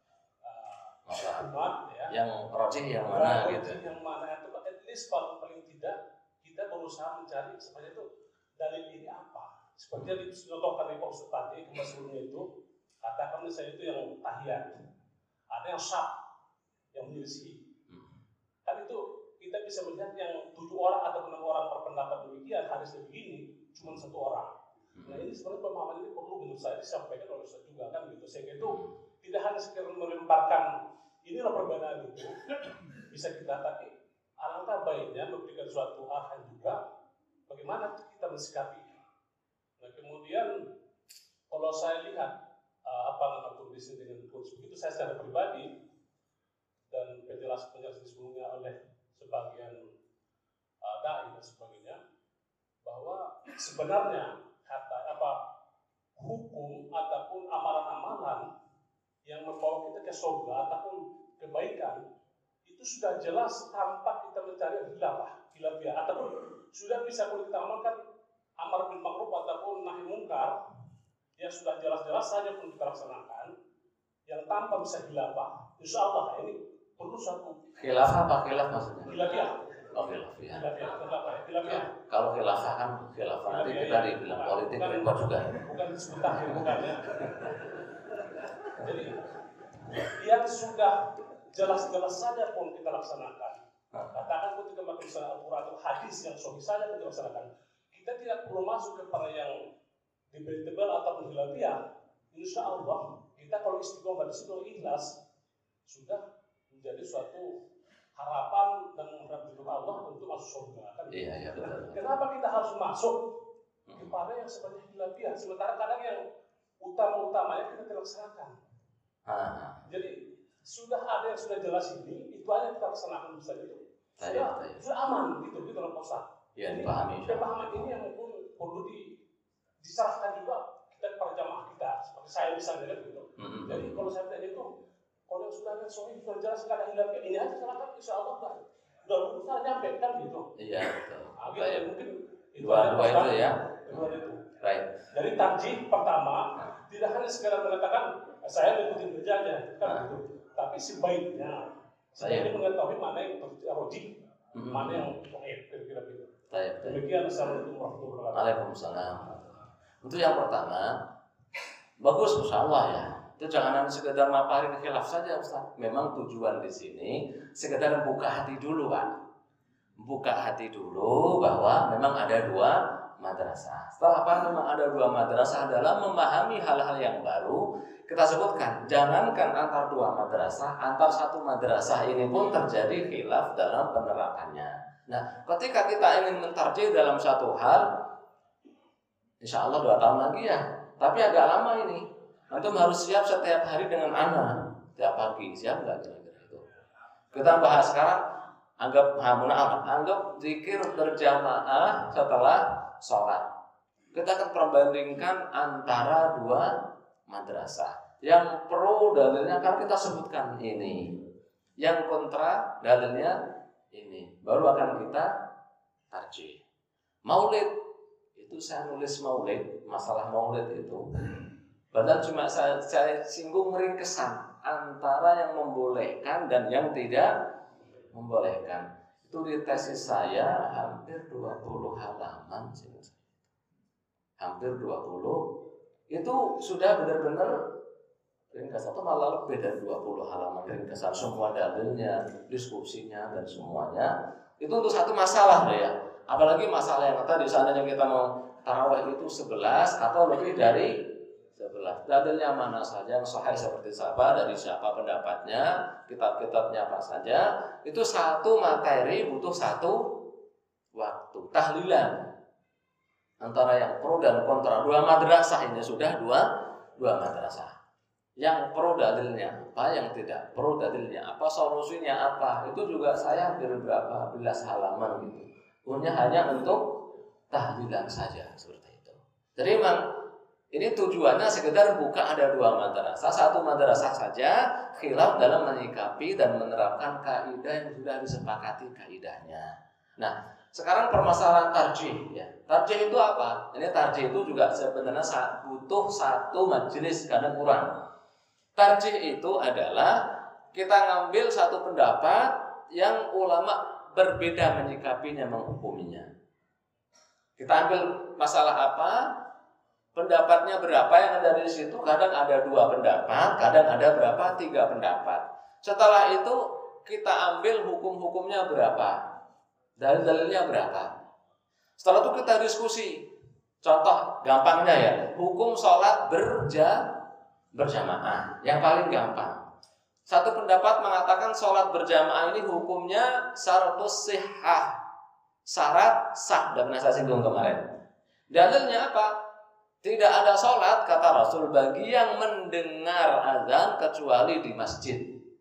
uh, umat ya. Yang rojih yang mana nah, gitu. Yang mana itu at least paling, paling tidak kita berusaha mencari sebenarnya itu dalil ini apa. Seperti yang dicontohkan di Ustaz tadi sebelumnya itu, katakan misalnya itu yang tahiyat, ada yang syab, yang menyelisihi. Kan itu kita bisa melihat yang tujuh orang atau enam orang berpendapat demikian hadisnya begini cuma satu orang. Nah ini sebenarnya pemahaman ini perlu menurut saya disampaikan oleh Ustaz juga kan gitu. Sehingga itu tidak hanya sekedar melemparkan inilah perbedaan itu bisa kita, tapi alangkah baiknya memberikan suatu arahan juga bagaimana kita mensikapi. Nah kemudian kalau saya lihat uh, apa nama kondisi dengan kondisi begitu saya secara pribadi dan penjelasan-penjelasan sebelumnya oleh sebagian uh, dai dan sebagainya bahwa sebenarnya kata apa hukum ataupun amalan-amalan yang membawa kita ke surga ataupun kebaikan itu sudah jelas tanpa kita mencari khilafah, khilafiyah ataupun sudah bisa kalau kita amalkan amar bil ma'ruf ataupun nahi mungkar yang sudah jelas-jelas saja pun kita laksanakan yang tanpa bisa khilafah. Insyaallah ini perlu suatu khilafah apa khilaf maksudnya? Khilafiyah. Oh khilafiyah. Khilafiyah, khilafah, khilafiyah. Kalau khilafah kan khilafah nanti kita dibilang politik repot juga. Bukan disebut takhir bukan ya. Jadi yang sudah jelas-jelas saja pun kita laksanakan. Katakan ketika melaksanakan Al-Quran atau hadis yang sahih saja kita laksanakan. Kita tidak perlu masuk kepada yang debatable ataupun khilafiyah. Insya Allah kita kalau istiqomah di situ ikhlas sudah menjadi suatu harapan dan mengharapkan Allah untuk masuk surga. Kan? Iya iya betul. Kenapa kita harus masuk kepada yang sebenarnya khilafiyah? Sementara kadang yang utama-utamanya kita laksanakan. Ah. Jadi sudah ada yang sudah jelas ini, itu aja kita laksanakan bisa itu. Sudah, Taya, taya. sudah aman gitu gitu loh Ustaz. Ya Jadi, dipahami. pemahaman ini yang pun perlu di, diserahkan juga kita kepada jamaah kita, seperti saya misalnya kan gitu. Mm-hmm. Jadi kalau saya tanya itu, kalau yang sudah ada soal sudah jelas nggak ada hilafnya, ini aja silakan insya Allah kan. Udah berusaha nyampe kan gitu. Iya betul. Nah, gitu, Taya. mungkin Dua-dua itu ya. Dua itu. Baik. Dari tarjih pertama tidak hanya sekedar mengatakan saya mengikuti kerjanya kan gitu. Tapi sebaiknya saya mengetahui mana yang terjadi, mm-hmm. mana yang sahih kira-kira gitu. Demikian. Assalamualaikum warahmatullahi wabarakatuh. Waalaikumsalam. Untuk yang pertama, bagus insya Allah ya. Itu jangan hanya sekedar maparin khilaf saja Ustaz. Memang tujuan di sini sekedar buka hati dulu Pak. Buka hati dulu bahwa memang ada dua madrasah. Setelah apa memang ada dua madrasah dalam memahami hal-hal yang baru, kita sebutkan jangankan antar dua madrasah, antar satu madrasah ini pun terjadi khilaf dalam penerapannya. Nah, ketika kita ingin mentarjih dalam satu hal, insya Allah dua tahun lagi ya, tapi agak lama ini. Antum harus siap setiap hari dengan anak, tiap pagi, siap nggak kira-kira itu? Kita bahas sekarang, anggap hamunah, anggap zikir berjamaah setelah sholat. Kita akan perbandingkan antara dua madrasah. Yang pro dalilnya kan kita sebutkan ini, yang kontra dalilnya ini. Baru akan kita tarjih. Maulid itu saya nulis maulid, masalah maulid itu. Padahal cuma saya, saya singgung ringkesan antara yang membolehkan dan yang tidak membolehkan. Itu di tesis saya hampir dua puluh halaman sih. Hampir dua puluh. Itu sudah benar-benar ringkasan, atau malah lebih dari dua puluh halaman ringkasan, semua dalilnya, diskusinya dan semuanya. Itu untuk satu masalah ya. Apalagi masalah yang tadi seandainya kita mau tarawih itu sebelas atau lebih dari sebelas. Dalilnya mana saja yang sahih seperti apa, dari siapa pendapatnya, kitab-kitabnya apa saja. Itu satu materi butuh satu waktu. Tahlilan antara yang pro dan kontra, dua madrasah ini sudah dua dua madrasah. Yang pro dalilnya apa, yang tidak pro dalilnya apa, solusinya apa, itu juga saya hampir berapa belas halaman gitu. Punya hanya untuk tahlilan saja seperti itu. Jadi memang ini tujuannya sekedar buka ada dua madrasah, satu madrasah saja khilaf dalam menyikapi dan menerapkan kaidah yang sudah disepakati kaidahnya. Nah, sekarang permasalahan tarjih ya. Tarjih itu apa? Ini tarjih itu juga sebenarnya butuh satu majelis kadang kurang. Tarjih itu adalah kita ngambil satu pendapat yang ulama berbeda menyikapinya, menghukuminya. Kita ambil masalah apa, pendapatnya berapa yang ada di situ. Kadang ada dua pendapat, kadang ada berapa, tiga pendapat. Setelah itu kita ambil hukum-hukumnya berapa, dalil-dalilnya berapa. Setelah itu kita diskusi. Contoh gampangnya ya, hukum sholat berja berjamaah yang paling gampang. Satu pendapat mengatakan sholat berjamaah ini hukumnya syaratus sihah, syarat sah. Sudah pernah saya singgung kemarin. Dalilnya apa? Tidak ada sholat kata Rasul bagi yang mendengar azan kecuali di masjid.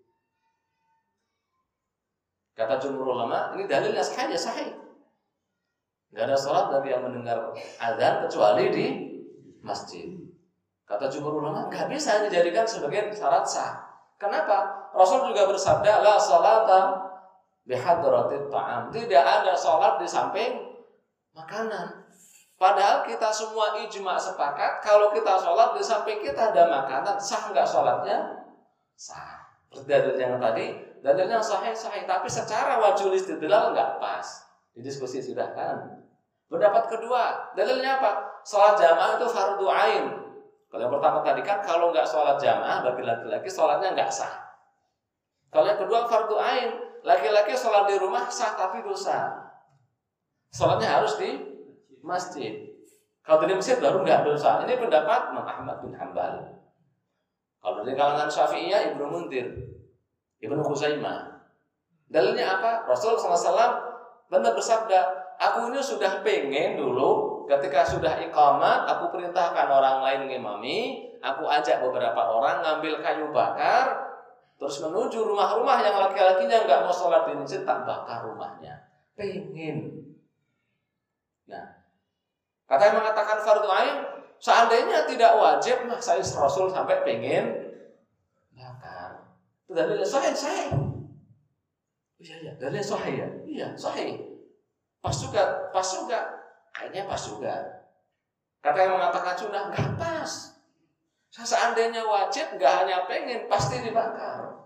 Kata jumhur ulama, ini dalilnya sahih ya sahih. Tidak ada sholat bagi yang mendengar azan kecuali di masjid. Kata jumhur ulama, nggak bisa dijadikan sebagai syarat sah. Kenapa? Rasul juga bersabda, la sholata bihadratit ta'am. Tidak ada sholat di samping makanan. Padahal kita semua ijma sepakat kalau kita sholat di samping kita ada makanan, sah nggak sholatnya? Sah. Dalil yang tadi, dalilnya sahih sahih, tapi secara wajhul istidlal nggak pas. Didiskusi sudah kan. Pendapat kedua, dalilnya apa? Sholat jamaah itu fardu ain. Kalau yang pertama tadi kan kalau nggak sholat jamaah bagi laki-laki sholatnya nggak sah. Kalau yang kedua fardu ain, laki-laki sholat di rumah sah tapi dosa. Sholatnya harus di masjid. Kalau di masjid baru nggak dosa. Ini pendapat Imam Ahmad bin Hanbal. Kalau dari kalangan Syafi'iyah Ibnu Munzir, Ibnu Khuzaimah. Dalilnya apa? Rasulullah shallallahu alaihi wasallam benar bersabda, aku ini sudah pengen dulu ketika sudah iqamat, aku perintahkan orang lain ngimami, aku ajak beberapa orang ngambil kayu bakar, terus menuju rumah-rumah yang laki-lakinya nggak mau sholat di masjid, tak bakar rumahnya. Pengen. Nah, kata yang mengatakan fardu ain, seandainya tidak wajib, nah saya Rasul sampai pengen bakar. Itu dalilnya sahih, sahih. Iya, iya, dalilnya sahih ya. Iya, sahih. Pas juga, pas juga. Kayaknya pas juga. Kata yang mengatakan sunnah, nggak pas. Seandainya wajib, nggak hanya pengen, pasti dibakar.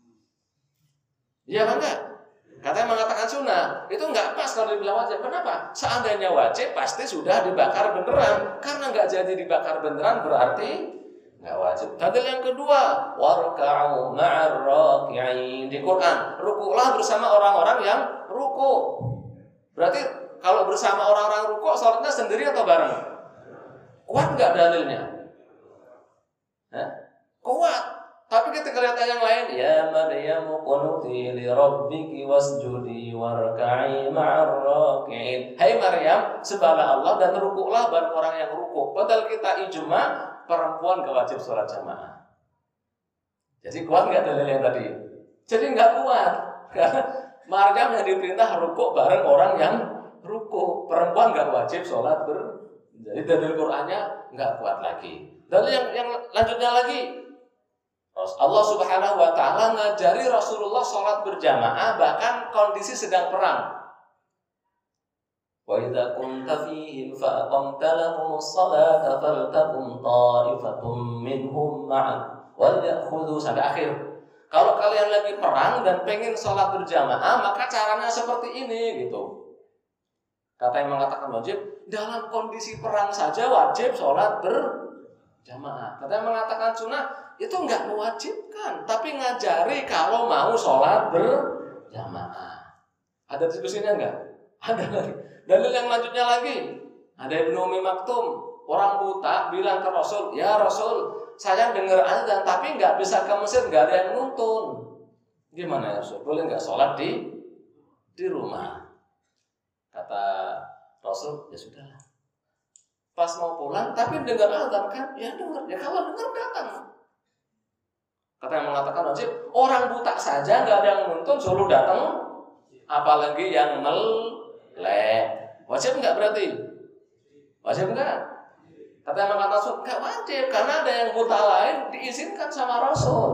Iya enggak? Kata yang mengatakan sunnah, itu nggak pas kalau dibilang wajib. Kenapa? Seandainya wajib, pasti sudah dibakar beneran. Karena nggak jadi dibakar beneran berarti nggak wajib. Dalil yang kedua, warka'u ma'ar raki'in. Di Quran, rukulah bersama orang-orang yang ruku. Berarti kalau bersama orang-orang rukuk, sholatnya sendiri atau bareng? Kuat nggak dalilnya? Hah? Kuat. Tapi ketika lihat yang lain, ya Maryam qunuti li rabbiki wasjudi warka'i ma'ar raki'in. Hai Maryam, sembahlah Allah dan rukuklah bareng orang yang rukuk. Padahal kita ijma perempuan gak wajib sholat jamaah. Jadi kuat nggak dalil yang tadi? Jadi nggak kuat. Karena Maryam yang diperintah rukuk bareng orang yang ruku, perempuan nggak wajib sholat ber. Jadi dalil Qur'annya nggak kuat lagi. Dalil yang yang lanjutnya lagi, Allah Subhanahu Wa Taala ngajari Rasulullah sholat berjamaah bahkan kondisi sedang perang. Wa idza kunta fihim fa aqamta lahumus salata faltaqum ta'ifatum minhum ma'ak wal ya'khudhu sampai akhir. Kalau kalian lagi perang dan pengen sholat berjamaah, maka caranya seperti ini gitu. Kata yang mengatakan wajib, dalam kondisi perang saja wajib sholat berjamaah. Kata yang mengatakan sunnah, itu nggak mewajibkan, tapi ngajari kalau mau sholat berjamaah. Ada diskusinya nggak? Ada lagi. Dalil yang lanjutnya lagi, ada Ibnu Umi Maktum, orang buta bilang ke Rasul, ya Rasul, saya dengar azan tapi nggak bisa ke masjid, nggak ada yang nuntun. Gimana ya Rasul? Boleh nggak sholat di di rumah? Kata Rasul, ya sudahlah. Pas mau pulang, tapi dengar azan kan? Ya dengar. Ya kalau dengar datang. Kata yang mengatakan wajib, orang buta saja nggak ada yang nuntun, suruh datang, apalagi yang melek. Wajib nggak berarti? Wajib nggak? Kata yang mengatakan Rasul, nggak wajib, karena ada yang buta lain diizinkan sama Rasul.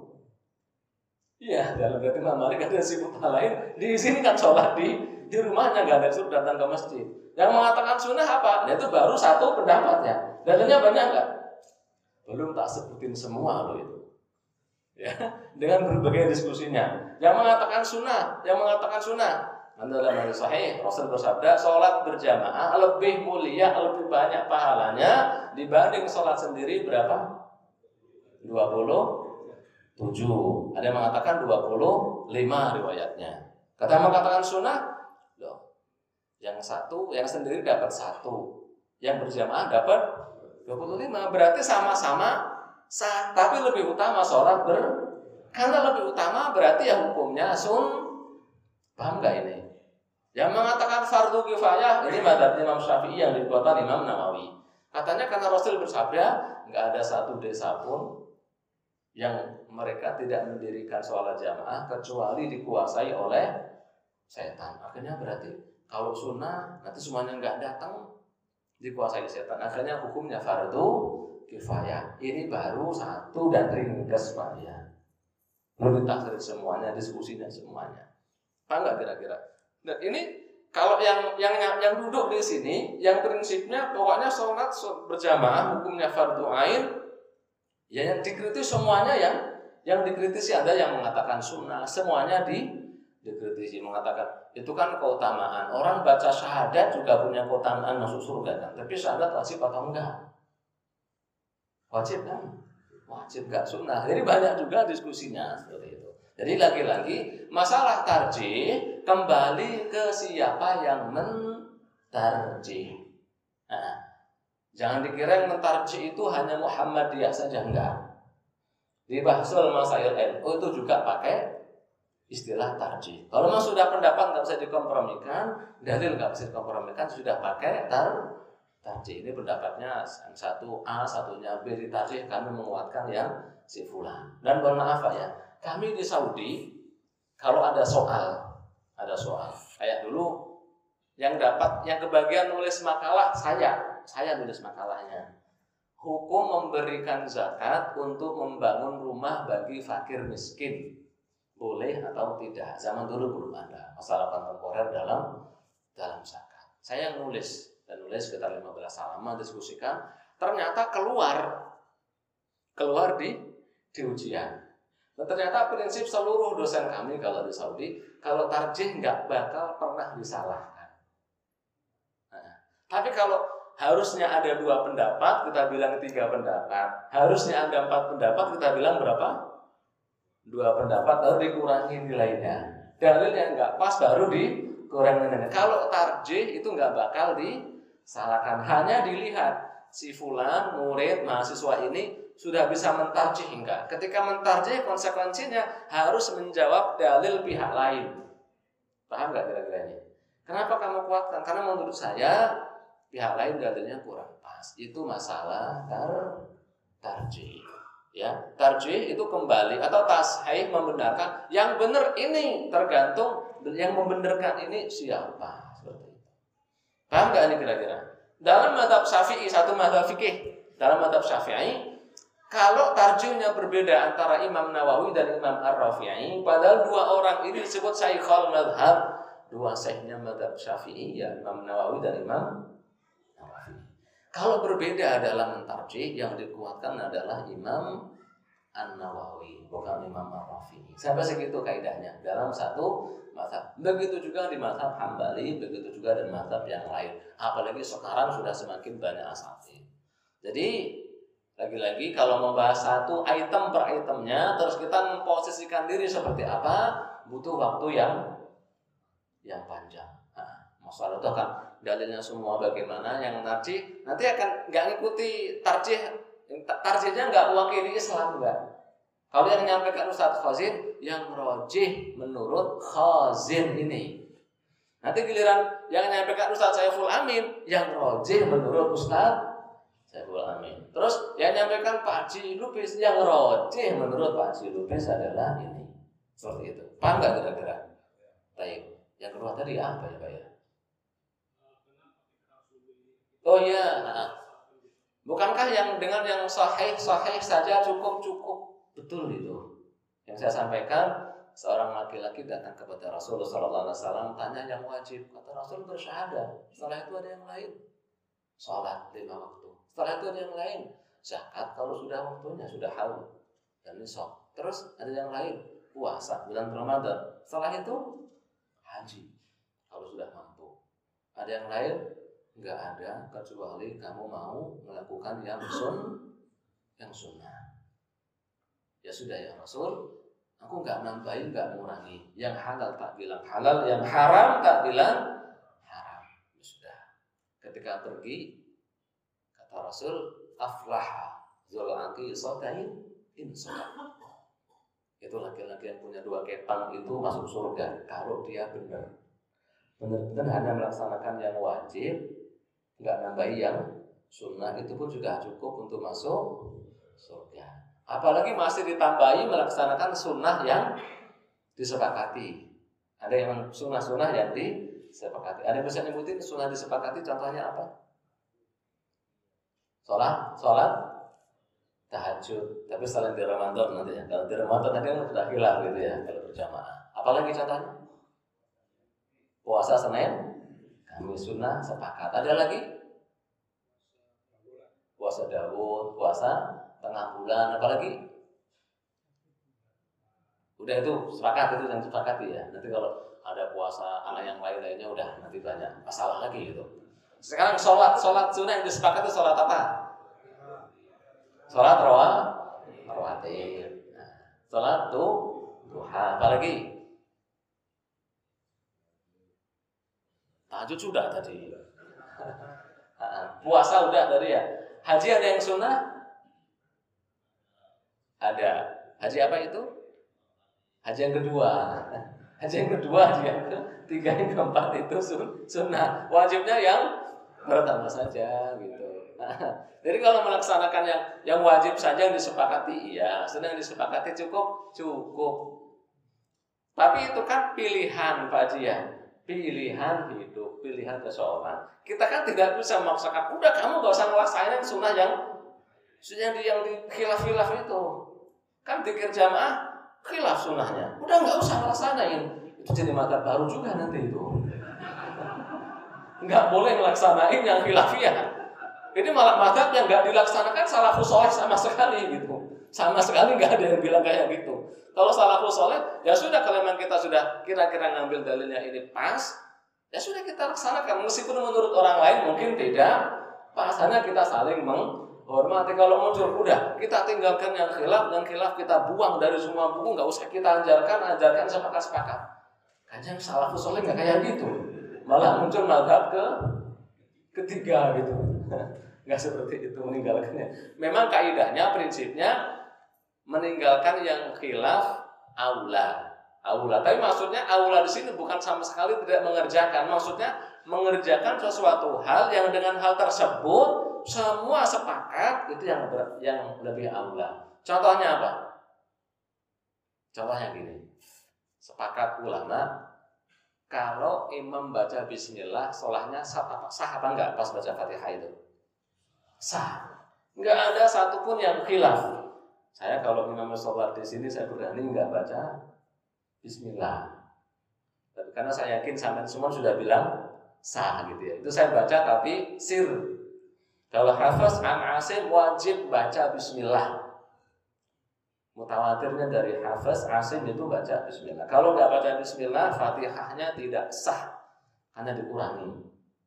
Iya, dalam berarti Imam Malik ada si buta lain diizinkan sholat di di rumahnya, nggak ada suruh datang ke masjid. Yang mengatakan sunnah apa? Nah, itu baru satu pendapatnya. Dalilnya banyak nggak? Belum tak sebutin semua loh itu. Ya, dengan berbagai diskusinya. Yang mengatakan sunnah, yang mengatakan sunnah. Dalam hadis sahih, Rasul bersabda, sholat berjamaah lebih mulia, lebih banyak pahalanya dibanding sholat sendiri berapa? dua puluh tujuh. Ada yang mengatakan dua puluh lima riwayatnya. Kata yang mengatakan sunnah, loh, yang satu, yang sendiri dapat satu, yang berjamaah dapat dua puluh lima. Berarti sama-sama sah, tapi lebih utama sholat ber, karena lebih utama berarti ya hukumnya sun. Paham gak ini? Yang mengatakan fardu kifayah, ini madzhab Imam Syafi'i yang dikuatkan Imam Nawawi. Katanya karena Rasul bersabda, nggak ada satu desa pun yang mereka tidak mendirikan sholat jamaah kecuali dikuasai oleh setan. Akhirnya berarti kalau sunnah nanti semuanya nggak datang dikuasai setan. Akhirnya hukumnya fardu kifayah. Ini baru satu dan ringkas Pak ya. Belum ditaksir semuanya, diskusinya semuanya. Paham nggak kira-kira? Nah ini kalau yang yang yang duduk di sini, yang prinsipnya pokoknya sholat berjamaah hukumnya fardu ain, ya yang dikritisi semuanya yang yang dikritisi ada yang mengatakan sunnah, semuanya di dikritisi mengatakan itu kan keutamaan. Orang baca syahadat juga punya keutamaan masuk surga kan, tapi syahadat wajib atau enggak? Wajib kan? Wajib enggak sunnah. Jadi banyak juga diskusinya seperti itu. Jadi lagi-lagi masalah tarjih kembali ke siapa yang mentarjih. Nah, jangan dikira yang mentarjih itu hanya Muhammadiyah saja, enggak. Di Bahsul Masail N U itu juga pakai istilah tarjih. Kalau memang sudah pendapat nggak bisa dikompromikan, dalil nggak bisa dikompromikan, sudah pakai tar tarjih. Ini pendapatnya yang satu A, satunya B di tarjih, kami menguatkan yang si fulan. Dan mohon maaf ya, kami di Saudi kalau ada soal, ada soal kayak dulu yang dapat yang kebagian nulis makalah saya, saya nulis makalahnya. Hukum memberikan zakat untuk membangun rumah bagi fakir miskin, boleh atau tidak? Zaman dulu belum ada masalah kontemporer dalam dalam zakat. Saya yang nulis dan nulis sekitar lima belas halaman, diskusikan, ternyata keluar keluar di di ujian. Dan ternyata prinsip seluruh dosen kami kalau di Saudi, kalau tarjih nggak bakal pernah disalahkan. Nah, tapi kalau harusnya ada dua pendapat, kita bilang tiga pendapat. Harusnya ada empat pendapat, kita bilang berapa? Dua pendapat, lalu dikurangi nilainya. Dalil yang nggak pas baru dikurangi nilainya. Kalau tarjih itu nggak bakal disalahkan. Hanya dilihat si fulan murid mahasiswa ini sudah bisa mentarjih enggak. Ketika mentarjih konsekuensinya harus menjawab dalil pihak lain. Paham nggak kira-kira ini? Kenapa kamu kuatkan? Karena menurut saya pihak lain dalilnya kurang pas. Itu masalah tar tarjih. Ya, tarjih itu kembali atau tashih membenarkan yang benar ini tergantung yang membenarkan ini siapa, seperti itu. Paham nggak ini kira-kira? Dalam mazhab Syafi'i, satu mazhab fikih dalam mazhab Syafi'i, kalau tarjihnya berbeda antara Imam Nawawi dan Imam Ar-Rafi'i, padahal dua orang ini disebut Syekhul Madhab, dua syekhnya mazhab Syafi'i, ya Imam Nawawi dan Imam Nawawi. Kalau berbeda dalam mentarjih, yang dikuatkan adalah Imam An-Nawawi, bukan Imam Ar-Rafi'i. Sampai segitu kaidahnya dalam satu mazhab. Begitu juga di mazhab Hambali, begitu juga di mazhab yang lain. Apalagi sekarang sudah semakin banyak asatidz. Jadi lagi-lagi kalau mau bahas satu item per itemnya, terus kita memposisikan diri seperti apa, butuh waktu yang yang panjang. Nah, masalah itu akan dalilnya semua bagaimana, yang tarjih nanti akan nggak ngikuti tarjih, tarjihnya nggak mewakili Islam enggak. Kalau yang menyampaikan Ustadz Khazin, yang rojih menurut Khazin ini. Nanti giliran yang menyampaikan Ustadz Saiful Amin, yang rojih menurut Ustadz Saiful Amin. Terus yang menyampaikan Pak Haji Lubis, yang rojih menurut Pak Haji Lubis adalah ini. Seperti itu. Paham nggak kira-kira? Baik. Yang kedua tadi apa ya Pak ya? Oh iya. Nah. Bukankah yang dengan yang sahih sahih saja cukup cukup? Betul itu. Yang saya sampaikan, seorang laki-laki datang kepada Rasulullah shallallahu alaihi wasallam, tanya yang wajib. Kata Rasul bersyahadat. Setelah itu ada yang lain. Salat lima waktu. Setelah itu ada yang lain. Zakat kalau sudah waktunya, sudah haul dan nisab. Terus ada yang lain. Puasa bulan Ramadan. Setelah itu haji kalau sudah mampu. Ada yang lain? Enggak ada kecuali kamu mau melakukan yang sun, yang sunnah. Ya sudah ya Rasul, aku enggak nambahin, enggak mengurangi. Yang halal tak bilang halal, yang haram tak bilang haram. Ya sudah. Ketika pergi, kata Rasul, aflaha zul aqisatain insya. Itu laki-laki yang punya dua kepang itu masuk surga kalau dia benar. Benar-benar hanya melaksanakan yang wajib, enggak nambahi yang sunnah, itu pun sudah cukup untuk masuk surga. Apalagi masih ditambahi melaksanakan sunnah yang disepakati. Ada yang sunnah-sunnah yang disepakati. Ada yang bisa nyebutin sunnah disepakati, contohnya apa? Sholat, sholat tahajud. Tapi selain di Ramadan nanti ya. Kalau di Ramadan nanti kan sudah hilaf gitu ya kalau berjamaah. Apalagi contohnya? Puasa Senin, Kamis sunnah sepakat. Ada lagi? Puasa Daud, puasa tengah bulan, apalagi? Udah itu sepakat, itu yang sepakati ya. Nanti kalau ada puasa anak yang lain-lainnya udah nanti banyak masalah lagi gitu. Sekarang sholat, sholat sunnah yang disepakati sholat apa? Sholat rawa, rawatib. Nah, sholat tuh duha, apalagi? Tahajud sudah tadi. Puasa udah tadi ya. Haji ada yang sunnah? Ada. Haji apa itu? Haji yang kedua. Haji yang kedua, haji yang ketiga, yang keempat itu sunnah. Wajibnya yang pertama saja gitu. Jadi kalau melaksanakan yang yang wajib saja yang disepakati, iya. Sunnah yang disepakati cukup, cukup. Tapi itu kan pilihan Pak Haji ya. Pilihan hidup, pilihan seseorang. Kita kan tidak bisa memaksakan. Udah kamu gak usah ngelaksanain sunnah yang yang di yang di khilaf-khilaf itu. Kan dikir jamaah khilaf sunnahnya. Udah nggak usah ngelaksanain. Itu jadi mata baru juga nanti itu. Nggak boleh ngelaksanain yang khilafiyah. Ini malah mazhab yang nggak dilaksanakan salafus saleh sama sekali gitu. Sama sekali nggak ada yang bilang kayak gitu. Kalau salafus saleh, ya sudah kalau memang kita sudah kira-kira ngambil dalilnya ini pas, ya sudah kita laksanakan. Meskipun menurut orang lain mungkin tidak pas, hanya kita saling menghormati. Kalau muncul udah kita tinggalkan yang khilaf, dan khilaf kita buang dari semua buku, nggak usah kita ajarkan, ajarkan sepakat-sepakat. Kan salafus saleh nggak kayak gitu. Malah muncul mazhab ke ketiga gitu. Nggak seperti itu meninggalkannya. Memang kaidahnya, prinsipnya meninggalkan yang khilaf aula, aula. Tapi maksudnya aula di sini bukan sama sekali tidak mengerjakan. Maksudnya mengerjakan sesuatu hal yang dengan hal tersebut semua sepakat, itu yang ber, yang lebih aula. Contohnya apa? Contohnya gini. Sepakat ulama kalau imam baca bismillah, sholahnya sah apa, sah apa enggak pas baca Fatihah itu? Sah. Enggak ada satupun yang khilaf. Saya kalau imam sholat di sini saya berani enggak baca bismillah. Tapi karena saya yakin sampai semua sudah bilang sah gitu ya. Itu saya baca tapi sir. Kalau hafaz an Asim wajib baca bismillah. Mutawatirnya dari Hafiz Asim itu baca bismillah. Kalau nggak baca bismillah, Fatihahnya tidak sah karena dikurangi.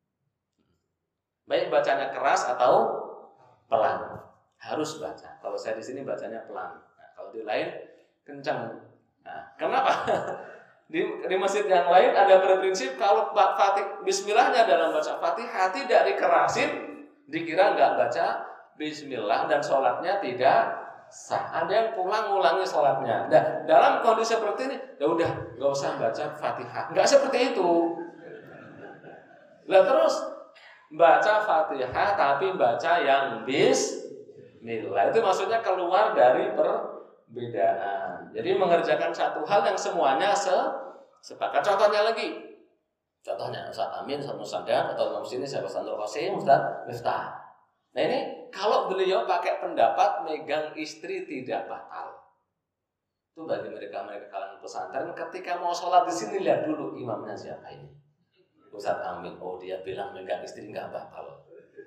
Baik bacanya keras atau pelan, harus baca. Kalau saya di sini bacanya pelan. Nah, kalau di lain kencang. Nah, kenapa? Di, di masjid yang lain ada berprinsip kalau Fatih bismillahnya dalam baca Fatihah tidak dikerasin, dikira nggak baca bismillah dan sholatnya tidak sah. Ada yang pulang ngulangi sholatnya. Nah, dalam kondisi seperti ini, ya udah nggak usah baca Fatihah. Nggak seperti itu. Lah terus baca Fatihah tapi baca yang bismillah. Itu maksudnya keluar dari perbedaan. Jadi mengerjakan satu hal yang semuanya se sepakat. Contohnya lagi. Contohnya Ustaz Amin, Ustaz Musadar atau Imam Sini, Ustaz Sandur Qasim, Ustaz Miftah. Nah ini kalau beliau pakai pendapat megang istri tidak batal. Itu bagi mereka-mereka kalangan pesantren ketika mau sholat di sini lihat dulu imamnya siapa ini. Ustaz Amin, oh dia bilang megang istri nggak batal.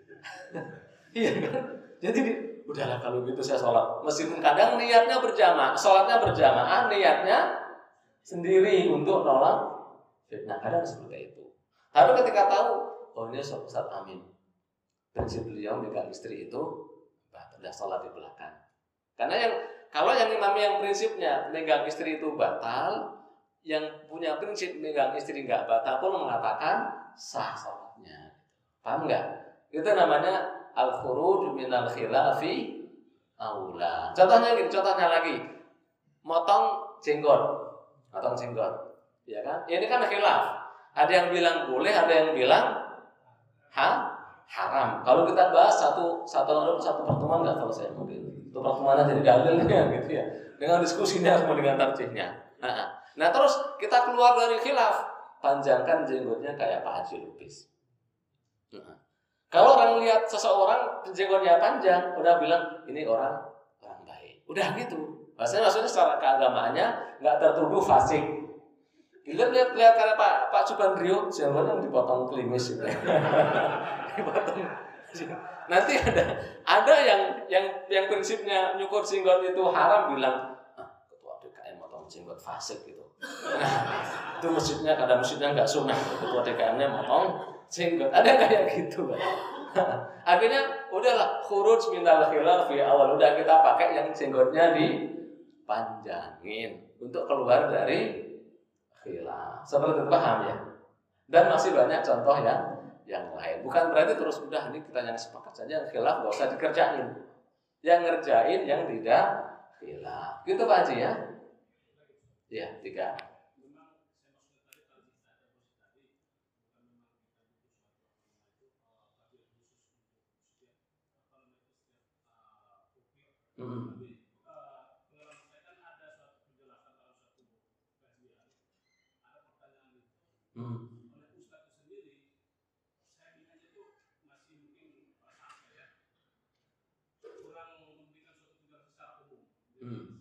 Iya kan? Jadi udahlah kalau gitu saya sholat. Meskipun kadang niatnya berjamaah, sholatnya berjamaah, niatnya sendiri untuk nolak fitnah. Kadang seperti itu. Tapi ketika tahu, oh ini Ustaz Amin, prinsip beliau megang istri itu batal, sholat di belakang. Karena yang kalau yang imam yang prinsipnya megang istri itu batal, yang punya prinsip megang istri nggak batal pun mengatakan sah sholatnya. Paham nggak? Itu namanya al-khuruj minal khilafi aula. Contohnya gini, contohnya lagi, motong jenggot, motong jenggot, ya kan? Ini kan khilaf. Ada yang bilang boleh, ada yang bilang ha haram. Kalau kita bahas satu satu satu pertemuan nggak selesai mungkin. Itu pertemuan jadi dalilnya gitu ya. Dengan diskusinya semua dengan tarjihnya. Nah, nah terus kita keluar dari khilaf, panjangkan jenggotnya kayak Pak Haji Lubis. Nah, kalau orang lihat seseorang jenggotnya panjang, udah bilang ini orang orang baik. Udah gitu. Maksudnya maksudnya secara keagamaannya nggak tertuduh fasik. Lihat-lihat lihat karena Pak Pak Subandrio jenggotnya dipotong klimis gitu. Dipotong. Nanti ada ada yang yang yang prinsipnya nyukur jenggot itu haram bilang ah, ketua D K M motong jenggot fasik gitu. Nah, itu masjidnya kadang masjidnya nggak sunnah, ketua D K M-nya motong jenggot. Ada kayak gitu kan. Akhirnya udahlah khuruj minal khilafi awal, udah kita pakai yang jenggotnya dipanjangin untuk keluar dari khilaf. Seperti itu, paham ya? Dan masih banyak contoh yang yang lain. Bukan berarti terus udah ini kita yang sepakat saja khilaf nggak usah dikerjain. Yang ngerjain yang tidak khilaf. Gitu Pak Haji ya? Iya, tiga. Hmm. Hmm. Hmm.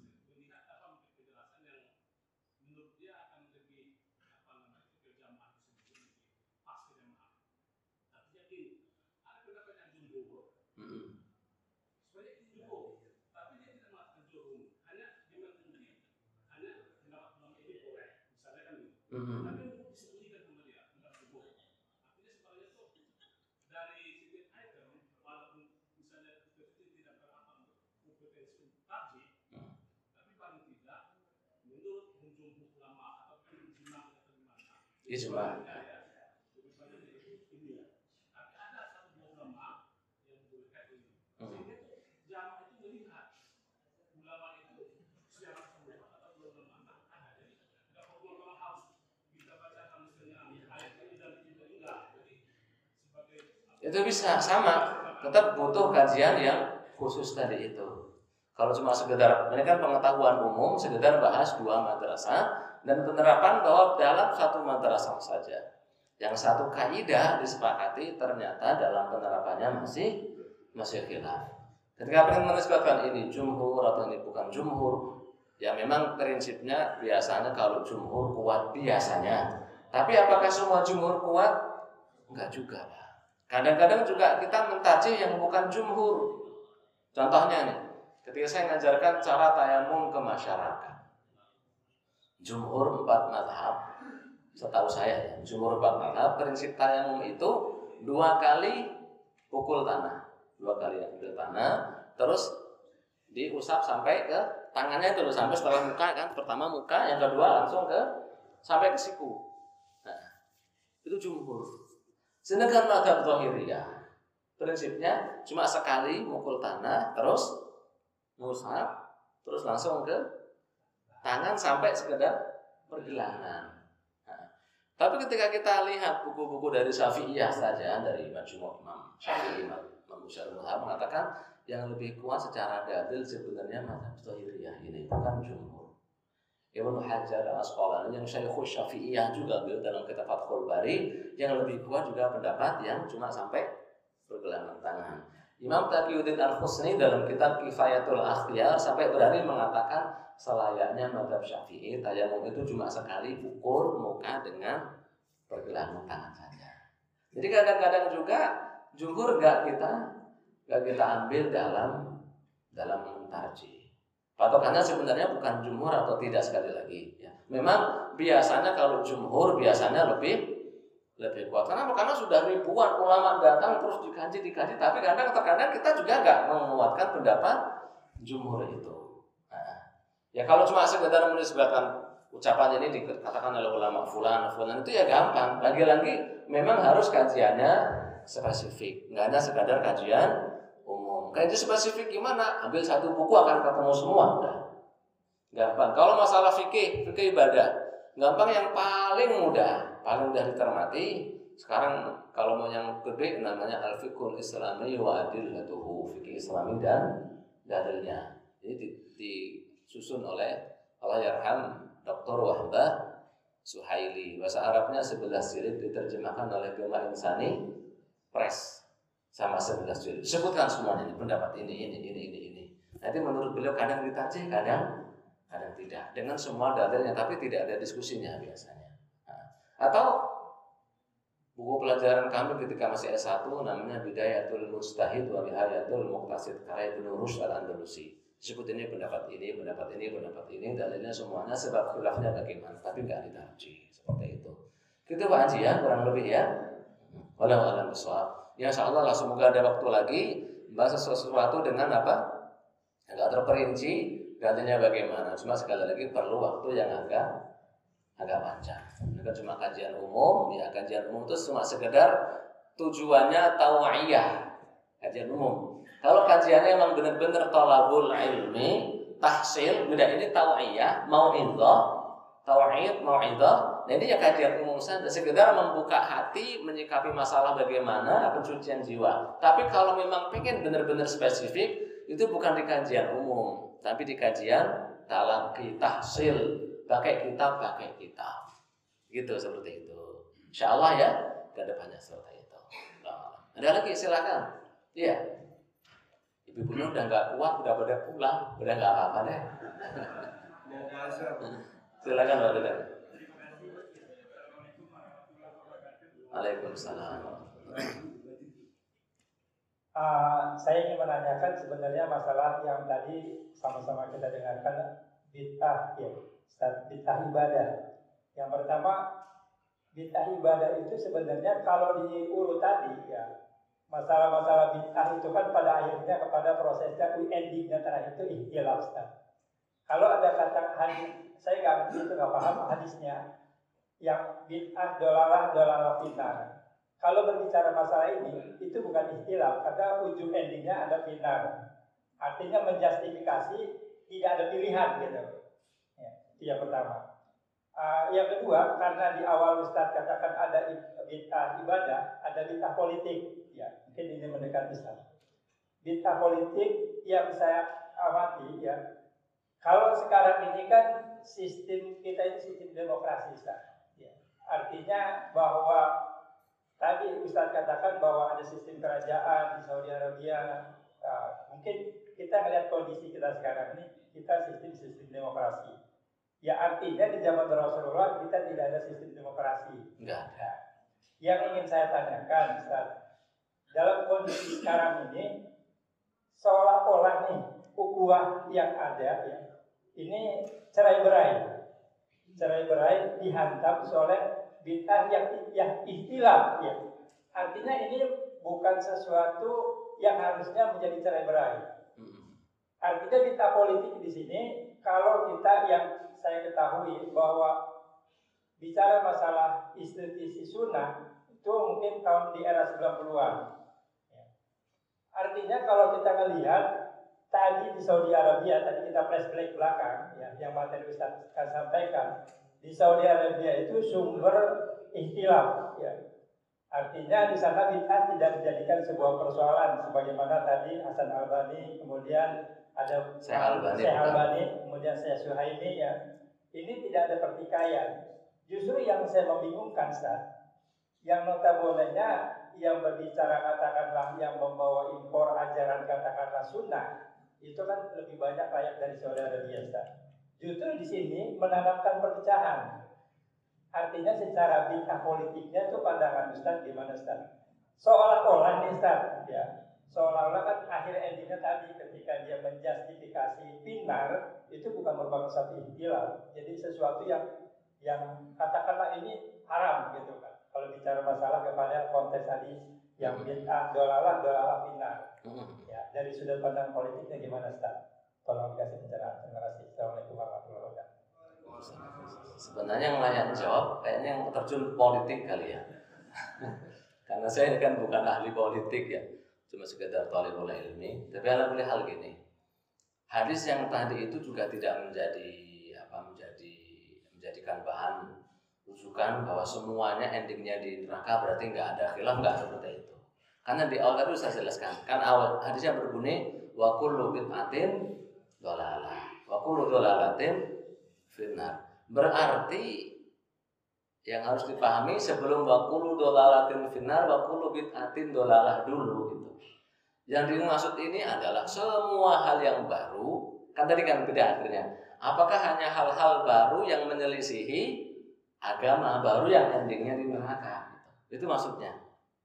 Hmm. Ijma. Itu bisa sama, tetap butuh kajian yang khusus tadi itu. Kalau cuma sekedar ini kan pengetahuan umum, sekedar bahas dua madrasah dan penerapan bahwa dalam satu madrasah saja. Yang satu kaidah disepakati ternyata dalam penerapannya masih masih khilaf. Ketika pengen menisbatkan ini jumhur atau ini bukan jumhur, ya memang prinsipnya biasanya kalau jumhur kuat biasanya. Tapi apakah semua jumhur kuat? Enggak juga, Pak. Kadang-kadang juga kita mentajih yang bukan jumhur. Contohnya nih, ketika saya mengajarkan cara tayamum ke masyarakat, jumhur empat mazhab, setahu saya ya, jumhur empat mazhab prinsip tayamum itu dua kali pukul tanah, dua kali ambil tanah, terus diusap sampai ke tangannya itu, sampai setelah muka kan, pertama muka, yang kedua langsung ke sampai ke siku. Nah, itu jumhur. Sedangkan mazhab Zahiriyah prinsipnya cuma sekali mukul tanah, terus ngusap, terus langsung ke tangan sampai sekedar pergelangan. Nah, tapi ketika kita lihat buku-buku dari Syafi'iyah saja, dari Majmu' Imam Syafi'i, Imam Musyarrif mengatakan yang lebih kuat secara dalil sebenarnya mazhab Zahiriyah ini, bukan jumhur. Ibnu Hajar Al-Asqalani yang Syekhul Syafi'iyah juga beliau dalam kitab Fathul Bari, yang lebih kuat juga pendapat yang cuma sampai pergelangan tangan. Imam Taqiyuddin Al-Husni dalam kitab Kifayatul Akhyar sampai berani mengatakan selayaknya mazhab Syafi'i tayamum itu cuma sekali pukul muka dengan pergelangan tangan saja. Jadi kadang-kadang juga jumhur enggak kita enggak kita ambil dalam dalam mentarjih. Patokannya sebenarnya bukan jumhur atau tidak, sekali lagi ya. Memang biasanya kalau jumhur biasanya lebih lebih kuat. Kenapa? Karena sudah ribuan ulama datang terus dikaji dikaji, tapi kadang terkadang kita juga nggak menguatkan pendapat jumhur itu. Nah, ya kalau cuma sekedar menisbatkan ucapan ini dikatakan oleh ulama fulan fulan itu ya gampang. Lagi-lagi memang harus kajiannya spesifik, nggak hanya sekadar kajian umum. Kajian spesifik gimana? Ambil satu buku akan ketemu semua, udah gampang. Kalau masalah fikih, fikih ibadah, gampang yang paling mudah. Paling mudah ditermati sekarang kalau mau yang gede namanya Al-Fiqhul Islami wa Adillatuhu, fikih Islami dan dalilnya. Ini disusun oleh Allahyarham Doktor Wahbah Suhaili. Bahasa Arabnya sebelas jilid, diterjemahkan oleh Gema Insani Press sama sebelas jilid. Sebutkan semuanya ini, pendapat ini ini ini ini ini. Nanti menurut beliau kadang ditajih, kadang kadang tidak. Dengan semua dalilnya, tapi tidak ada diskusinya biasanya. Atau buku pelajaran kami ketika masih S satu namanya Bidayatul Mujtahid wa Nihayatul Muqtasid karya Ibnu Rushd Al-Andalusi. Disebut ini pendapat ini, pendapat ini, pendapat ini, dalilnya semuanya sebab khilafnya bagaimana, tapi enggak ditarjih seperti itu. Gitu Pak Haji ya, kurang lebih ya. Wallahu a'lam bishawab. Ya insyaallah lah, semoga ada waktu lagi bahas sesuatu dengan apa? Enggak terperinci dalilnya bagaimana. Cuma sekali lagi perlu waktu yang agak agak panjang. Ini kan cuma kajian umum, ya kajian umum itu cuma sekedar tujuannya tau'iyah, kajian umum. Kalau kajiannya memang benar-benar talabul ilmi, tahsil, beda ini tau'iyah, mau'idhah, tau'id, mau'idhah. Nah ini ya kajian umum saja, sekedar membuka hati, menyikapi masalah bagaimana pencucian jiwa. Tapi kalau memang pengen benar-benar spesifik, itu bukan di kajian umum, tapi di kajian talaqi tahsil. Pakai kitab, pakai kitab. Gitu, seperti itu. Insyaallah ya, ke depannya seperti itu. Nah, ada lagi, silakan. Iya. Ibu-ibunya udah nggak kuat, udah pada pulang, udah nggak apa-apa deh. Silakan Pak Deden. Waalaikumsalam. Uh, saya ingin menanyakan sebenarnya masalah yang tadi sama-sama kita dengarkan, bid'ah ya. Bid'ah ibadah. Yang pertama, bid'ah ibadah itu sebenarnya kalau diurut tadi ya, masalah-masalah bid'ah itu kan pada akhirnya kepada prosesnya endingnya terakhir itu ikhtilaf. Kalau ada kata hadis, saya nggak ngerti itu nggak paham hadisnya, yang bid'ah dolalah dolalah finar. Kalau berbicara masalah ini, itu bukan ikhtilaf karena ujung endingnya ada finar. Artinya menjustifikasi tidak ada pilihan gitu. Yang pertama. Uh, yang kedua, karena di awal Ustaz katakan ada bid'ah ibadah, ada bid'ah politik. Ya, mungkin ini mendekati Islam. Bid'ah politik yang saya amati ya, kalau sekarang ini kan sistem kita ini sistem demokrasi Ustaz. Ya, artinya bahwa tadi Ustaz katakan bahwa ada sistem kerajaan di Saudi Arabia. Uh, mungkin kita melihat kondisi kita sekarang ini, kita sistem-sistem demokrasi. Ya artinya di zaman Rasulullah kita tidak ada sistem demokrasi. Enggak ada. Yang ingin saya tanyakan, Ustaz, dalam kondisi sekarang ini seolah-olah nih ukhuwah yang ada ya, ini cerai berai, cerai berai dihantam oleh bid'ah yang yang ikhtilaf ya. Artinya ini bukan sesuatu yang harusnya menjadi cerai berai. Artinya bid'ah politik di sini, kalau kita yang saya ketahui bahwa bicara masalah institusi sunnah itu mungkin tahun di era sembilan puluhan. Artinya kalau kita melihat tadi di Saudi Arabia, tadi kita flashback belakang ya, yang materi Ustaz akan sampaikan, di Saudi Arabia itu sumber ikhtilaf ya. Artinya di sana bid'ah tidak dijadikan sebuah persoalan sebagaimana tadi Hasan Albani, kemudian ada Syekh Albani, Syekh Albani, kemudian Syekh Suhaimi ya. Ini tidak ada pertikaian. Justru yang saya membingungkan Ustaz, yang notabene-nya yang berbicara katakanlah yang membawa impor ajaran katakanlah sunnah itu kan lebih banyak rakyat dari Saudi Arabia Ustaz. Justru di sini menanamkan perpecahan. Artinya secara bid'ah politiknya itu pandangan Ustaz gimana Ustaz? Seolah-olah nih Ustaz ya, seolah-olah kan akhir endingnya tadi ketika dia menjustifikasi pinar itu bukan merupakan satu ikhtilaf. Jadi sesuatu yang yang katakanlah ini haram gitu kan. Kalau bicara masalah kepada konteks tadi yang bid'ah dolalah dolalah pinar. Ya, dari sudut pandang politiknya gimana Ustaz? Tolong dikasih pencerahan. Terima kasih. Assalamualaikum warahmatullahi wabarakatuh. Sebenarnya yang layak jawab kayaknya yang terjun politik kali ya. Karena saya kan bukan ahli politik ya, cuma sekedar thalibul ilmi. Tapi ala kulli hal gini, hadis yang tadi itu juga tidak menjadi apa menjadi menjadikan bahan rujukan bahwa semuanya endingnya di neraka, berarti nggak ada khilaf, nggak seperti itu. Karena di awal tadi saya jelaskan, kan awal hadisnya berbunyi wa kullu bid'atin dhalalah wa kullu dhalalatin finnar. Berarti yang harus dipahami sebelum wa kullu dhalalatin finnar wa kullu bid'atin dhalalah dulu gitu. Yang dimaksud ini adalah semua hal yang baru, kan tadi kan beda akhirnya. Apakah hanya hal-hal baru yang menyelisihi agama baru yang endingnya di neraka gitu. Itu maksudnya.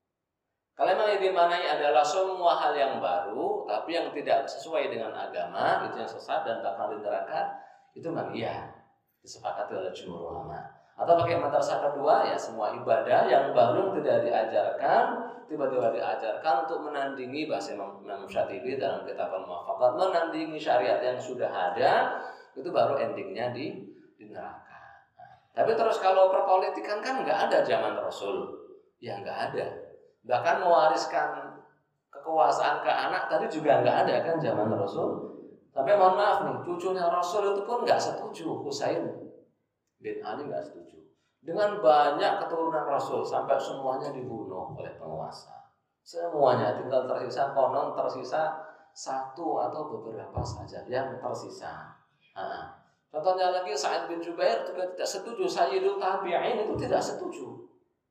Kalau memang yang dimanai adalah semua hal yang baru tapi yang tidak sesuai dengan agama, itu yang sesat dan bakal di neraka, itu memang iya disepakati oleh jumhur ulama. Atau pakai madrasah kedua ya, semua ibadah yang baru yang tidak diajarkan tiba-tiba diajarkan untuk menandingi bahasa Imam Syatibi dalam kitab Al-Muwafaqat, menandingi syariat yang sudah ada, itu baru endingnya di, di neraka. Nah, tapi terus kalau perpolitikan kan nggak ada zaman Rasul, ya nggak ada. Bahkan mewariskan kekuasaan ke anak tadi juga nggak ada kan zaman Rasul. Sampai mohon maaf nih, cucunya Rasul itu pun nggak setuju, Husain bin Ali nggak setuju. Dengan banyak keturunan Rasul sampai semuanya dibunuh oleh penguasa. Semuanya tinggal tersisa konon tersisa satu atau beberapa saja yang tersisa. Nah, contohnya lagi Sa'id bin Jubair juga tidak setuju, Sayyidul Tabi'in itu tidak setuju.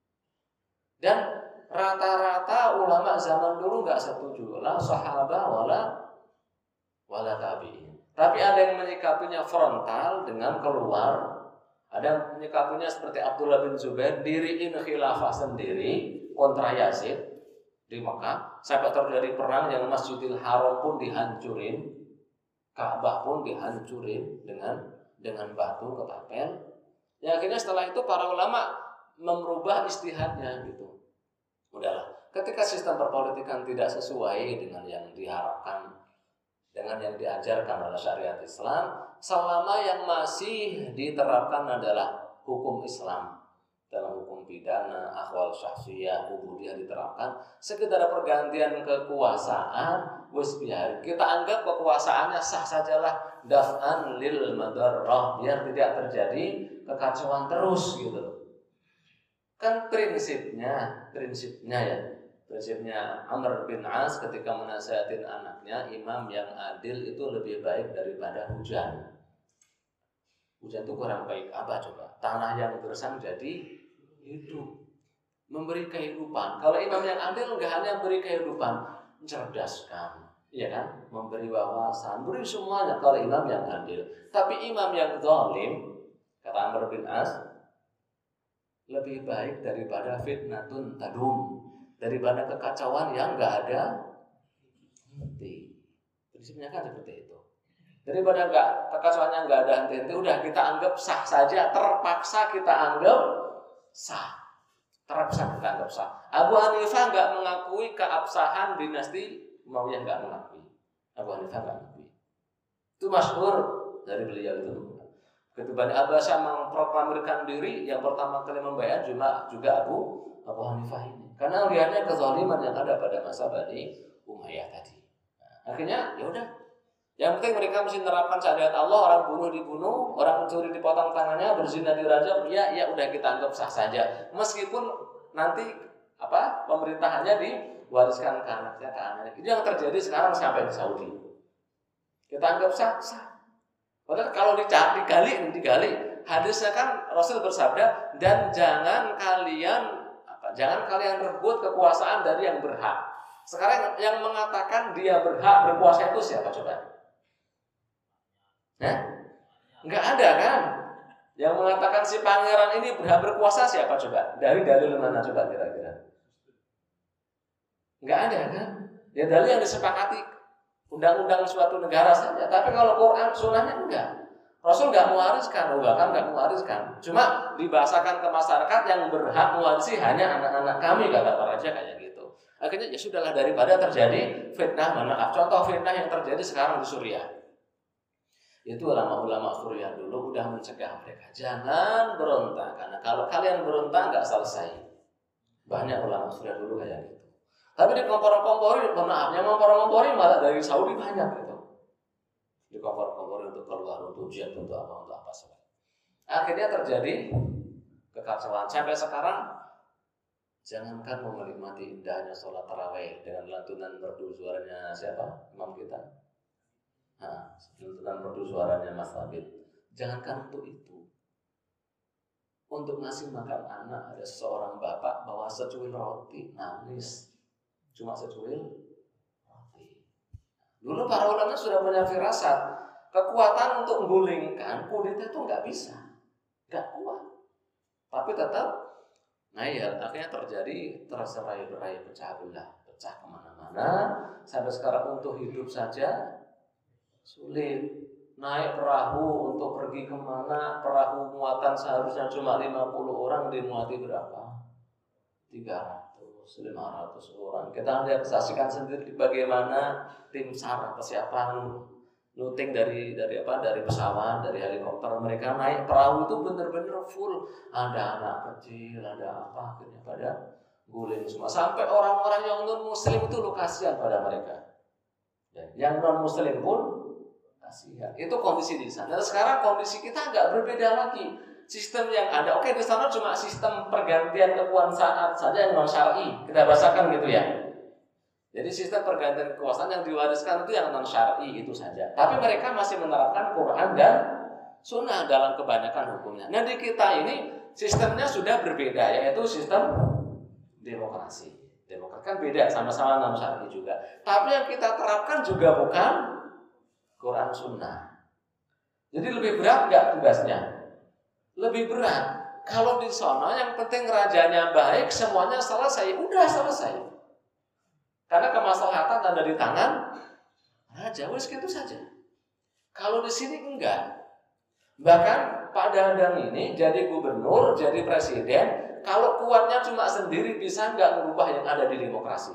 Dan rata-rata ulama zaman dulu nggak setuju, la sahabah wala wala tabi'in. Tapi ada yang menyikapinya frontal dengan keluar, ada yang menyikapinya seperti Abdullah bin Zubair, diriin khilafah sendiri kontra Yazid di Mekah, sampai terjadi perang yang Masjidil Haram pun dihancurin, Ka'bah pun dihancurin dengan dengan batu ketapel. Ya akhirnya setelah itu para ulama merubah istihadnya gitu. Udahlah, ketika sistem perpolitikan tidak sesuai dengan yang diharapkan, dengan yang diajarkan oleh syariat Islam, selama yang masih diterapkan adalah hukum Islam dalam hukum pidana, akhwal syahsiyah, ubudiyah diterapkan, sekedar pergantian kekuasaan, wis biar kita anggap kekuasaannya sah sajalah, daf'an lil madarrah, biar tidak terjadi kekacauan terus gitu. Kan prinsipnya, prinsipnya ya, prinsipnya Amr bin As ketika menasihatin anaknya, imam yang adil itu lebih baik daripada hujan. Hujan itu kurang baik apa coba? Tanah yang gersang jadi hidup, memberi kehidupan. Kalau imam yang adil nggak hanya memberi kehidupan, mencerdaskan, ya kan? Memberi wawasan, beri semuanya kalau imam yang adil. Tapi imam yang zalim, kata Amr bin As, lebih baik daripada fitnatun tadum, daripada kekacauan yang nggak ada henti. Prinsipnya kan seperti itu. Daripada nggak kekecualiannya nggak ada henti-henti, udah kita anggap sah saja, terpaksa kita anggap sah, terpaksa kita anggap sah. Abu Hanifah nggak mengakui keabsahan dinasti Umayyah, nggak mengakui. Abu Hanifah nggak mengakui. Itu masyhur dari beliau itu. Ketika Bani Abbasah memproklamirkan diri, yang pertama kali membayar cuma juga Abu Abu Hanifah ini. Karena lihatnya kezaliman yang ada pada masa Bani Umayyah tadi. Nah, akhirnya ya udah. Yang penting mereka mesti menerapkan syariat Allah, orang bunuh dibunuh, orang mencuri dipotong tangannya, berzina dirajam, ya ya udah kita anggap sah saja. Meskipun nanti apa pemerintahannya diwariskan ke anaknya, ke anaknya. Itu yang terjadi sekarang sampai di Saudi. Kita anggap sah, sah. Padahal kalau dicari, digali, digali, hadisnya kan Rasul bersabda, dan jangan kalian apa, jangan kalian rebut kekuasaan dari yang berhak. Sekarang yang mengatakan dia berhak berkuasa itu siapa coba? Nah, nggak ada kan? Yang mengatakan si pangeran ini berhak berkuasa siapa coba? Dari dalil mana coba kira-kira? Nggak ada kan? Ya dalil yang disepakati undang-undang suatu negara saja. Tapi kalau Quran sunnahnya enggak. Rasul nggak mewariskan, bahkan nggak mewariskan. Cuma dibahasakan ke masyarakat yang berhak mewarisi hanya anak-anak kami, kata para raja kayak gitu. Akhirnya ya sudahlah, daripada terjadi fitnah, mana contoh fitnah yang terjadi sekarang di Suriah. Itu ulama-ulama Suriah dulu udah mencegah mereka, jangan berontak, karena kalau kalian berontak nggak selesai. Banyak ulama Suriah dulu kayak gitu. Tapi di kompor-kompori, maaf, yang kompor-kompori malah dari Saudi banyak gitu. Di kompor-kompori untuk keluar, untuk jihad, untuk apa, untuk apa saja. Akhirnya terjadi kekacauan sampai sekarang. Jangankan mau menikmati indahnya sholat tarawih dengan lantunan merdu suaranya siapa? Imam kita. Nah, lantunan merdu suaranya Mas Habib. Jangankan untuk itu. Untuk ngasih makan anak, ada seorang bapak bawa secuil roti, nangis. Cuma secuil roti. Dulu para ulama sudah punya firasat, kekuatan untuk menggulingkan kudeta itu nggak bisa, nggak kuat. Tapi tetap ngayal, akhirnya terjadi terserai-berai, pecah belah, pecah kemana-mana. Sampai sekarang untuk hidup saja sulit. Naik perahu untuk pergi kemana, perahu muatan seharusnya cuma lima puluh orang, dimuati berapa? tiga ratus, lima ratus orang. Kita lihat, saksikan sendiri bagaimana tim SAR persiapan looting dari dari apa dari pesawat, dari helikopter. Mereka naik perahu itu benar-benar full. Ada anak kecil, ada apa, akhirnya pada guling semua. Sampai orang-orang yang non muslim itu lo kasihan pada mereka. Dan yang non muslim pun kasihan. Itu kondisi di sana. Dan sekarang kondisi kita agak berbeda lagi. Sistem yang ada, oke di sana cuma sistem pergantian kekuasaan saja yang non syar'i. Kita bahasakan gitu ya. Jadi sistem pergantian kekuasaan yang diwariskan itu yang non syar'i itu saja. Tapi mereka masih menerapkan Quran dan Sunnah dalam kebanyakan hukumnya. Nah di kita ini sistemnya sudah berbeda, yaitu sistem demokrasi. Demokrasi kan beda, sama-sama non syar'i juga. Tapi yang kita terapkan juga bukan Quran Sunnah. Jadi lebih berat nggak tugasnya? Lebih berat. Kalau di sana yang penting rajanya baik, semuanya selesai, udah selesai. Karena kemaslahatan ada di tangan raja, wes gitu saja. Kalau di sini enggak. Bahkan Pak Dadang ini jadi gubernur, jadi presiden, kalau kuatnya cuma sendiri bisa enggak merubah yang ada di demokrasi?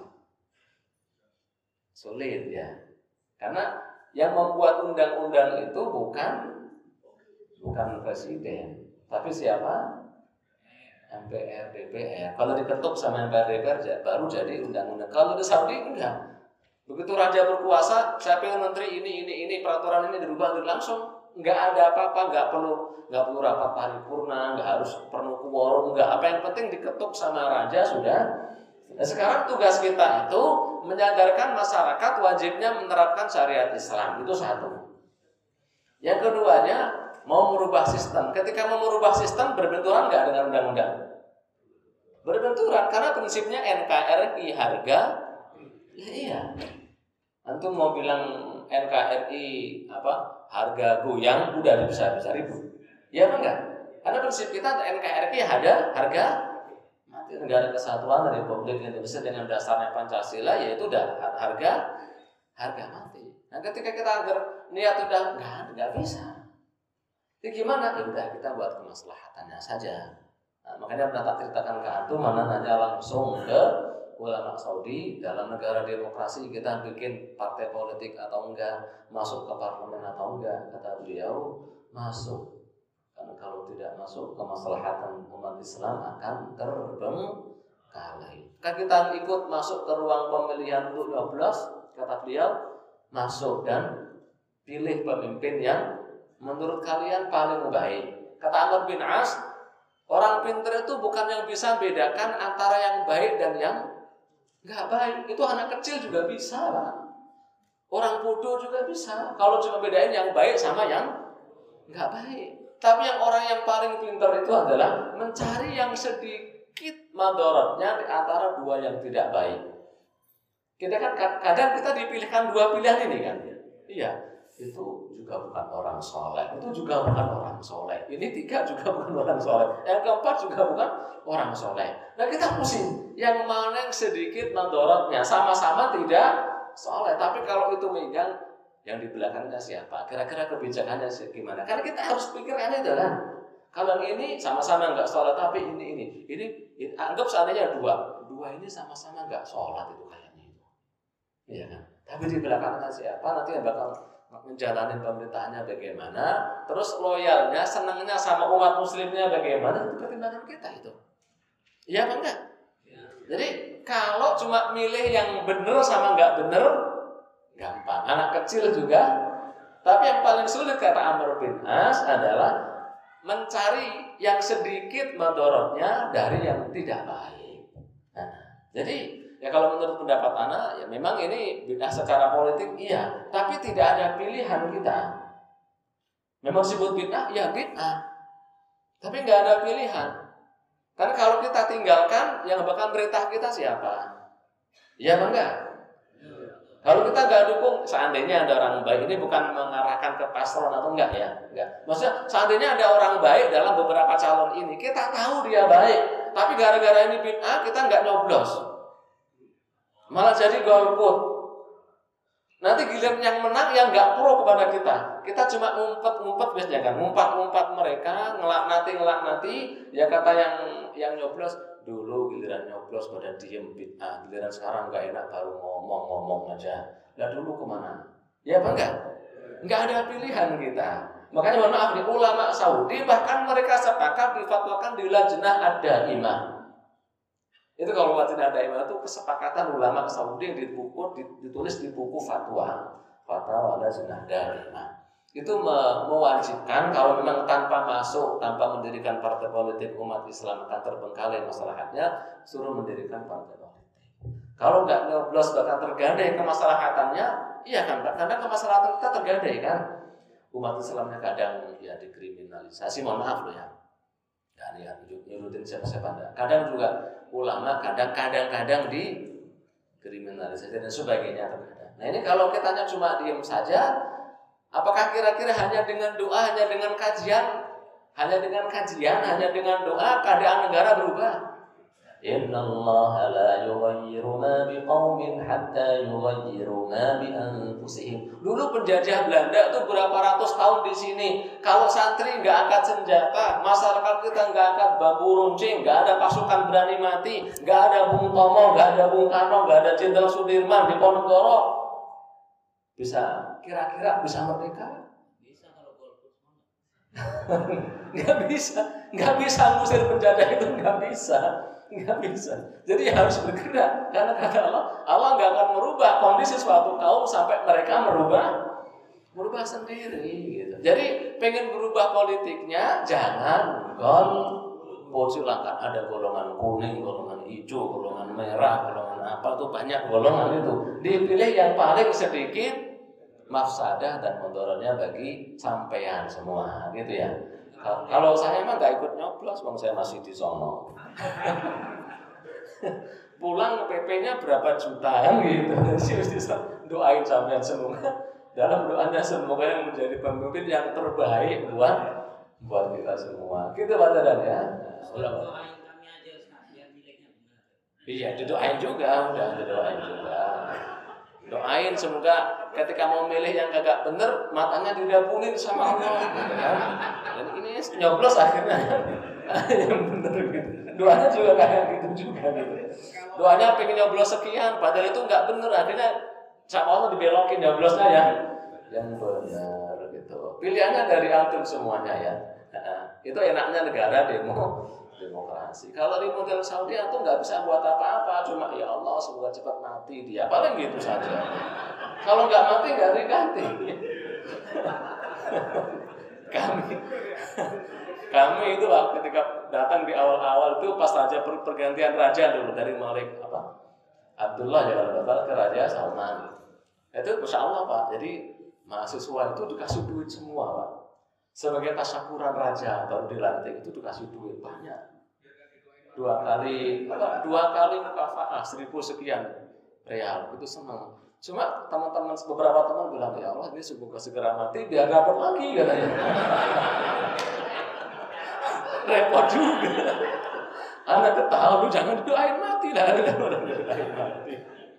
Sulit ya. Karena yang membuat undang-undang itu bukan bukan presiden, tapi siapa? M P R, D P R. Kalau diketuk sama M P R, D P R baru jadi undang-undang. Kalau di Saudi enggak. Begitu raja berkuasa, saya pengen menteri ini, ini, ini, peraturan ini dirubah langsung. Enggak ada apa-apa, enggak perlu enggak perlu rapat paripurna, enggak harus perlu quorum, enggak apa, yang penting diketuk sama raja sudah. Nah, sekarang tugas kita itu menyadarkan masyarakat wajibnya menerapkan syariat Islam. Itu satu. Yang keduanya, mau merubah sistem. Ketika mau merubah sistem, berbenturan nggak dengan undang-undang? Berbenturan, karena prinsipnya N K R I harga. Ya iya. Antum mau bilang N K R I apa harga goyang, udah bisa bisa ribut. Ya enggak? Karena prinsip kita N K R I ada harga mati. Negara Kesatuan Republik Indonesia dengan dasarnya Pancasila, yaitu udah harga harga mati. Nah ketika kita agar niat udah nggak nggak bisa. Jadi gimana? Ya udah kita buat kemaslahatannya saja. Nah, makanya pernah tak ceritakan ke antum, mana nanya langsung ke ulama Saudi, dalam negara demokrasi kita bikin partai politik atau enggak, masuk ke parlemen atau enggak. Kata beliau, masuk. Karena kalau tidak masuk, kemaslahatan umat Islam akan terbengkalai. Kan kita ikut masuk ke ruang pemilihan untuk nyoblos, kata beliau, masuk dan pilih pemimpin yang menurut kalian paling baik. Kata Amr bin As, orang pintar itu bukan yang bisa bedakan antara yang baik dan yang nggak baik. Itu anak kecil juga bisa, Pak. Orang bodoh juga bisa. Kalau cuma bedain yang baik sama yang nggak baik. Tapi yang orang yang paling pintar itu adalah mencari yang sedikit madorotnya di antara dua yang tidak baik. Kita kan kadang kita dipilihkan dua pilihan ini kan. Iya, itu juga bukan orang soleh, itu juga bukan orang soleh. Ini tiga juga bukan orang soleh. Yang keempat juga bukan orang soleh. Nah kita pusing, yang mana yang sedikit madorotnya sama-sama tidak soleh. Tapi kalau itu megang, yang di belakangnya siapa? Kira-kira kebijakannya gimana? Karena kita harus pikirkan itu kan. Kalau ini sama-sama nggak sholat, tapi ini ini ini, ini anggap seandainya dua, dua ini sama-sama nggak sholat itu kayaknya itu, iya kan? Tapi di belakangnya siapa? Nanti yang bakal menjalani pemerintahannya bagaimana? Terus loyalnya, senangnya sama umat muslimnya bagaimana? Itu pertimbangan kita itu, iya apa enggak? Jadi kalau cuma milih yang benar sama nggak benar, gampang. Anak kecil juga. Tapi yang paling sulit kata Amr bin As adalah mencari yang sedikit madorotnya dari yang tidak baik. Nah, jadi ya kalau menurut pendapat anak, ya memang ini bid'ah secara politik iya, tapi tidak ada pilihan kita. Memang disebut bid'ah, ya bid'ah, tapi nggak ada pilihan. Karena kalau kita tinggalkan, yang bakal merintah kita siapa? Ya enggak? Kalau kita nggak dukung, seandainya ada orang baik, ini bukan mengarahkan ke paslon atau enggak ya, enggak. Maksudnya seandainya ada orang baik dalam beberapa calon ini, kita tahu dia baik, tapi gara-gara ini bid'ah kita nggak nyoblos, malah jadi golput. Nanti giliran yang menang yang nggak pro kepada kita, kita cuma ngumpet-ngumpet biasanya kan, ngumpat-ngumpat mereka, ngelaknati ngelaknati, ya kata yang yang nyoblos. Dulu giliran nyoblos pada diem bid'ah, giliran sekarang nggak enak baru ngomong-ngomong aja. Lah dulu kemana? Ya apa enggak? Enggak ada pilihan kita. Makanya mohon maaf nih, ulama Saudi bahkan mereka sepakat difatwakan di Lajnah Ad-Daimah. Itu kalau Lajnah Ad-Daimah itu kesepakatan ulama Saudi yang di buku, ditulis di buku fatwa, fatwa Lajnah Ad-Daimah. Itu mewajibkan kalau memang tanpa masuk, tanpa mendirikan partai politik umat Islam akan terbengkalai masalahnya, suruh mendirikan partai politik. Kalau nggak nyoblos bakal tergadai kemaslahatannya, iya kan Pak? Karena kemaslahatan kita tergadai kan. Umat Islamnya kadang ya dikriminalisasi, mohon maaf loh ya. Nggak lihat nyurutin siapa-siapa enggak. Kadang juga ulama kadang-kadang dikriminalisasi dan sebagainya terkadang. Nah ini kalau kitanya cuma diem saja, apakah kira-kira hanya dengan doa, hanya dengan kajian, hanya dengan kajian, hanya dengan doa keadaan negara berubah? Innallaha la yughayyiru ma biqaumin hatta yughayyiru ma bi anfusihim. Dulu penjajah Belanda itu berapa ratus tahun di sini. Kalau santri nggak angkat senjata, masyarakat kita nggak angkat bambu runcing, nggak ada pasukan berani mati, nggak ada Bung Tomo, nggak ada Bung Karno, nggak ada Jenderal Sudirman di Ponorogo, bisa kira-kira bisa merdeka? Bisa kalau golput. Nggak bisa, nggak bisa ngusir penjajah itu, nggak bisa, nggak bisa. Jadi harus bergerak karena kata Allah, Allah nggak akan merubah kondisi suatu kaum sampai mereka merubah, merubah sendiri. Gitu. Jadi pengen berubah politiknya jangan golput, silakan ada golongan kuning, golongan hijau, golongan merah, golongan apa tuh banyak golongan itu. Dipilih yang paling sedikit mafsadah dan mudaratnya bagi sampean semua, gitu ya. Kalau saya emang nggak ikut nyoblos, bang saya masih di sono. Pulang P P-nya berapa juta kan gitu. Doain sampean semua. Dalam doanya semoga yang menjadi pemimpin yang terbaik buat buat kita semua. Gitu Pak Dadan ya. Doain kami aja biar miliknya benar. Iya, didoain juga, udah didoain juga. Doain semoga ketika mau milih yang kagak bener matanya dirapunin sama Allah gitu kan. Dan ini nyoblos akhirnya yang bener gitu. Doanya juga kayak gitu juga gitu. Doanya pengen nyoblos sekian padahal itu nggak bener, akhirnya sama Allah dibelokin nyoblosnya yang yang benar gitu. Pilihannya dari antum semuanya ya. Nah, itu enaknya negara demo demokrasi. Kalau di model Saudi itu nggak bisa buat apa-apa, cuma ya Allah semoga cepat mati dia, paling gitu saja. Kalau nggak mati nggak diganti. kami kami itu ketika datang di awal-awal itu pas saja pergantian raja dulu dari Malik apa Abdullah ya kalau ke Raja Salman. Itu masya Allah Pak. Jadi mahasiswa itu dikasih duit semua Pak. Sebagai tasyakuran raja atau dilantik itu dikasih duit banyak. Dua kali apa dua kali mukafaah seribu sekian real, itu senang. Cuma teman-teman beberapa teman bilang ya Allah ini semoga segera mati biar dapat lagi katanya. Repot juga. Anak ketahui lu jangan doain mati dah, doain mati.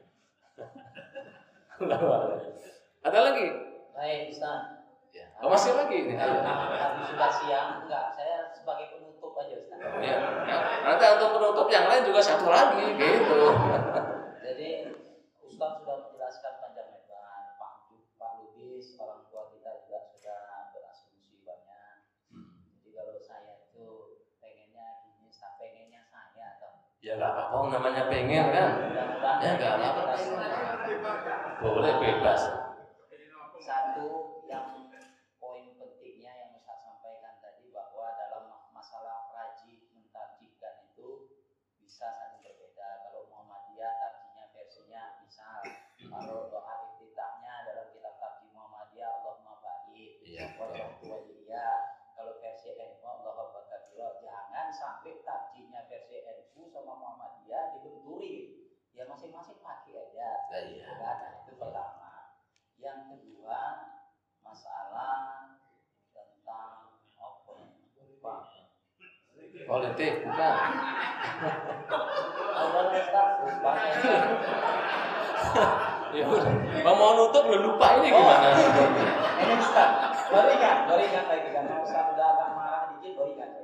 Ada lagi? Baik Ustaz. Ya. Oh, masih lagi ini. Karena tadi sudah siang, enggak, saya sebagai penutup aja Ustaz. Ya. Nanti untuk penutup yang lain juga satu lagi gitu. Jadi Ustaz sudah menjelaskan panjang lebar, Pak Pak Lubis, orang tua kita juga sudah berasumsi banyak. Jadi kalau saya itu pengennya ini, Ustaz pengennya saya atau ya nggak apa-apa, namanya pengen kan? Ya nggak apa-apa. Boleh bebas. Satu yang poin pentingnya yang Ustaz sampaikan tadi bahwa dalam masalah rajih mentarjihkan itu bisa saling berbeda. Kalau Muhammadiyah tarjihnya versinya misal, kalau doa iftitahnya dalam kitab tarjih Muhammadiyah Allahumma baik, ya. Kalau versi N U Allahumma barik. Jangan sampai tarjihnya versi N U sama Muhammadiyah dibenturi. Ya masing-masing pakai aja. Iya. Nah, itu pertama. Yang kedua, masalah tentang apa? Lupa. Politik bukan. Ya udah, mau nutup lu lupa ini gimana? Ini Ustaz, baru ingat, baru ingat lagi karena Ustaz udah agak marah dikit, baru ingat.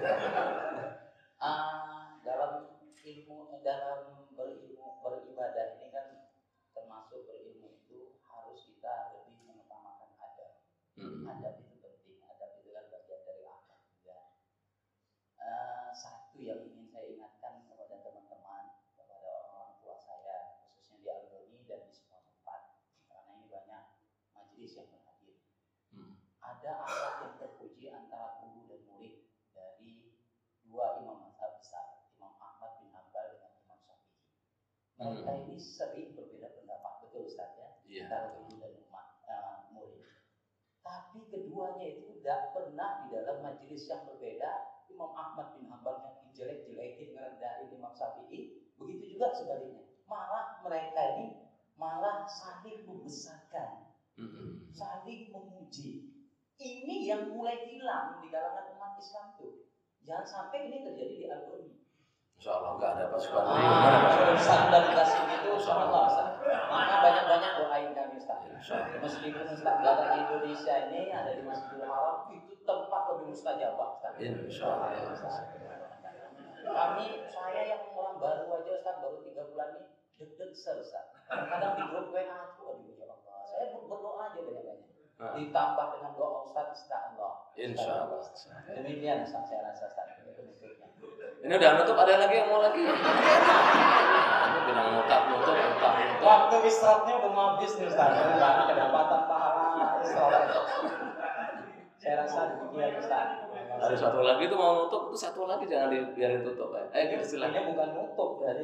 Uh, dalam ilmu, dalam berilmu, beribadah ini kan termasuk berilmu itu harus kita lebih mengutamakan adab. Hmm. Adab itu penting, adab itu kan bagian dari akhlak juga. Uh, satu yang ingin saya ingatkan kepada teman-teman, kepada orang-orang tua saya, khususnya di Al-Bani dan di semua tempat, karena ini banyak majelis yang berhadir. Hmm. Ada akhlak yang terpuji antara guru dan murid dari dua imam mazhab besar, Imam Ahmad bin Hanbal dengan Imam Syafi'i. Mereka hmm. ini sering berbeda pendapat, betul Ustaz ya? Yeah. Antara guru dan umat, uh, murid. Tapi keduanya itu tidak pernah di dalam majelis yang berbeda. Imam Ahmad bin Hanbal yang dijelek-jelekin ngerendahin Imam Syafi'i, begitu juga sebaliknya. Malah mereka ini malah saling membesarkan, mm-hmm. saling memuji. Ini yang mulai hilang di kalangan umat Islam tuh. Jangan sampai ini terjadi di Al-Bani. Insya Allah nggak ada pasukan. Ah, Ustaz dan kasih itu sama Allah Ustaz. Maka banyak-banyak doain kami Ustaz. Meskipun Ustaz nggak ada di Indonesia ini, ada di Masjidil Haram, itu tempat lebih mustajabah Ustaz. Insya Allah. Kami, saya yang orang baru aja Ustaz, baru tiga bulan ini deg-deg Ustaz. Kadang di grup W A tuh, aduh ya Allah, saya berdoa aja banyak-banyak. Ditambah dengan doa Ustaz, Insya Allah. Insya Allah. Demikian Ustaz, saya rasa Ustaz. Ini udah nutup, ada lagi yang mau lagi? Ini bilang nutup-nutup, nutup-nutup. Waktu istirahatnya udah mau habis nih Ustaz. Kedapatan pahala istirahat. Saya rasa demikian Ustaz. Ada satu lagi tuh mau nutup, itu satu lagi jangan dibiarin tutup ya. Eh, gitu silakan. Ini bukan nutup dari.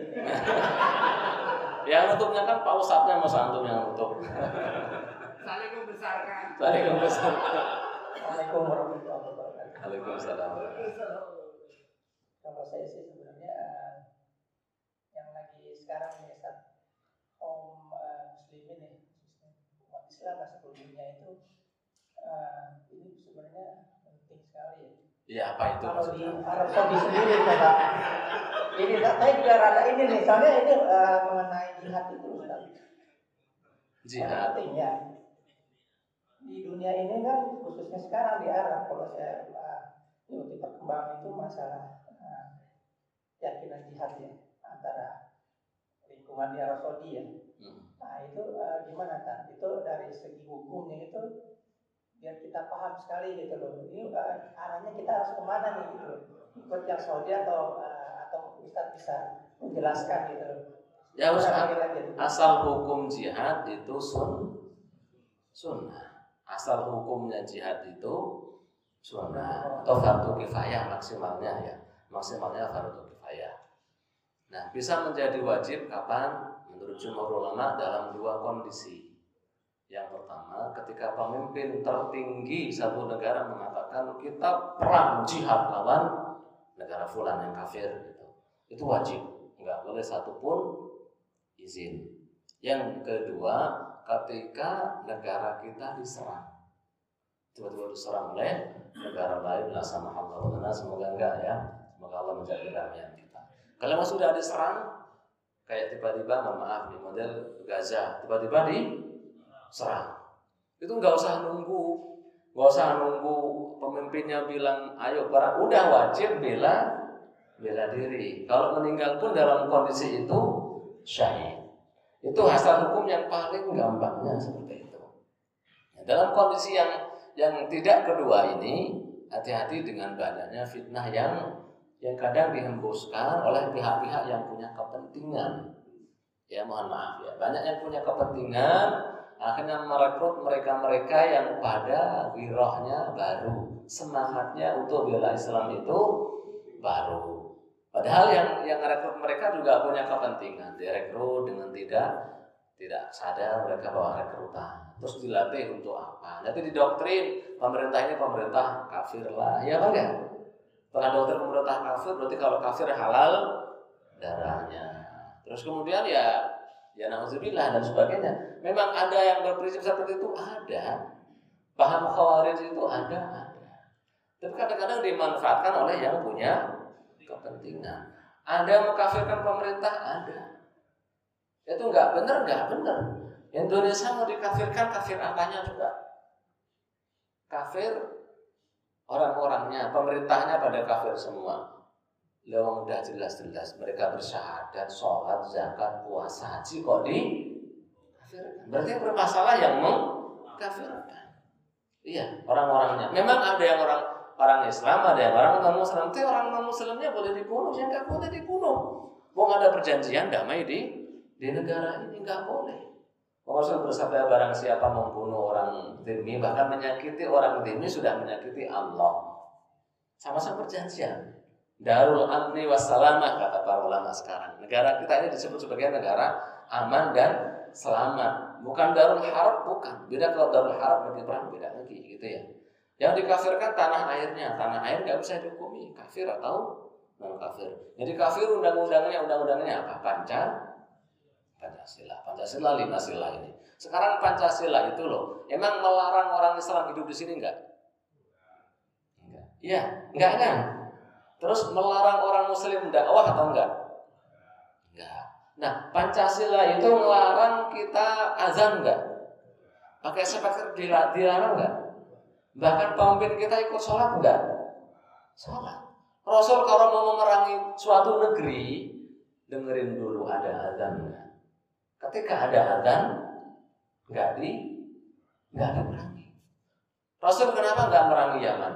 Yang nutupnya kan Pak Ustadznya Mas Antum yang nutup. Saling membesarkan. Saling membesarkan. Assalamualaikum warahmatullahi wabarakatuh. Waalaikumsalam. Kalau saya sih sebenarnya uh, yang lagi sekarang nih Ustaz, kaum uh, muslimin nih, umat Islam lah seluruhnya itu uh, ini sebenarnya penting sekali ya. Iya, apa itu? Kalau di Arab Saudi sendiri Ustaz, ini saya juga rada ini nih, soalnya ini uh, mengenai jihad itu Ustaz. jihad. Artinya di dunia ini kan khususnya sekarang di Arab, kalau saya ikuti perkembangan itu masalah uh, keyakinan jihad ya antara lingkungan di Arab Saudi ya. Hmm. Nah itu uh, gimana kan? Itu dari segi hukumnya itu biar kita paham sekali gitu loh. Ini uh, arahnya kita harus kemana nih gitu loh. Ikut yang Saudi atau uh, atau Ustaz bisa menjelaskan gitu loh. Ya Ustaz, asal hukum jihad itu sun sunnah. Asal hukumnya jihad itu sunnah atau fardu kifayah maksimalnya ya, maksimalnya fardu kifayah. Nah, bisa menjadi wajib kapan? Menurut jumhur ulama dalam dua kondisi. Yang pertama, ketika pemimpin tertinggi satu negara mengatakan kita perang jihad lawan negara fulan yang kafir, gitu. Itu wajib, nggak boleh satupun izin. Yang kedua, ketika negara kita diserang, tiba-tiba diserang oleh negara lain, lah sama Allah, semoga enggak ya, semoga Allah menjaga kedamaian kita. Kalau sudah diserang, kayak tiba-tiba, mohon maaf nih, model Gaza, tiba-tiba diserang, itu nggak usah nunggu, nggak usah nunggu pemimpinnya bilang, ayo para, udah wajib bela, bela diri. Kalau meninggal pun dalam kondisi itu syahid. Itu asal hukum yang paling gampangnya seperti itu. Nah, dalam kondisi yang yang tidak kedua ini, hati-hati dengan banyaknya fitnah yang yang kadang dihembuskan oleh pihak-pihak yang punya kepentingan. Ya mohon maaf ya, banyak yang punya kepentingan akhirnya merekrut mereka-mereka yang pada wirohnya baru, semangatnya untuk bela Islam itu baru. Padahal yang yang merekrut mereka juga punya kepentingan, direkrut dengan tidak tidak sadar mereka bawa rekrutan, terus dilatih untuk apa? Nanti didoktrin pemerintah ini pemerintah kafir lah, ya kan enggak? Setelah doktrin pemerintah kafir, berarti kalau kafir halal darahnya. Terus kemudian ya ya na'udzubillah dan sebagainya. Memang ada yang berprinsip seperti itu, ada. Paham khawarij itu ada, ada. Tapi kadang-kadang dimanfaatkan oleh yang punya kepentingan. Ada mengkafirkan pemerintah, ada. Itu enggak benar, enggak benar. Indonesia mau dikafirkan, kafir apanya juga? Kafir orang-orangnya, pemerintahnya pada kafir semua. Lewang udah jelas-jelas mereka bersyahadat, sholat, zakat, puasa, haji kok di kafirkan. Berarti bermasalah yang mengkafirkan. Iya, orang-orangnya. Memang ada yang orang orang Islam, ada yang orang non Muslim. Tapi orang non Muslimnya boleh dibunuh, yang nggak boleh dibunuh. Mau ada perjanjian damai di di negara ini, nggak boleh. Rasul bersabda barang siapa membunuh orang dhimmi, bahkan menyakiti orang dhimmi sudah menyakiti Allah. Sama-sama perjanjian. Darul amni wassalamah kata para ulama sekarang. Negara kita ini disebut sebagai negara aman dan selamat. Bukan darul harb, bukan. Beda kalau darul harb berarti perang, beda lagi gitu ya. Yang dikafirkan tanah airnya, tanah air nggak bisa dihukumi kafir atau non kafir. Jadi kafir undang-undangnya, undang-undangnya apa? Panca, Pancasila, Pancasila lima sila ini. Sekarang Pancasila itu loh, emang melarang orang Islam hidup di sini nggak? Enggak. Iya, enggak kan? Terus melarang orang Muslim dakwah atau enggak? Enggak. Nah, Pancasila itu melarang kita azan enggak? Pakai speaker dilarang enggak? Bahkan pemimpin kita ikut sholat enggak? Sholat. Rasul kalau mau memerangi suatu negeri, dengerin dulu ada azan enggak? Ketika ada azan, enggak di, enggak diperangi. Rasul kenapa enggak merangi Yaman?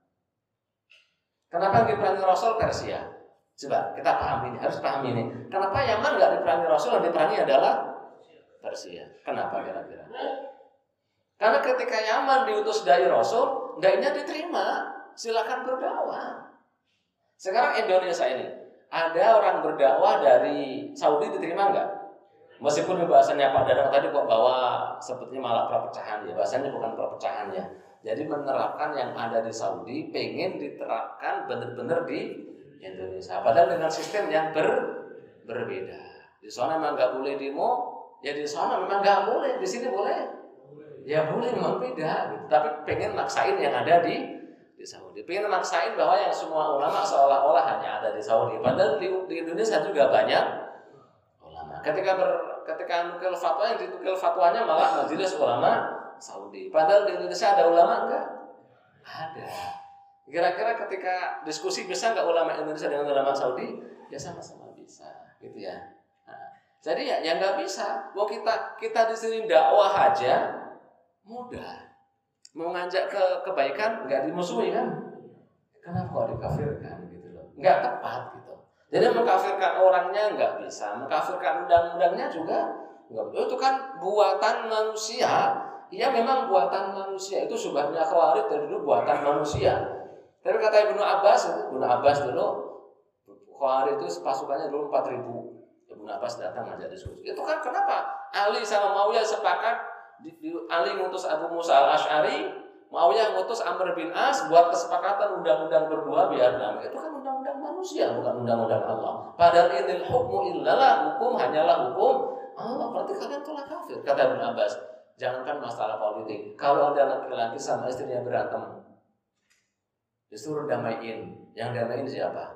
Kenapa yang diperangi Rasul Persia? Coba kita pahami ini, harus pahami ini. Kenapa Yaman enggak diperangi Rasul, yang diperangi adalah Persia? Kenapa kira-kira? Karena ketika Yaman diutus dari Rasul, dai-nya diterima, silakan berdakwah. Sekarang Indonesia ini, ada orang berdakwah dari Saudi diterima enggak? Meskipun bahasanya Pak Dadang tadi kok bawa sebetulnya malah perpecahan ya, bahasanya bukan perpecahan ya. Jadi menerapkan yang ada di Saudi, pengen diterapkan benar-benar di Indonesia. Padahal dengan sistem yang ber, berbeda. Di sana memang nggak boleh demo, ya di sana memang nggak boleh. Di sini boleh, ya boleh, memang beda. Gitu. Tapi pengen maksain yang ada di di Saudi. Pengen maksain bahwa yang semua ulama seolah-olah hanya ada di Saudi. Padahal di, di Indonesia juga banyak ulama. Ketika ber ketika nukil fatwa yang ditukil fatwanya malah Majelis Ulama Saudi. Padahal di Indonesia ada ulama enggak? Ada. Kira-kira ketika diskusi bisa nggak ulama Indonesia dengan ulama Saudi? Ya sama-sama bisa, gitu ya. Nah, jadi ya yang nggak bisa. Mau kita kita di sini dakwah aja mudah. Mau ngajak ke kebaikan nggak dimusuhi kan? Kenapa kok dikafirkan gitu loh? Nggak tepat gitu. Jadi mengkafirkan orangnya nggak bisa, mengkafirkan undang-undangnya juga nggak. Itu kan buatan manusia. Iya memang buatan manusia itu sebenarnya Khawarij dari dulu buatan manusia. Tapi kata Ibnu Abbas, Ibnu Abbas dulu Khawarij itu pasukannya dulu empat ribu. Ibnu Abbas datang ngajak diskusi. Itu kan kenapa Ali sama Muawiyah sepakat di, di, Ali ngutus Abu Musa al-Asy'ari, Muawiyah ngutus Amr bin As buat kesepakatan undang-undang berdua biar damai. Itu kan undang-undang manusia bukan undang-undang Allah. Padahal inil hukmu illalah, hukum hanyalah hukum Allah. Berarti kalian telah kafir kata Ibnu Abbas. Jangankan masalah politik, kalau ada laki-laki sama istrinya berantem, disuruh damaiin, yang damaiin siapa?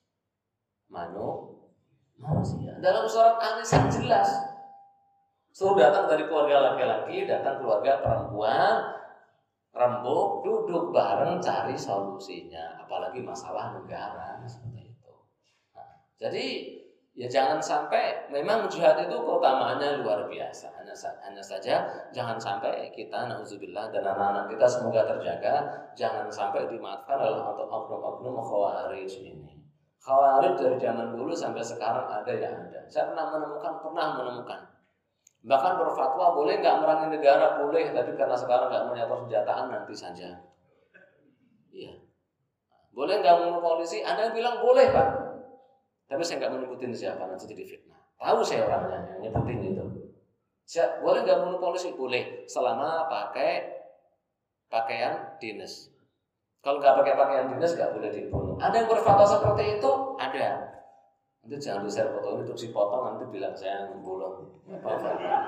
Manu, manusia. Dalam surat An-Nisa jelas, suruh datang dari keluarga laki-laki, datang keluarga perempuan, rembuk, duduk bareng, cari solusinya. Apalagi masalah negara seperti itu. Nah, jadi ya jangan sampai memang jihad itu keutamaannya luar biasa. Hanya, hanya saja jangan sampai kita nauzubillah dan anak-anak kita semoga terjaga jangan sampai dimaafkan oleh oknum-oknum Khawarij ini. Khawarij dari zaman dulu sampai sekarang ada yang ada. Saya pernah menemukan pernah menemukan. Bahkan berfatwa boleh nggak merangi negara boleh, tapi karena sekarang nggak punya persenjataan nanti saja. Iya. Boleh nggak membunuh polisi? Ada yang bilang boleh Pak. Tapi saya nggak menyebutin siapa, nanti jadi fitnah. Tahu saya orangnya yang nyebutin itu. Saya, boleh nggak bunuh polisi? Boleh, selama pakai pakaian dinas. Kalau nggak pakai pakaian dinas nggak boleh dibunuh. Ada yang berfatwa seperti itu? Ada. Nanti jangan di-share foto ini terus dipotong nanti bilang saya yang bunuh. Apa-apa.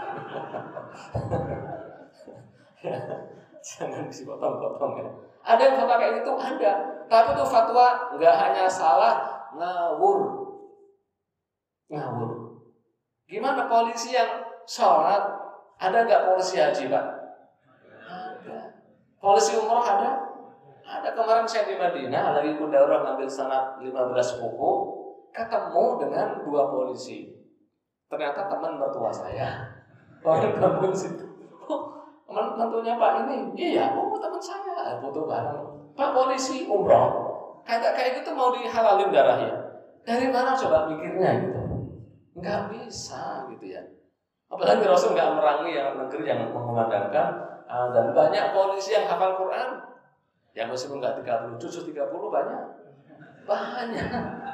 Jangan dipotong-potong ya. Ada yang fatwa kayak itu ada. Tapi itu fatwa nggak hanya salah, ngawur. Ngawur. Gimana polisi yang sholat? Ada nggak polisi haji Pak? Ada. Polisi umroh ada? Ada. Kemarin saya di Madinah lagi kudaurah ngambil sanad lima belas buku, ketemu dengan dua polisi. Ternyata teman mertua saya. Orang kampung situ. Oh, teman mentunya Pak ini. Iya, oh teman saya. Foto bareng. Pak polisi umroh. Kayak kayak gitu mau dihalalin darahnya. Dari mana coba mikirnya gitu? Nggak bisa gitu ya. Apalagi Rasul nggak merangi yang negeri yang mengumandangkan uh, dan banyak polisi yang hafal Quran. Yang meskipun nggak tiga puluh juz tiga puluh banyak. Banyak.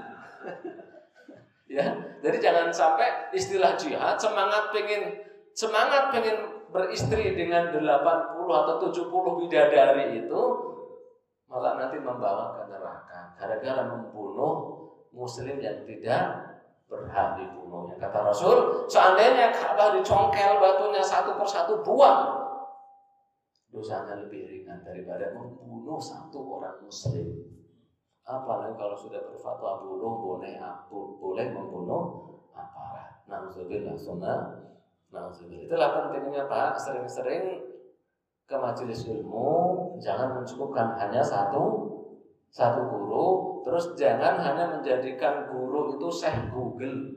Ya, jadi jangan sampai istilah jihad semangat pengen semangat pengen beristri dengan delapan puluh atau tujuh puluh bidadari itu malah nanti membawa ke neraka gara-gara membunuh muslim yang tidak berhak dibunuh. Yang kata Rasul, seandainya Ka'bah dicongkel batunya satu persatu buang, dosanya lebih ringan daripada membunuh satu orang muslim. Apalagi kalau sudah berfatwa bunuh boleh boleh membunuh aparat. Nauzubillah summa nauzubillah. Itulah pentingnya Pak, sering-sering ke majelis ilmu, jangan mencukupkan hanya satu satu guru, terus jangan hanya menjadikan guru itu Syekh Google.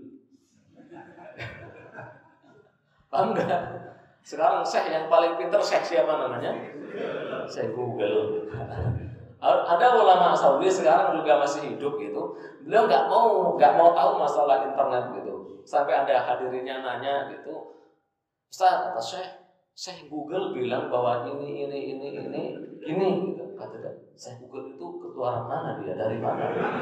Paham enggak? Sekarang Syekh yang paling pintar Syekh siapa namanya? Syekh Google. Ada ulama Saudi sekarang juga masih hidup gitu. Beliau nggak mau nggak mau tahu masalah internet gitu. Sampai ada hadirinnya nanya gitu, Ustaz, kata Syekh, Syekh Google bilang bahwa ini ini ini ini ini gitu. Kata dia, Syekh Google itu ketuhanan mana dia, dari mana?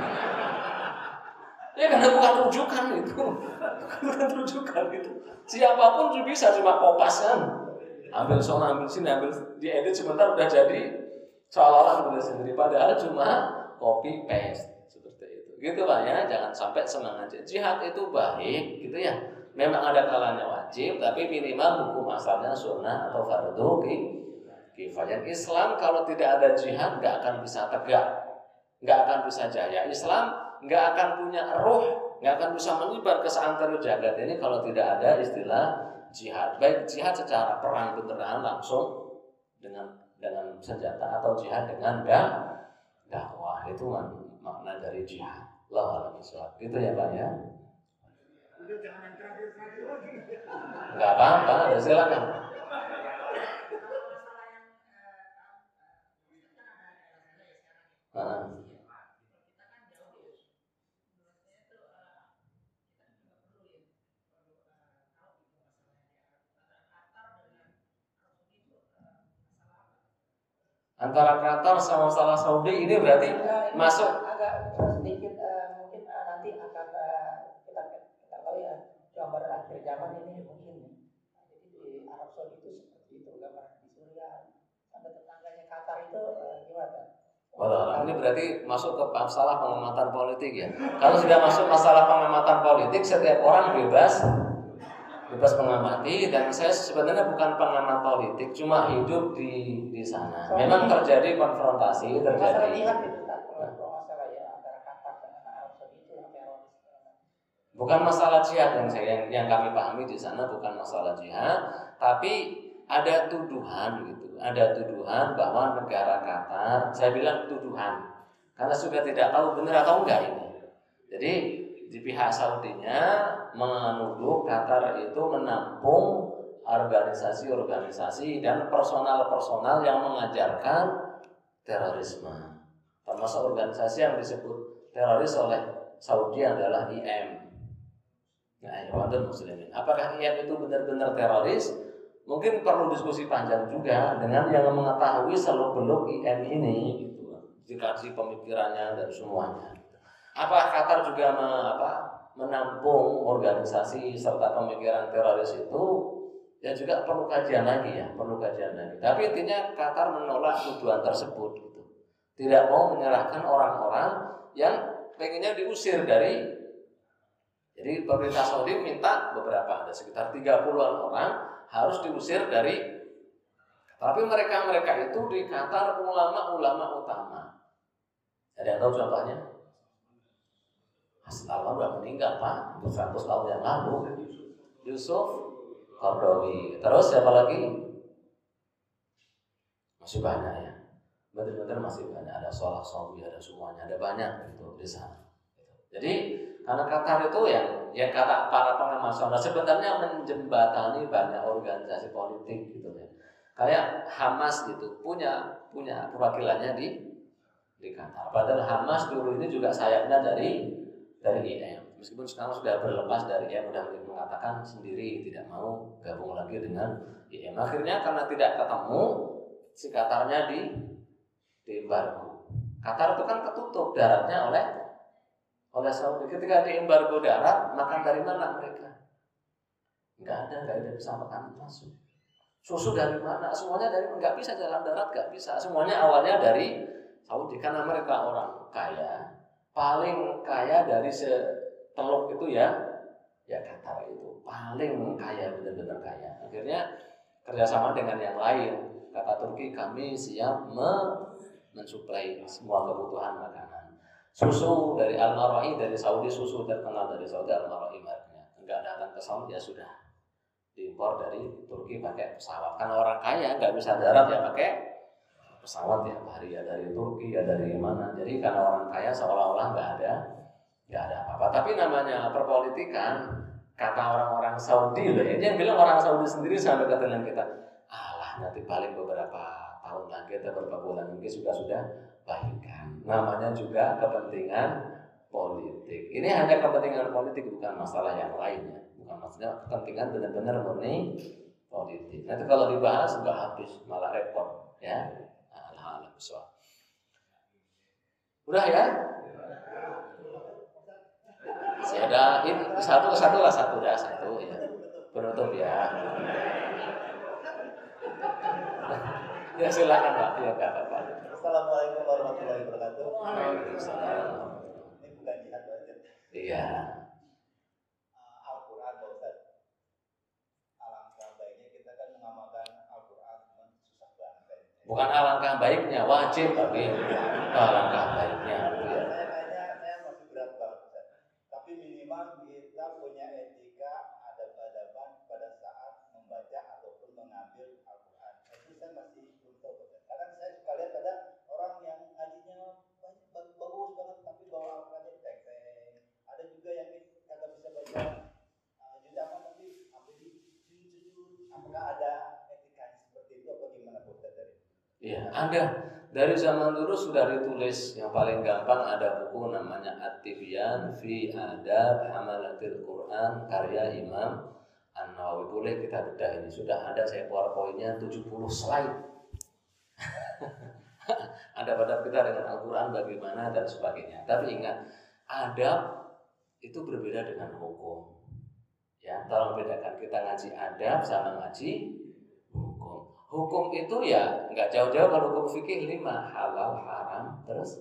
Ya karena bukan rujukan itu, bukan rujukan itu. Siapapun juga bisa cuma kopas kan, ambil sono ambil sini ambil diedit sebentar udah jadi seolah-olah nulis sendiri, padahal cuma copy paste seperti itu. Gitu lah ya, jangan sampai semangat jihad itu baik gitu ya. Memang ada kalanya wajib, tapi minimal hukum asalnya sunnah atau fardu kifayah. Islam kalau tidak ada jihad nggak akan bisa tegak, nggak akan bisa jaya. Islam nggak akan punya ruh, nggak akan bisa menyebar ke seantero jagat ini kalau tidak ada istilah jihad. Baik jihad secara perang beneran langsung dengan dengan senjata atau jihad dengan dakwah, itu makna dari jihad. Allah Akbar. Gitu ya Pak ya. Nggak apa-apa, ya silakan. Nah. Antara Qatar sama masalah Saudi ini berarti nah, ini masuk agak sedikit uh, mungkin uh, nanti akan uh, kita kita tahu ya gambar akhir zaman ini mungkin. Nah, jadi di Arab Saudi itu seperti itu, gambar di Suriah sampai tetangganya Qatar itu uh, gimana? Waduh, ini berarti masuk ke masalah pengamatan politik ya. Kalau sudah masuk masalah pengamatan politik, setiap orang bebas bebas mengamati, dan saya sebenarnya bukan pengamat politik, cuma hidup di di sana. Memang terjadi konfrontasi, terjadi. Lihat itu kan kalau masalah ya antara Qatar dengan Arab Saudi itu yang teroris. Bukan masalah jihad yang saya yang, yang kami pahami di sana, bukan masalah jihad, tapi ada tuduhan gitu, ada tuduhan bahwa negara Qatar, saya bilang tuduhan, karena sudah tidak tahu benar atau enggak ini. Jadi di pihak Saudinya menuduh Qatar itu menampung organisasi-organisasi dan personal-personal yang mengajarkan terorisme. Termasuk organisasi yang disebut teroris oleh Saudi adalah I M. Nah, Ikhwanul Muslimin. Apakah I M itu benar-benar teroris? Mungkin perlu diskusi panjang juga dengan yang mengetahui seluk-beluk I M ini, gitu. Dikaji pemikirannya dan semuanya. Apa Qatar juga me, apa, menampung organisasi serta pemikiran teroris itu? Ya juga perlu kajian lagi ya, perlu kajian lagi. Tapi intinya Qatar menolak tuduhan tersebut, gitu. Tidak mau menyerahkan orang-orang yang pengennya diusir dari. Jadi pemerintah Saudi minta beberapa, ada sekitar tiga puluhan orang harus diusir dari. Tapi mereka-mereka itu di Qatar ulama-ulama utama. Ada yang tahu contohnya? Asal udah meninggal Pak, seratus tahun yang lalu. Yusuf Qaradawi. Terus siapa lagi? Masih banyak ya. Betul-betul masih banyak. Ada Salah Sawi, ada semuanya, ada banyak gitu di sana. Jadi karena Qatar itu yang yang kata para pengamat sana sebenarnya menjembatani banyak organisasi politik gitu ya. Kayak Hamas gitu punya punya perwakilannya di di Qatar. Padahal Hamas dulu ini juga sayapnya dari dari I M. Meskipun sekarang sudah berlepas dari I M, sudah mengatakan sendiri tidak mau gabung lagi dengan I M. Akhirnya karena tidak ketemu, si Qatarnya di di embargo. Qatar itu kan ketutup daratnya oleh oleh Saudi. Ketika di embargo darat, makan dari mana mereka? Enggak ada, enggak ada bisa makan masuk. Susu dari mana? Semuanya dari enggak bisa jalan darat, enggak bisa. Semuanya awalnya dari Saudi karena mereka orang kaya. Paling kaya dari seteluk itu ya, ya Qatar itu paling kaya, benar-benar kaya. Akhirnya kerjasama dengan yang lain. Kata Turki, kami siap mensuplai semua kebutuhan makanan. Susu dari Al-Marwa'i dari Saudi, susu terkenal dari Saudi Al-Marwa'i mereknya. Enggak datang ke Saudi ya sudah diimpor dari Turki pakai pesawat. Karena orang kaya nggak bisa darat ya pakai pesawat tiap hari, ya dari Turki ya dari mana. Jadi karena orang kaya seolah-olah nggak ada nggak ada apa-apa. Tapi namanya perpolitikan, kata orang-orang Saudi loh. Ini yang bilang orang Saudi sendiri sampai kata dengan kita, alah nanti paling beberapa tahun lagi atau beberapa bulan lagi sudah sudah baikan. Namanya juga kepentingan politik. Ini hanya kepentingan politik, bukan masalah yang lainnya. Bukan maksudnya kepentingan benar-benar murni politik. Nanti kalau dibahas nggak habis, malah repot ya. Soal. Udah ya? Ada ini satu satu lah satu dah satu ya. Penutup ya. Ya silakan Pak. Ya Pak. Pak. Assalamualaikum warahmatullahi wabarakatuh. Waalaikumsalam. Ini bukan jihad wajib. Iya. Al-Quran Pak Ustaz. Alangkah baiknya kita kan mengamalkan Al-Quran, cuman susah banget. Bukan alangkah baiknya, wajib tapi alangkah baiknya. Saya kayaknya saya masih berat banget Ustaz. Tapi minimal kita masih belum tahu Pak. Karena saya suka lihat ada orang yang ngajinya bagus banget tapi bawa Al-Qurannya teng-teng. Ada juga yang kagak bisa baca uh, juz apa tapi sampai di sujud. Apakah ada etikanya seperti itu apa gimana Pak tadi? Iya, ada. Dari zaman dulu sudah ditulis. Yang paling gampang ada buku namanya At-Tibyan fi Adab Hamalatil Quran karya Imam An-Nawawi. Boleh kita bedah ini. Sudah ada saya PowerPoint-nya tujuh puluh slide. Adab-adab kita dengan Al-Quran bagaimana dan sebagainya. Tapi ingat, adab itu berbeda dengan hukum. Ya, tolong bedakan kita ngaji adab sama ngaji hukum. Hukum itu ya nggak jauh-jauh kalau hukum fikih lima halal, haram, terus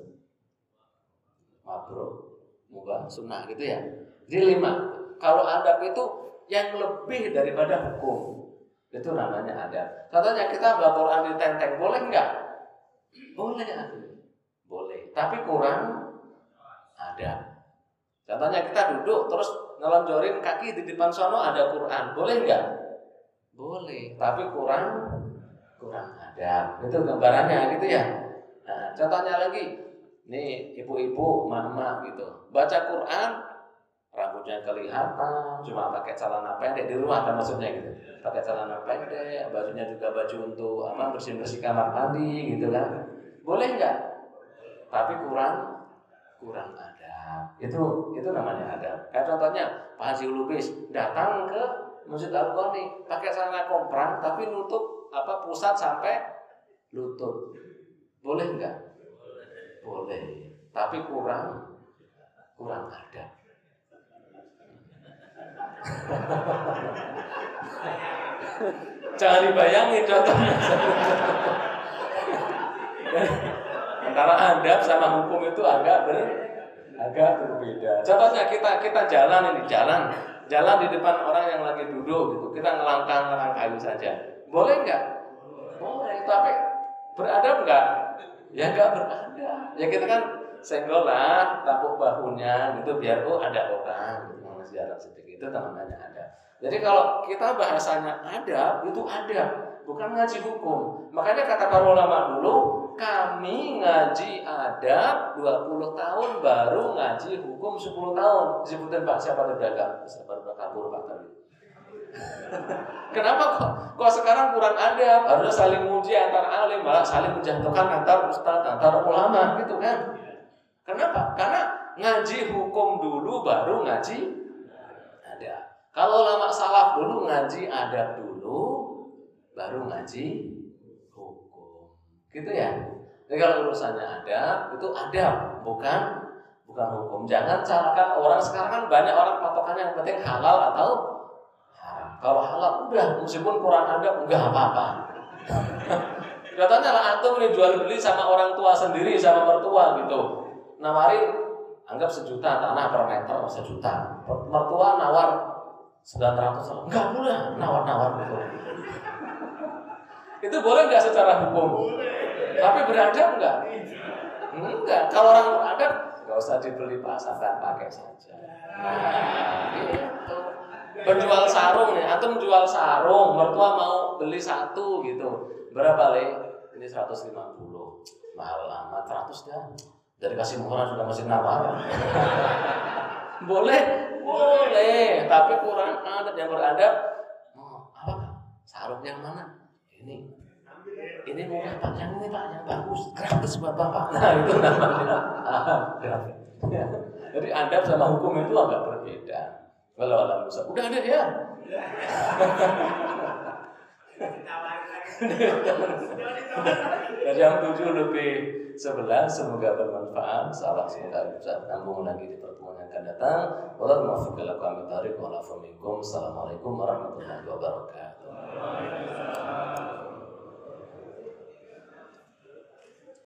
makruh, mubah, sunnah gitu ya. Jadi lima. Kalau adab itu yang lebih daripada hukum, itu namanya adab. Contohnya kita baca Quran di tenteng, boleh nggak? Boleh ya, boleh. Tapi kurang adab. Contohnya kita duduk terus ngelonjorin kaki di depan sono ada Quran, boleh nggak? Boleh. Tapi kurang kurang adab. Itu gambarannya gitu ya. Nah, contohnya lagi, nih ibu-ibu, mama gitu, baca Quran, rambutnya kelihatan, cuma pakai celana pendek di rumah kan maksudnya gitu, pakai celana pendek, bajunya juga baju untuk apa bersih-bersih kamar mandi gitu kan, boleh nggak? Tapi kurang kurang adab. Itu itu namanya adab. Kayak contohnya Pak Haji Lubis datang ke Masjid Al-Qani pakai celana komprang tapi nutup apa pusat sampai lutut, boleh nggak? Boleh, tapi kurang kurang adab. Jangan dibayangin contohnya. Antara adab sama hukum itu agak ber, agak berbeda. Contohnya kita kita jalan ini jalan jalan di depan orang yang lagi duduk gitu, kita ngelangkah ngelangkahi saja. Boleh nggak? Boleh, tapi beradab nggak? Ya nggak beradab. Ya kita kan senggol lah, tapuk bahunya gitu biar oh ada orang gitu ziarah sedikit, itu namanya adab. Jadi kalau kita bahasanya adab itu adab, bukan ngaji hukum. Makanya kata para ulama dulu, kami ngaji adab dua puluh tahun baru ngaji hukum sepuluh tahun. Disebutin Pak siapa terjaga? Siapa kabur Pak tadi? Kenapa kok, kok sekarang kurang adab? Harusnya saling muji antar alim, malah saling menjatuhkan antar ustadz, antar ulama gitu kan? Kenapa? Karena ngaji hukum dulu baru ngaji adab. Kalau ulama salaf dulu ngaji adab dulu baru ngaji hukum. Gitu ya. Jadi kalau urusannya adab itu adab, bukan bukan hukum. Jangan salahkan orang sekarang kan banyak orang patokannya yang penting halal atau haram. Kalau halal udah meskipun kurang adab enggak apa-apa. Katanya lah antum nih jual beli sama orang tua sendiri sama mertua gitu. Nawarin anggap sejuta tanah per meter sejuta. Mertua nawar sembilan ratus. Enggak boleh nawar-nawar gitu. Itu boleh enggak secara hukum? Tapi beradab enggak? Enggak. Kalau orang beradab enggak usah dibeli Pak, sampai pakai saja. Nah, gitu. Penjual sarung nih, antum jual sarung, mertua mau beli satu gitu. Berapa le? Ini seratus lima puluh. Mahal amat, seratus dah. Dari kasih murah sudah masih nawar. Boleh? Boleh, tapi kurang adab. Yang beradab, oh, apa? Sarung yang mana? Ini. Ini murah Pak, yang ini Pak, yang bagus, gratis buat Bapak. Nah, itu namanya adab. Jadi adab sama hukum itu agak berbeda. Kalau alam besar, udah ada ya. Jam tujuh lebih sebelas, semoga bermanfaat. Salah semoga bisa sambung lagi di pertemuan yang akan datang. Wassalamualaikum warahmatullahi wabarakatuh.